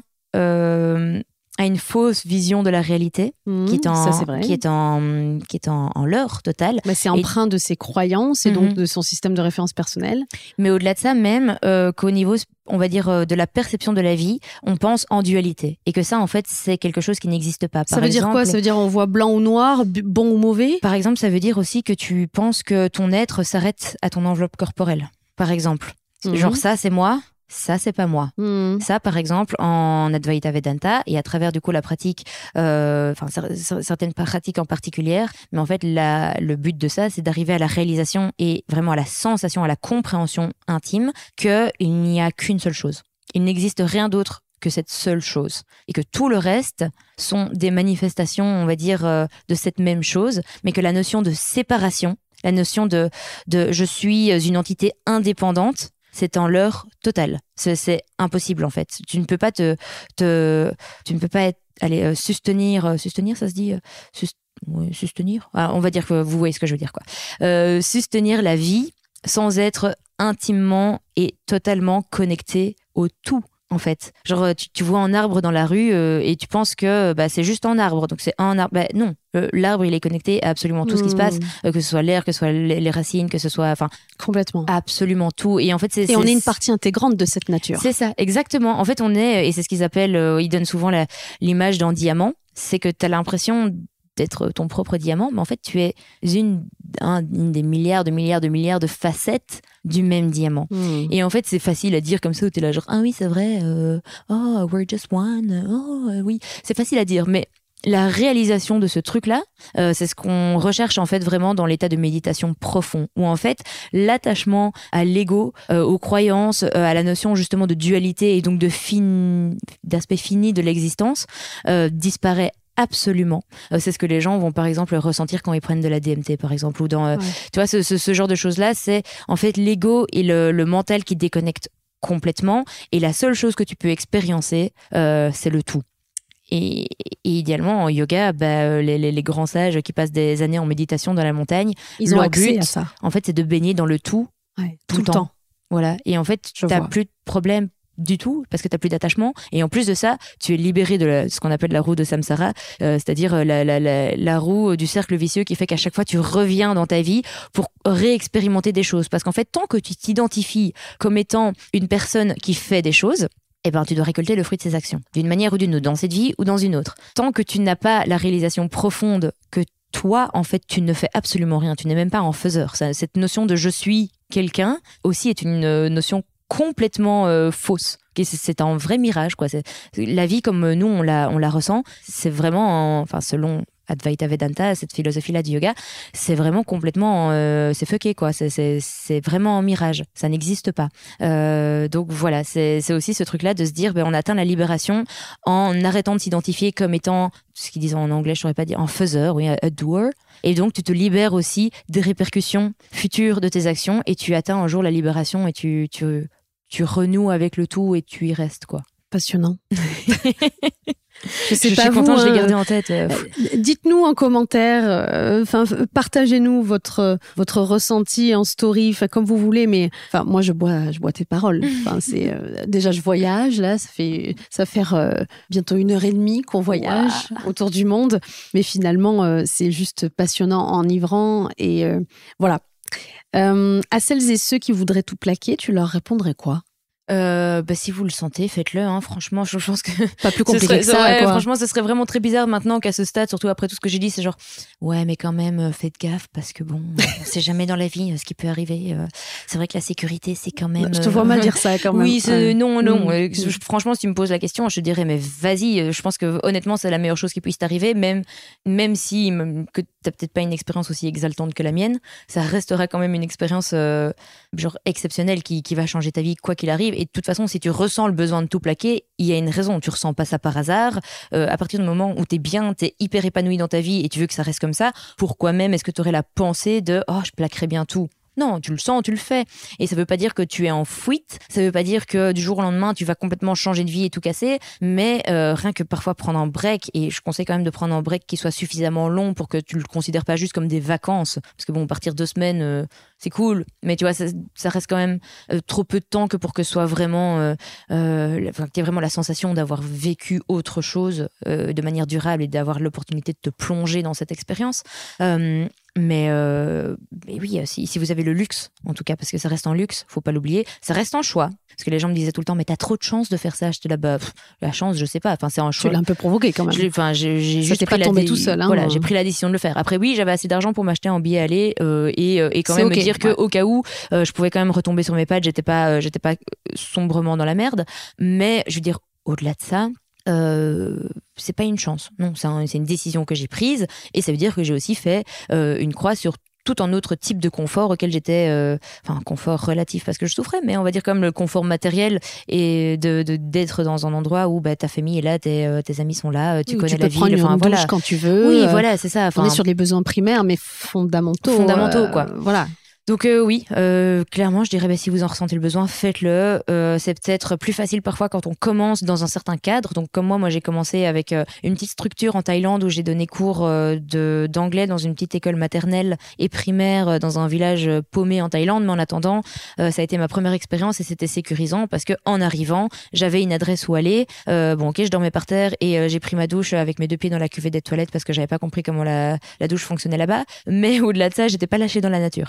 euh, a une fausse vision de la réalité mmh, qui est en ça, c'est vrai. qui est en qui est en, en leurre total. Bah, c'est empreint et... de ses croyances et mmh. donc de son système de référence personnelle. Mais au-delà de ça, même euh, qu'au niveau, on va dire euh, de la perception de la vie, on pense en dualité et que ça, en fait, c'est quelque chose qui n'existe pas. Par ça veut exemple, dire quoi ? Ça veut dire on voit blanc ou noir, bon ou mauvais ? Par exemple, ça veut dire aussi que tu penses que ton être s'arrête à ton enveloppe corporelle. Par exemple, mmh. genre ça c'est moi, ça c'est pas moi. Mmh. Ça par exemple en Advaita Vedanta et à travers du coup la pratique, euh, enfin certaines pratiques en particulier, mais en fait la, le but de ça c'est d'arriver à la réalisation et vraiment à la sensation, à la compréhension intime qu'il n'y a qu'une seule chose. Il n'existe rien d'autre que cette seule chose et que tout le reste sont des manifestations, on va dire, euh, de cette même chose, mais que la notion de séparation, la notion de, de je suis une entité indépendante, c'est en leurre total. C'est, c'est impossible en fait. Tu ne peux pas te, te tu ne peux pas être, aller euh, sustenir, euh, sustenir, ça se dit, euh, sus, ouais, sustenir. Ah, on va dire que vous voyez ce que je veux dire quoi. Euh, sustenir la vie sans être intimement et totalement connecté au tout. En fait, genre tu, tu vois un arbre dans la rue euh, et tu penses que bah, c'est juste un arbre, donc c'est un arbre. Bah, non, euh, l'arbre il est connecté à absolument tout mmh. ce qui se passe, euh, que ce soit l'air, que ce soit les, les racines, que ce soit, enfin, complètement, absolument tout. Et en fait, c'est, et c'est, on est une partie intégrante de cette nature. C'est ça, exactement. En fait, on est, et c'est ce qu'ils appellent, euh, ils donnent souvent la, l'image d'un diamant, c'est que t'as l'impression d'être ton propre diamant, mais en fait, tu es une, un, une des milliards de milliards de milliards de facettes du même diamant. Mmh. Et en fait, c'est facile à dire comme ça, où t'es là genre, ah oui, c'est vrai, euh, oh, we're just one, oh, euh, oui. C'est facile à dire, mais la réalisation de ce truc-là, euh, c'est ce qu'on recherche en fait vraiment dans l'état de méditation profond, où en fait l'attachement à l'ego, euh, aux croyances, euh, à la notion justement de dualité et donc de fin... d'aspect fini de l'existence euh, disparaît absolument. Euh, c'est ce que les gens vont par exemple ressentir quand ils prennent de la D M T par exemple, ou dans, euh, ouais. tu vois, ce, ce, ce genre de choses-là, c'est en fait l'ego et le, le mental qui déconnectent complètement, et la seule chose que tu peux expériencer, euh, c'est le tout. Et, et idéalement, en yoga, bah, les, les, les grands sages qui passent des années en méditation dans la montagne, ils ont accès but, à ça. En fait, c'est de baigner dans le tout, ouais, tout, tout le temps. temps. Voilà. Et en fait, tu n'as plus de problème du tout parce que tu n'as plus d'attachement. Et en plus de ça, tu es libéré de la, ce qu'on appelle la roue de samsara, euh, c'est-à-dire la, la, la, la roue du cercle vicieux qui fait qu'à chaque fois, tu reviens dans ta vie pour réexpérimenter des choses. Parce qu'en fait, tant que tu t'identifies comme étant une personne qui fait des choses, eh ben, tu dois récolter le fruit de ses actions, d'une manière ou d'une autre, dans cette vie ou dans une autre. Tant que tu n'as pas la réalisation profonde que toi, en fait, tu ne fais absolument rien, tu n'es même pas un faiseur. Ça, cette notion de « je suis quelqu'un » aussi est une notion complètement euh, fausse. C'est, c'est un vrai mirage, quoi. C'est, la vie comme nous, on la, on la ressent, c'est vraiment, en, enfin, selon Advaita Vedanta, cette philosophie-là du yoga, c'est vraiment complètement, euh, c'est fucké, quoi. C'est, c'est, c'est vraiment un mirage. Ça n'existe pas. Euh, donc voilà, c'est, c'est aussi ce truc-là de se dire, ben, on atteint la libération en arrêtant de s'identifier comme étant, ce qu'ils disent en anglais, je saurais pas dire, un faiseur, oui, a doer. Et donc, tu te libères aussi des répercussions futures de tes actions et tu atteins un jour la libération et tu, tu, tu renoues avec le tout et tu y restes, quoi. Passionnant. Je sais je pas suis vous, contente, hein, je l'ai gardé en tête. Euh, dites-nous en commentaire, enfin euh, partagez-nous votre votre ressenti en story, enfin comme vous voulez, mais enfin moi je bois je bois tes paroles. Enfin c'est euh, déjà je voyage là, ça fait ça fait euh, bientôt une heure et demie qu'on voyage wow. autour du monde, mais finalement euh, c'est juste passionnant, enivrant et euh, voilà. Euh, à celles et ceux qui voudraient tout plaquer, tu leur répondrais quoi? Euh, bah, si vous le sentez, faites-le, hein. Franchement, je pense que pas plus compliqué serait, que ça, ouais, quoi. Franchement, ce serait vraiment très bizarre maintenant qu'à ce stade, surtout après tout ce que j'ai dit, c'est genre ouais, mais quand même faites gaffe parce que bon, on sait jamais dans la vie ce qui peut arriver. C'est vrai que la sécurité, c'est quand même. Je te vois mal dire ça quand même. Oui, c'est... Ouais. non, non. Mmh. Franchement, si tu me poses la question, je te dirais mais vas-y. Je pense que honnêtement, c'est la meilleure chose qui puisse t'arriver, même même si même, que t'as peut-être pas une expérience aussi exaltante que la mienne, ça restera quand même une expérience euh, genre exceptionnelle qui qui va changer ta vie quoi qu'il arrive. Et de toute façon, si tu ressens le besoin de tout plaquer, il y a une raison. Tu ressens pas ça par hasard. Euh, à partir du moment où t'es bien, t'es hyper épanoui dans ta vie et tu veux que ça reste comme ça, pourquoi même est-ce que tu aurais la pensée de « oh, je plaquerai bien tout ». Non, tu le sens, tu le fais. Et ça veut pas dire que tu es en fuite, ça veut pas dire que du jour au lendemain, tu vas complètement changer de vie et tout casser, mais euh, rien que parfois prendre un break, et je conseille quand même de prendre un break qui soit suffisamment long pour que tu le considères pas juste comme des vacances, parce que bon, partir deux semaines, euh, c'est cool, mais tu vois, ça, ça reste quand même euh, trop peu de temps que pour que ce soit vraiment, euh, euh, enfin, que tu aies vraiment la sensation d'avoir vécu autre chose euh, de manière durable et d'avoir l'opportunité de te plonger dans cette expérience. Euh, Mais, euh, mais oui, si, si vous avez le luxe, en tout cas, parce que ça reste en luxe, faut pas l'oublier, ça reste en choix. Parce que les gens me disaient tout le temps, mais t'as trop de chance de faire ça. J'étais là, bah, pff, la chance, je sais pas. Enfin, c'est un choix. Tu l'as un peu provoqué quand même. Je enfin, j'ai, j'ai juste pris pas tombé dé... tout seul. Hein, voilà, hein. J'ai pris la décision de le faire. Après, oui, j'avais assez d'argent pour m'acheter un billet aller euh, et, et quand c'est même okay, me dire ouais. que au cas où, euh, je pouvais quand même retomber sur mes pattes. J'étais pas, euh, j'étais pas sombrement dans la merde. Mais je veux dire, au-delà de ça. Euh, c'est pas une chance, non, c'est, un, c'est une décision que j'ai prise et ça veut dire que j'ai aussi fait euh, une croix sur tout un autre type de confort auquel j'étais, euh, enfin confort relatif parce que je souffrais, mais on va dire comme le confort matériel et de, de d'être dans un endroit où bah, ta famille est là, tes, euh, tes amis sont là, tu oui, connais tu la peux prendre ville, enfin voilà. Douche quand tu veux. Oui, euh, voilà, c'est ça. On est sur les besoins primaires, mais fondamentaux. Fondamentaux, euh, quoi. Voilà. Donc euh, oui, euh, clairement, je dirais bah, si vous en ressentez le besoin, faites-le. Euh, c'est peut-être plus facile parfois quand on commence dans un certain cadre. Donc comme moi, moi j'ai commencé avec euh, une petite structure en Thaïlande où j'ai donné cours euh, de, d'anglais dans une petite école maternelle et primaire euh, dans un village paumé en Thaïlande. Mais en attendant, euh, ça a été ma première expérience et c'était sécurisant parce que en arrivant, j'avais une adresse où aller. Euh, bon, ok, je dormais par terre et euh, j'ai pris ma douche avec mes deux pieds dans la cuvette des toilettes parce que j'avais pas compris comment la, la douche fonctionnait là-bas. Mais au-delà de ça, j'étais pas lâchée dans la nature. Euh,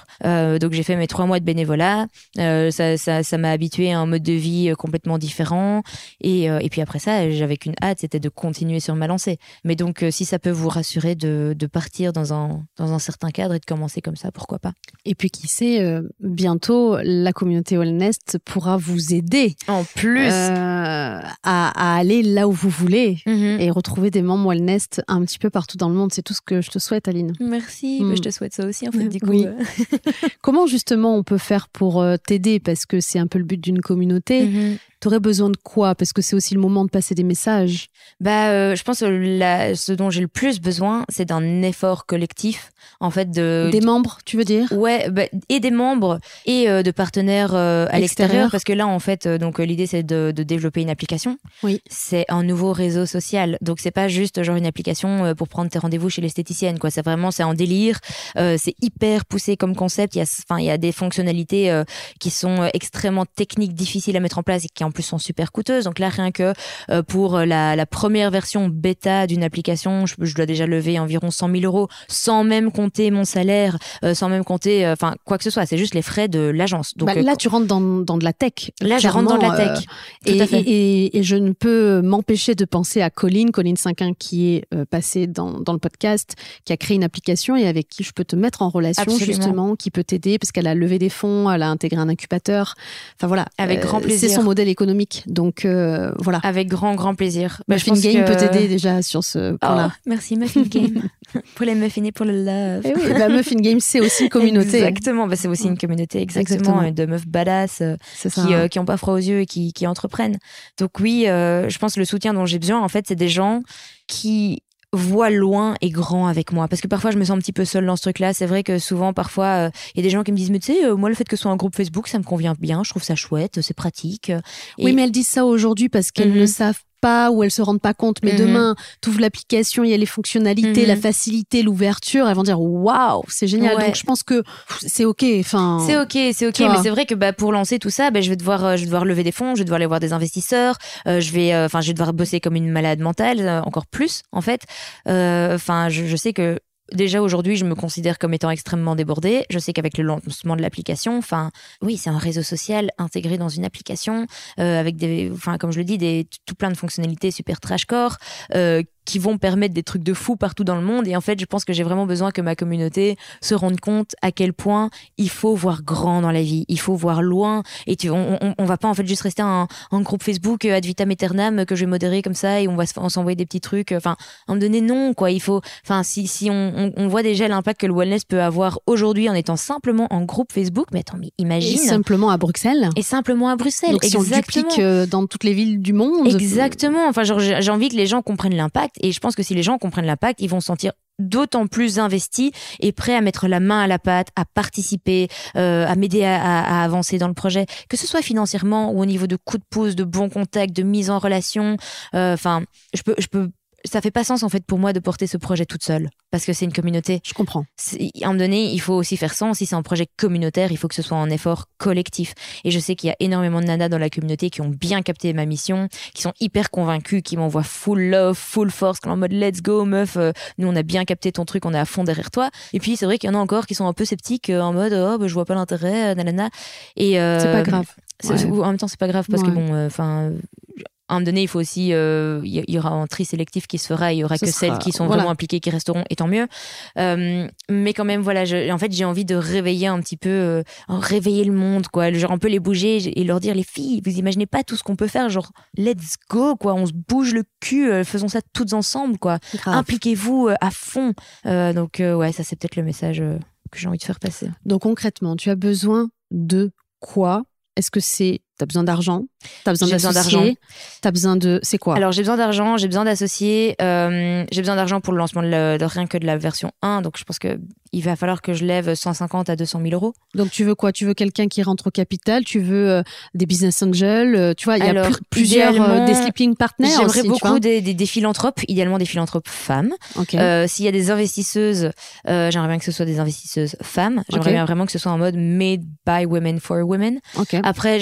Euh, donc j'ai fait mes trois mois de bénévolat. Euh, ça, ça, ça m'a habitué à un mode de vie complètement différent. Et, euh, et puis après ça, j'avais qu'une hâte, c'était de continuer sur ma lancée. Mais donc, euh, si ça peut vous rassurer de, de partir dans un, dans un certain cadre et de commencer comme ça, pourquoi pas. Et puis qui sait, euh, bientôt, la communauté Wellnest pourra vous aider. En plus. Euh, à, à aller là où vous voulez Mm-hmm. et retrouver des membres Wellnest un petit peu partout dans le monde. C'est tout ce que je te souhaite, Aline. Merci, Mm. je te souhaite ça aussi, en fait, du coup. Oui. Euh... Comment, justement, on peut faire pour euh, t'aider? Parce que c'est un peu le but d'une communauté. Mm-hmm. T'aurais besoin de quoi? Parce que c'est aussi le moment de passer des messages. Bah, euh, je pense que la, ce dont j'ai le plus besoin, c'est d'un effort collectif, en fait, de des membres, tu veux dire? Ouais, bah, et des membres et euh, de partenaires euh, à l'extérieur, parce que là, en fait, euh, donc euh, l'idée c'est de, de développer une application. Oui. C'est un nouveau réseau social, donc c'est pas juste genre une application euh, pour prendre tes rendez-vous chez l'esthéticienne, quoi. C'est vraiment, c'est un délire. Euh, c'est hyper poussé comme concept. Il y a, enfin, il y a des fonctionnalités euh, qui sont euh, extrêmement techniques, difficiles à mettre en place et qui en plus sont super coûteuses. Donc là, rien que euh, pour la, la première version bêta d'une application, je, je dois déjà lever environ cent mille euros, sans même compter mon salaire, euh, sans même compter, enfin, euh, quoi que ce soit. C'est juste les frais de l'agence. Donc bah, euh, là, tu rentres dans, dans de la tech. Là, je rentre dans de la tech. Euh, et, et, et, et je ne peux m'empêcher de penser à Colline, Colline Cinquin, qui est euh, passée dans, dans le podcast, qui a créé une application et avec qui je peux te mettre en relation, Absolument. Justement, qui peut t'aider parce qu'elle a levé des fonds, elle a intégré un incubateur. Enfin voilà. Avec euh, grand plaisir. C'est son modèle économique. Donc euh, voilà. Avec grand, grand plaisir. Bah, Muffin Game que... peut t'aider déjà sur ce point-là. Oh, merci Muffin Game. Pour les muffins et pour le love. Et oui, bah, Muffin Game, c'est aussi une communauté. Exactement, bah, c'est aussi une communauté, exactement, exactement. de meufs badass euh, qui, euh, qui ont pas froid aux yeux et qui, qui entreprennent. Donc oui, euh, je pense que le soutien dont j'ai besoin, en fait, c'est des gens qui voient loin et grand avec moi, parce que parfois je me sens un petit peu seule dans ce truc-là. C'est vrai que souvent, parfois, il euh, y a des gens qui me disent mais tu sais, euh, moi le fait que ce soit un groupe Facebook, ça me convient bien, je trouve ça chouette, c'est pratique. Et... Oui, mais elles disent ça aujourd'hui parce qu'elles mm-hmm. ne savent pas ou elles se rendent pas compte, mais mm-hmm. demain t'ouvres l'application, il y a les fonctionnalités, mm-hmm. la facilité, l'ouverture, elles vont dire waouh, c'est génial. Ouais. Donc je pense que c'est ok. Enfin, c'est ok, c'est ok, mais c'est vrai que bah pour lancer tout ça, bah, je vais devoir, euh, je vais devoir lever des fonds, je vais devoir aller voir des investisseurs, euh, je vais, enfin, euh, je vais devoir bosser comme une malade mentale, euh, encore plus en fait. Enfin, euh, je, je sais que déjà aujourd'hui, je me considère comme étant extrêmement débordée. Je sais qu'avec le lancement de l'application, enfin, oui, c'est un réseau social intégré dans une application euh, avec des, enfin, comme je le dis, des tout plein de fonctionnalités super trashcore euh, qui vont permettre des trucs de fou partout dans le monde. Et en fait, je pense que j'ai vraiment besoin que ma communauté se rende compte à quel point il faut voir grand dans la vie. Il faut voir loin. Et tu, on, on, on va pas en fait juste rester un, un groupe Facebook ad vitam aeternam que je vais modérer comme ça et on va on s'envoyer des petits trucs. Enfin, à un moment donné, non, quoi. Il faut, enfin, si, si on, on, on voit déjà l'impact que le wellness peut avoir aujourd'hui en étant simplement en groupe Facebook, mais attends, mais imagine. Et simplement à Bruxelles. Et simplement à Bruxelles. Donc, si on le duplique dans toutes les villes du monde. Exactement. Enfin, genre, j'ai, j'ai envie que les gens comprennent l'impact. Et je pense que si les gens comprennent l'impact, ils vont se sentir d'autant plus investis et prêts à mettre la main à la pâte, à participer, euh, à m'aider à, à, à avancer dans le projet, que ce soit financièrement ou au niveau de coups de pouce, de bons contacts, de mise en relation. Enfin, euh, je peux, je peux. Ça fait pas sens en fait pour moi de porter ce projet toute seule parce que c'est une communauté. Je comprends. C'est, à un moment donné, il faut aussi faire sens. Si c'est un projet communautaire, il faut que ce soit un effort collectif. Et je sais qu'il y a énormément de nanas dans la communauté qui ont bien capté ma mission, qui sont hyper convaincues, qui m'envoient full love, full force, en mode let's go meuf. Euh, nous on a bien capté ton truc, on est à fond derrière toi. Et puis c'est vrai qu'il y en a encore qui sont un peu sceptiques, euh, en mode oh bah, je vois pas l'intérêt, nanana. Et euh, c'est pas grave. C'est, ouais. En même temps c'est pas grave parce ouais. que bon, enfin. Euh, à un moment donné, il faut aussi, il euh, y, y aura un tri sélectif qui se fera, il y aura Ce que sera, celles qui sont voilà. vraiment impliquées qui resteront, et tant mieux. Euh, mais quand même, voilà, je, en fait, j'ai envie de réveiller un petit peu, euh, réveiller le monde, quoi. Genre un peu les bouger et leur dire, les filles, vous imaginez pas tout ce qu'on peut faire, genre, let's go, quoi. On se bouge le cul, euh, faisons ça toutes ensemble, quoi. Grave. Impliquez-vous euh, à fond. Euh, donc, euh, ouais, ça, c'est peut-être le message euh, que j'ai envie de faire passer. Donc, concrètement, tu as besoin de quoi ? Est-ce que c'est t'as besoin d'argent, t'as besoin d'associés, t'as besoin de c'est quoi? Alors j'ai besoin d'argent, j'ai besoin d'associés, euh, j'ai besoin d'argent pour le lancement de, la, de rien que de la version un, donc je pense que il va falloir que je lève cent cinquante à deux cent mille euros. Donc tu veux quoi? Tu veux quelqu'un qui rentre au capital? Tu veux euh, des business angels? euh, Tu vois, il y a plus, plusieurs euh, des sleeping partners. J'aimerais aussi, beaucoup des, des, des philanthropes, idéalement des philanthropes femmes. Okay. Euh, s'il y a des investisseuses, euh, j'aimerais bien que ce soit des investisseuses femmes. J'aimerais okay. bien vraiment que ce soit en mode made by women for women. Okay. Après, j'aime bien aussi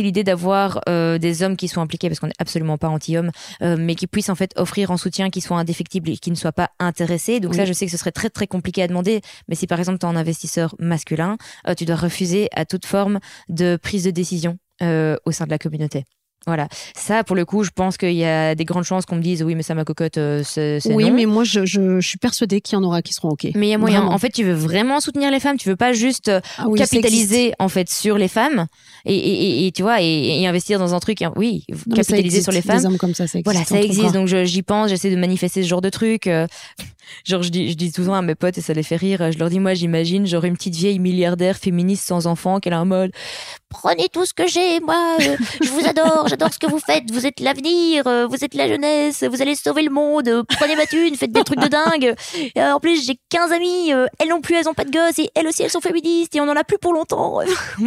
l'idée d'avoir euh, des hommes qui soient impliqués, parce qu'on n'est absolument pas anti-hommes, euh, mais qui puissent en fait offrir un soutien qui soit indéfectible et qui ne soit pas intéressé. Donc oui. Ça, je sais que ce serait très très compliqué à demander, mais si par exemple tu es un investisseur masculin, euh, tu dois refuser à toute forme de prise de décision euh, au sein de la communauté. Voilà, ça pour le coup, je pense qu'il y a des grandes chances qu'on me dise oui, mais ça ma cocotte, euh, c'est, c'est oui, non. mais moi je, je, je suis persuadée qu'il y en aura qui seront ok. Mais il y a moyen. Vraiment. En fait, tu veux vraiment soutenir les femmes, tu veux pas juste ah oui, capitaliser en fait sur les femmes et, et, et, et tu vois et, et investir dans un truc. Oui, non, capitaliser sur les femmes. Des hommes comme ça, ça existe. Voilà, ça existe. Donc je, j'y pense, j'essaie de manifester ce genre de truc. Euh, genre je dis, je dis souvent à mes potes et ça les fait rire. Je leur dis moi, j'imagine genre une petite vieille milliardaire féministe sans enfant qui est en mode prenez tout ce que j'ai, moi, euh, je vous adore, j'adore ce que vous faites, vous êtes l'avenir, euh, vous êtes la jeunesse, vous allez sauver le monde, euh, prenez ma thune, faites des trucs de dingue. Et, euh, en plus, j'ai quinze amies, euh, elles non plus, elles ont pas de gosses, et elles aussi, elles sont féministes, et on en a plus pour longtemps.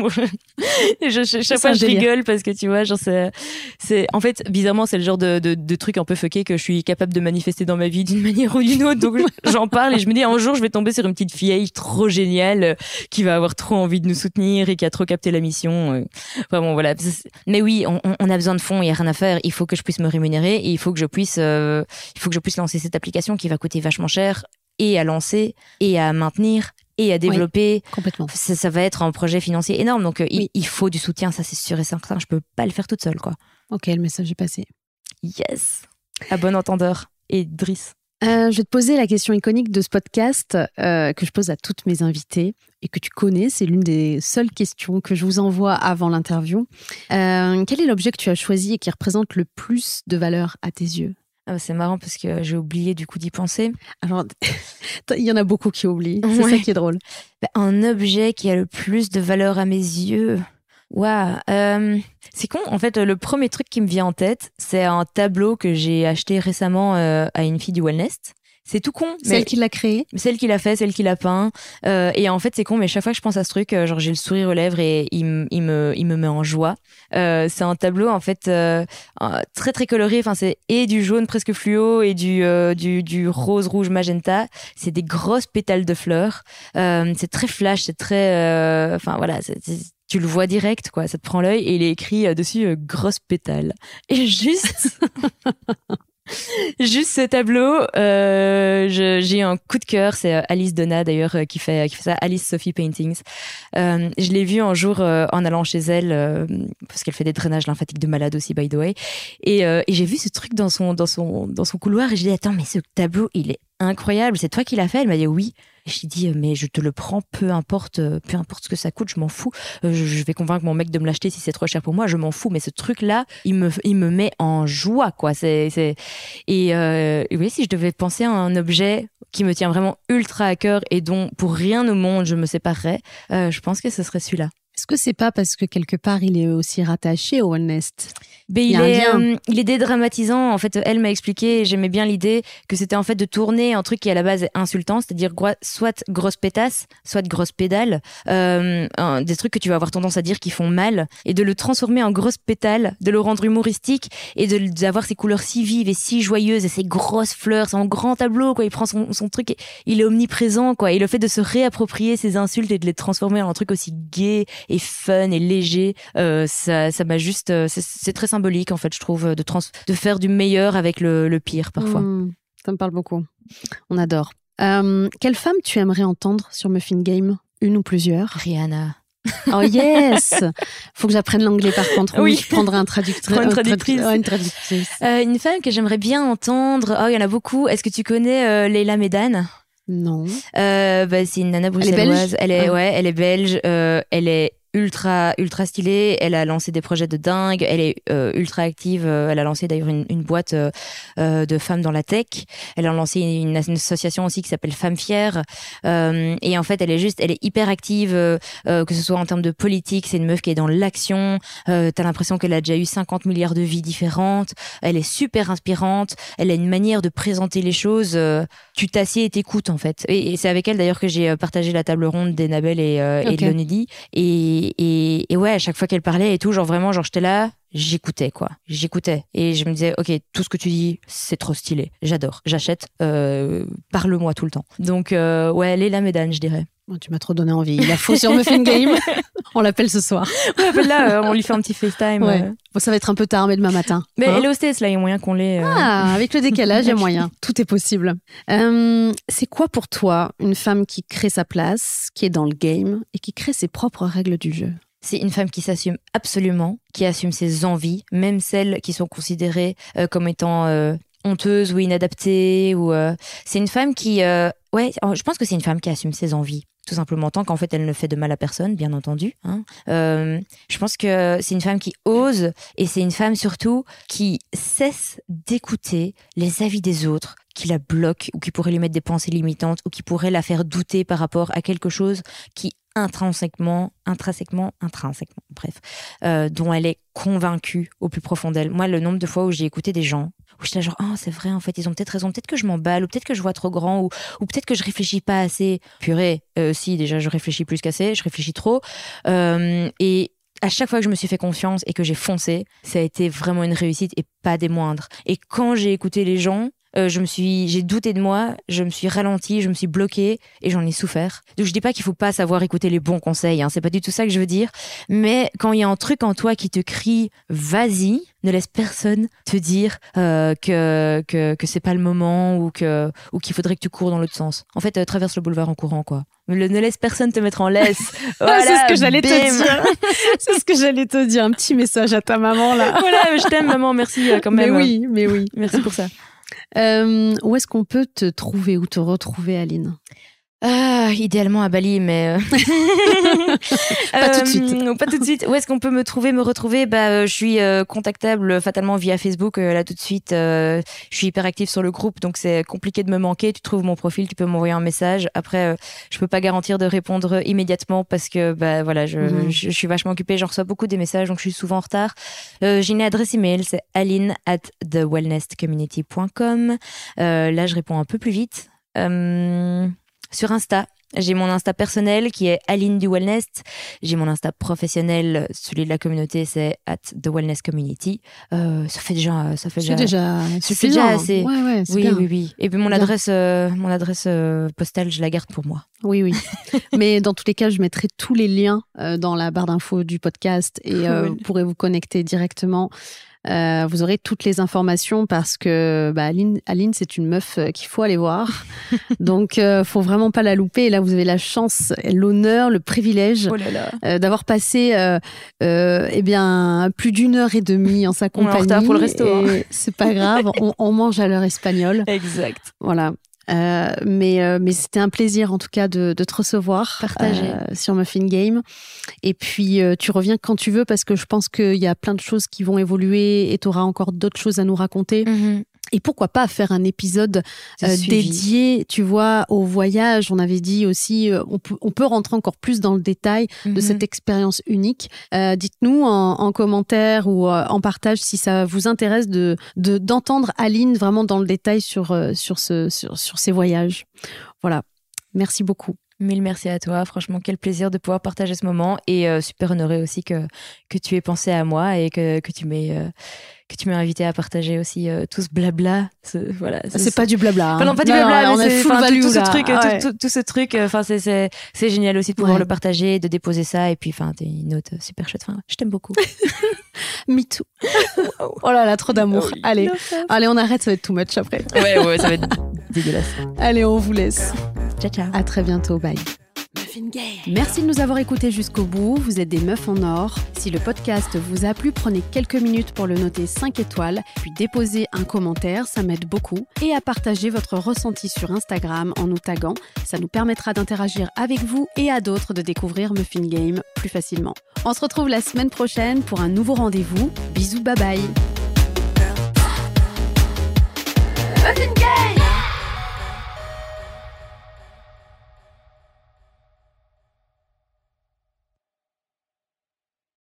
Et je, je, chaque fois, je rigole parce que tu vois, genre, c'est, c'est, en fait, bizarrement, c'est le genre de, de, de truc un peu fucké que je suis capable de manifester dans ma vie d'une manière ou d'une autre. Donc, j'en parle et je me dis, un jour, je vais tomber sur une petite vieille trop géniale euh, qui va avoir trop envie de nous soutenir et qui a trop capté la mission. Vraiment, voilà. Mais oui, on, on a besoin de fonds, il n'y a rien à faire. Il faut que je puisse me rémunérer et il faut que je puisse, euh, il faut que je puisse lancer cette application qui va coûter vachement cher et à lancer et à maintenir et à développer. Oui, complètement. Ça, ça va être un projet financier énorme. Donc, euh, oui. il, il faut du soutien, ça c'est sûr et certain. Je peux pas le faire toute seule, quoi. Ok, le message est passé. Yes. À bon entendeur. Et Driss. Euh, je vais te poser la question iconique de ce podcast euh, que je pose à toutes mes invitées et que tu connais. C'est l'une des seules questions que je vous envoie avant l'interview. Euh, quel est l'objet que tu as choisi et qui représente le plus de valeur à tes yeux ? Ah bah c'est marrant parce que j'ai oublié du coup d'y penser. Alors, il y en a beaucoup qui oublient. C'est ouais. ça qui est drôle. Bah, un objet qui a le plus de valeur à mes yeux... Waouh, euh, c'est con. En fait, le premier truc qui me vient en tête, c'est un tableau que j'ai acheté récemment euh, à une fille du Wellness. C'est tout con. Celle mais... qui l'a créé. Celle qui l'a fait, celle qui l'a peint. Euh, et en fait, c'est con, mais chaque fois que je pense à ce truc, euh, genre j'ai le sourire aux lèvres et il, m- il me, il me met en joie. Euh, c'est un tableau en fait euh, très très coloré. Enfin, c'est et du jaune presque fluo et du euh, du, du rose rouge magenta. C'est des grosses pétales de fleurs. Euh, c'est très flash, c'est très. Enfin voilà. C'est, c'est... Tu le vois direct, quoi. Ça te prend l'œil et il est écrit euh, dessus euh, grosse pétale. Et juste, juste ce tableau, euh, je, j'ai eu un coup de cœur. C'est euh, Alice Donna d'ailleurs euh, qui fait qui fait ça, Alice Sophie Paintings. Euh, je l'ai vue un jour euh, en allant chez elle euh, parce qu'elle fait des drainages lymphatiques de malade aussi, by the way. Et, euh, et j'ai vu ce truc dans son dans son dans son couloir et j'ai dit attends mais ce tableau il est incroyable. C'est toi qui l'as fait? Elle m'a dit oui. Et je lui ai dit, mais je te le prends, peu importe, peu importe ce que ça coûte, je m'en fous. Je, je vais convaincre mon mec de me l'acheter si c'est trop cher pour moi, je m'en fous. Mais ce truc-là, il me, il me met en joie, quoi. C'est, c'est... Et euh, oui, si je devais penser à un objet qui me tient vraiment ultra à cœur et dont pour rien au monde je me séparerais, euh, je pense que ce serait celui-là. Est-ce que c'est pas parce que quelque part il est aussi rattaché au Wellness ? Ben, il, il, est, euh, il est dédramatisant. En fait, elle m'a expliqué, j'aimais bien l'idée que c'était en fait de tourner un truc qui à la base est insultant, c'est-à-dire gro- soit grosse pétasse, soit grosse pédale, euh, un, des trucs que tu vas avoir tendance à dire qui font mal, et de le transformer en grosse pétale, de le rendre humoristique et de, d'avoir ces couleurs si vives et si joyeuses et ces grosses fleurs, c'est un grand tableau, quoi. Il prend son, son truc, et il est omniprésent, quoi. Et le fait de se réapproprier ces insultes et de les transformer en un truc aussi gai et fun et léger, euh, ça, ça m'a juste, euh, c'est, c'est très symbolique en fait, je trouve, de, trans- de faire du meilleur avec le, le pire parfois. Mmh, ça me parle beaucoup. On adore. Euh, quelle femme tu aimerais entendre sur Muffin Game ? Une ou plusieurs ? Rihanna. Oh yes. Faut que j'apprenne l'anglais par contre. Oui. Je prendrai un traducteur. Une traductrice. Tradu- oh, une traductrice. Euh, une femme que j'aimerais bien entendre. Oh, il y en a beaucoup. Est-ce que tu connais euh, Leila Medan ? Non. Euh, bah, c'est une nana bruxelloise. Elle est, elle est, ah. ouais, elle est belge. Euh, elle est ultra ultra stylée, elle a lancé des projets de dingue, elle est euh, ultra active, euh, elle a lancé d'ailleurs une, une boîte euh, euh, de femmes dans la tech, elle a lancé une, une association aussi qui s'appelle Femmes Fières, euh, et en fait elle est juste, elle est hyper active, euh, euh, que ce soit en termes de politique, c'est une meuf qui est dans l'action, euh, t'as l'impression qu'elle a déjà eu cinquante milliards de vies différentes, elle est super inspirante, elle a une manière de présenter les choses, euh, tu t'assieds et t'écoutes en fait, et, et c'est avec elle d'ailleurs que j'ai partagé la table ronde d'Enabel et, euh, okay. et de Lonely, et Et, et, et ouais, à chaque fois qu'elle parlait et tout, genre vraiment, genre j'étais là, j'écoutais quoi, j'écoutais et je me disais, ok, tout ce que tu dis, c'est trop stylé, j'adore, j'achète, euh, parle-moi tout le temps. Donc euh, ouais, Leila Medan, je dirais. Oh, tu m'as trop donné envie. Il a faux sur Muffin Game. On l'appelle ce soir. On l'appelle là, euh, on lui fait un petit FaceTime. Ouais. Euh. Bon, ça va être un peu tard, mais demain matin. Mais hein elle est hostess, là, il y a moyen qu'on l'ait. Euh... Ah, avec le décalage, il y a moyen. Tout est possible. Euh, c'est quoi pour toi une femme qui crée sa place, qui est dans le game et qui crée ses propres règles du jeu? C'est une femme qui s'assume absolument, qui assume ses envies, même celles qui sont considérées euh, comme étant euh, honteuses ou inadaptées. Ou, euh... C'est une femme qui... Euh... Ouais, je pense que c'est une femme qui assume ses envies. Tout simplement, tant qu'en fait elle ne fait de mal à personne, bien entendu. Hein. Euh, je pense que c'est une femme qui ose, et c'est une femme surtout qui cesse d'écouter les avis des autres, qui la bloquent ou qui pourraient lui mettre des pensées limitantes ou qui pourraient la faire douter par rapport à quelque chose qui intrinsèquement, intrinsèquement, intrinsèquement, bref, euh, dont elle est convaincue au plus profond d'elle. Moi, le nombre de fois où j'ai écouté des gens, où j'étais là genre, oh, c'est vrai, en fait, ils ont peut-être raison, peut-être que je m'emballe, ou peut-être que je vois trop grand, ou, ou peut-être que je réfléchis pas assez. Purée, euh, si, déjà, je réfléchis plus qu'assez, je réfléchis trop. Euh, et à chaque fois que je me suis fait confiance et que j'ai foncé, ça a été vraiment une réussite et pas des moindres. Et quand j'ai écouté les gens, Euh, je me suis, j'ai douté de moi, je me suis ralentie, je me suis bloquée et j'en ai souffert. Donc je dis pas qu'il faut pas savoir écouter les bons conseils, hein, c'est pas du tout ça que je veux dire. Mais quand il y a un truc en toi qui te crie vas-y, ne laisse personne te dire euh, que que que c'est pas le moment ou que ou qu'il faudrait que tu cours dans l'autre sens. En fait, euh, traverse le boulevard en courant quoi. Le, ne laisse personne te mettre en laisse. Voilà, c'est ce que j'allais bim. te dire. C'est ce que j'allais te dire. Un petit message à ta maman là. Voilà, je t'aime maman, merci euh, quand même. Mais oui, mais oui. Merci pour ça. Euh, où est-ce qu'on peut te trouver ou te retrouver, Aline? Ah, idéalement à Bali, mais... pas euh, tout de suite. Euh, pas tout de suite. Où est-ce qu'on peut me trouver, me retrouver? Bah, je suis euh, contactable fatalement via Facebook. Euh, là, tout de suite, euh, je suis hyper active sur le groupe, donc c'est compliqué de me manquer. Tu trouves mon profil, tu peux m'envoyer un message. Après, euh, je peux pas garantir de répondre immédiatement parce que, bah, voilà, je, mm-hmm. je, je suis vachement occupée. J'en reçois beaucoup des messages, donc je suis souvent en retard. Euh, j'ai une adresse email, c'est aline at the wellness community point com. Euh, là, je réponds un peu plus vite. Euh... Sur Insta, j'ai mon Insta personnel qui est Aline du Wellness. J'ai mon Insta professionnel, celui de la communauté, c'est at the wellness community. Euh, ça fait déjà, ça fait c'est déjà, déjà, c'est déjà assez. Ouais, ouais, c'est oui, bien. oui, oui. Et puis mon bien. adresse, euh, mon adresse euh, postale, je la garde pour moi. Oui, oui. Mais dans tous les cas, je mettrai tous les liens euh, dans la barre d'infos du podcast et cool. euh, vous pourrez vous connecter directement. Euh, vous aurez toutes les informations parce que bah, Aline, Aline, c'est une meuf qu'il faut aller voir. Donc, euh, faut vraiment pas la louper. Et là, vous avez la chance, l'honneur, le privilège oh là là. Euh, d'avoir passé euh, euh, eh bien, plus d'une heure et demie en sa compagnie. On est en retard pour le resto. Hein. C'est pas grave, on, on mange à l'heure espagnole. Exact. Voilà. Euh, mais, euh, mais c'était un plaisir en tout cas de, de te recevoir Partager. Euh, sur Muffin Game. Et puis euh, tu reviens quand tu veux parce que je pense qu'il y a plein de choses qui vont évoluer et tu auras encore d'autres choses à nous raconter. Mm-hmm. Et pourquoi pas faire un épisode euh, dédié, tu vois, au voyage. On avait dit aussi, euh, on, peut, on peut rentrer encore plus dans le détail mm-hmm. de cette expérience unique. Euh, dites-nous en, en commentaire ou euh, en partage si ça vous intéresse de, de, d'entendre Aline vraiment dans le détail sur, euh, sur, ce, sur, sur ces voyages. Voilà. Merci beaucoup. Mille merci à toi. Franchement, quel plaisir de pouvoir partager ce moment et euh, super honorée aussi que, que tu aies pensé à moi et que, que tu m'aies... Euh, que tu m'as invité à partager aussi euh, tout ce blabla. Ce, voilà, ce, c'est pas du blabla. Hein. Enfin, non, pas du blabla, non, mais c'est full value, tout, tout ce là. truc, ouais. tout, tout, tout ce truc. Enfin, c'est, c'est, c'est génial aussi de pouvoir ouais. le partager, de déposer ça. Et puis, enfin, t'es une autre super chouette. Enfin, je t'aime beaucoup. Me too. Wow. Oh là là, trop d'amour. Oh, allez, allez, on arrête, ça va être too much après. Ouais, ouais, ça va être dégueulasse. Allez, on vous laisse. Ciao, ciao. À très bientôt. Bye. Merci de nous avoir écoutés jusqu'au bout. Vous êtes des meufs en or. Si le podcast vous a plu, prenez quelques minutes pour le noter cinq étoiles, puis déposez un commentaire, ça m'aide beaucoup. Et à partager votre ressenti sur Instagram en nous taguant. Ça nous permettra d'interagir avec vous et à d'autres de découvrir Muffin Game plus facilement. On se retrouve la semaine prochaine pour un nouveau rendez-vous. Bisous, bye bye.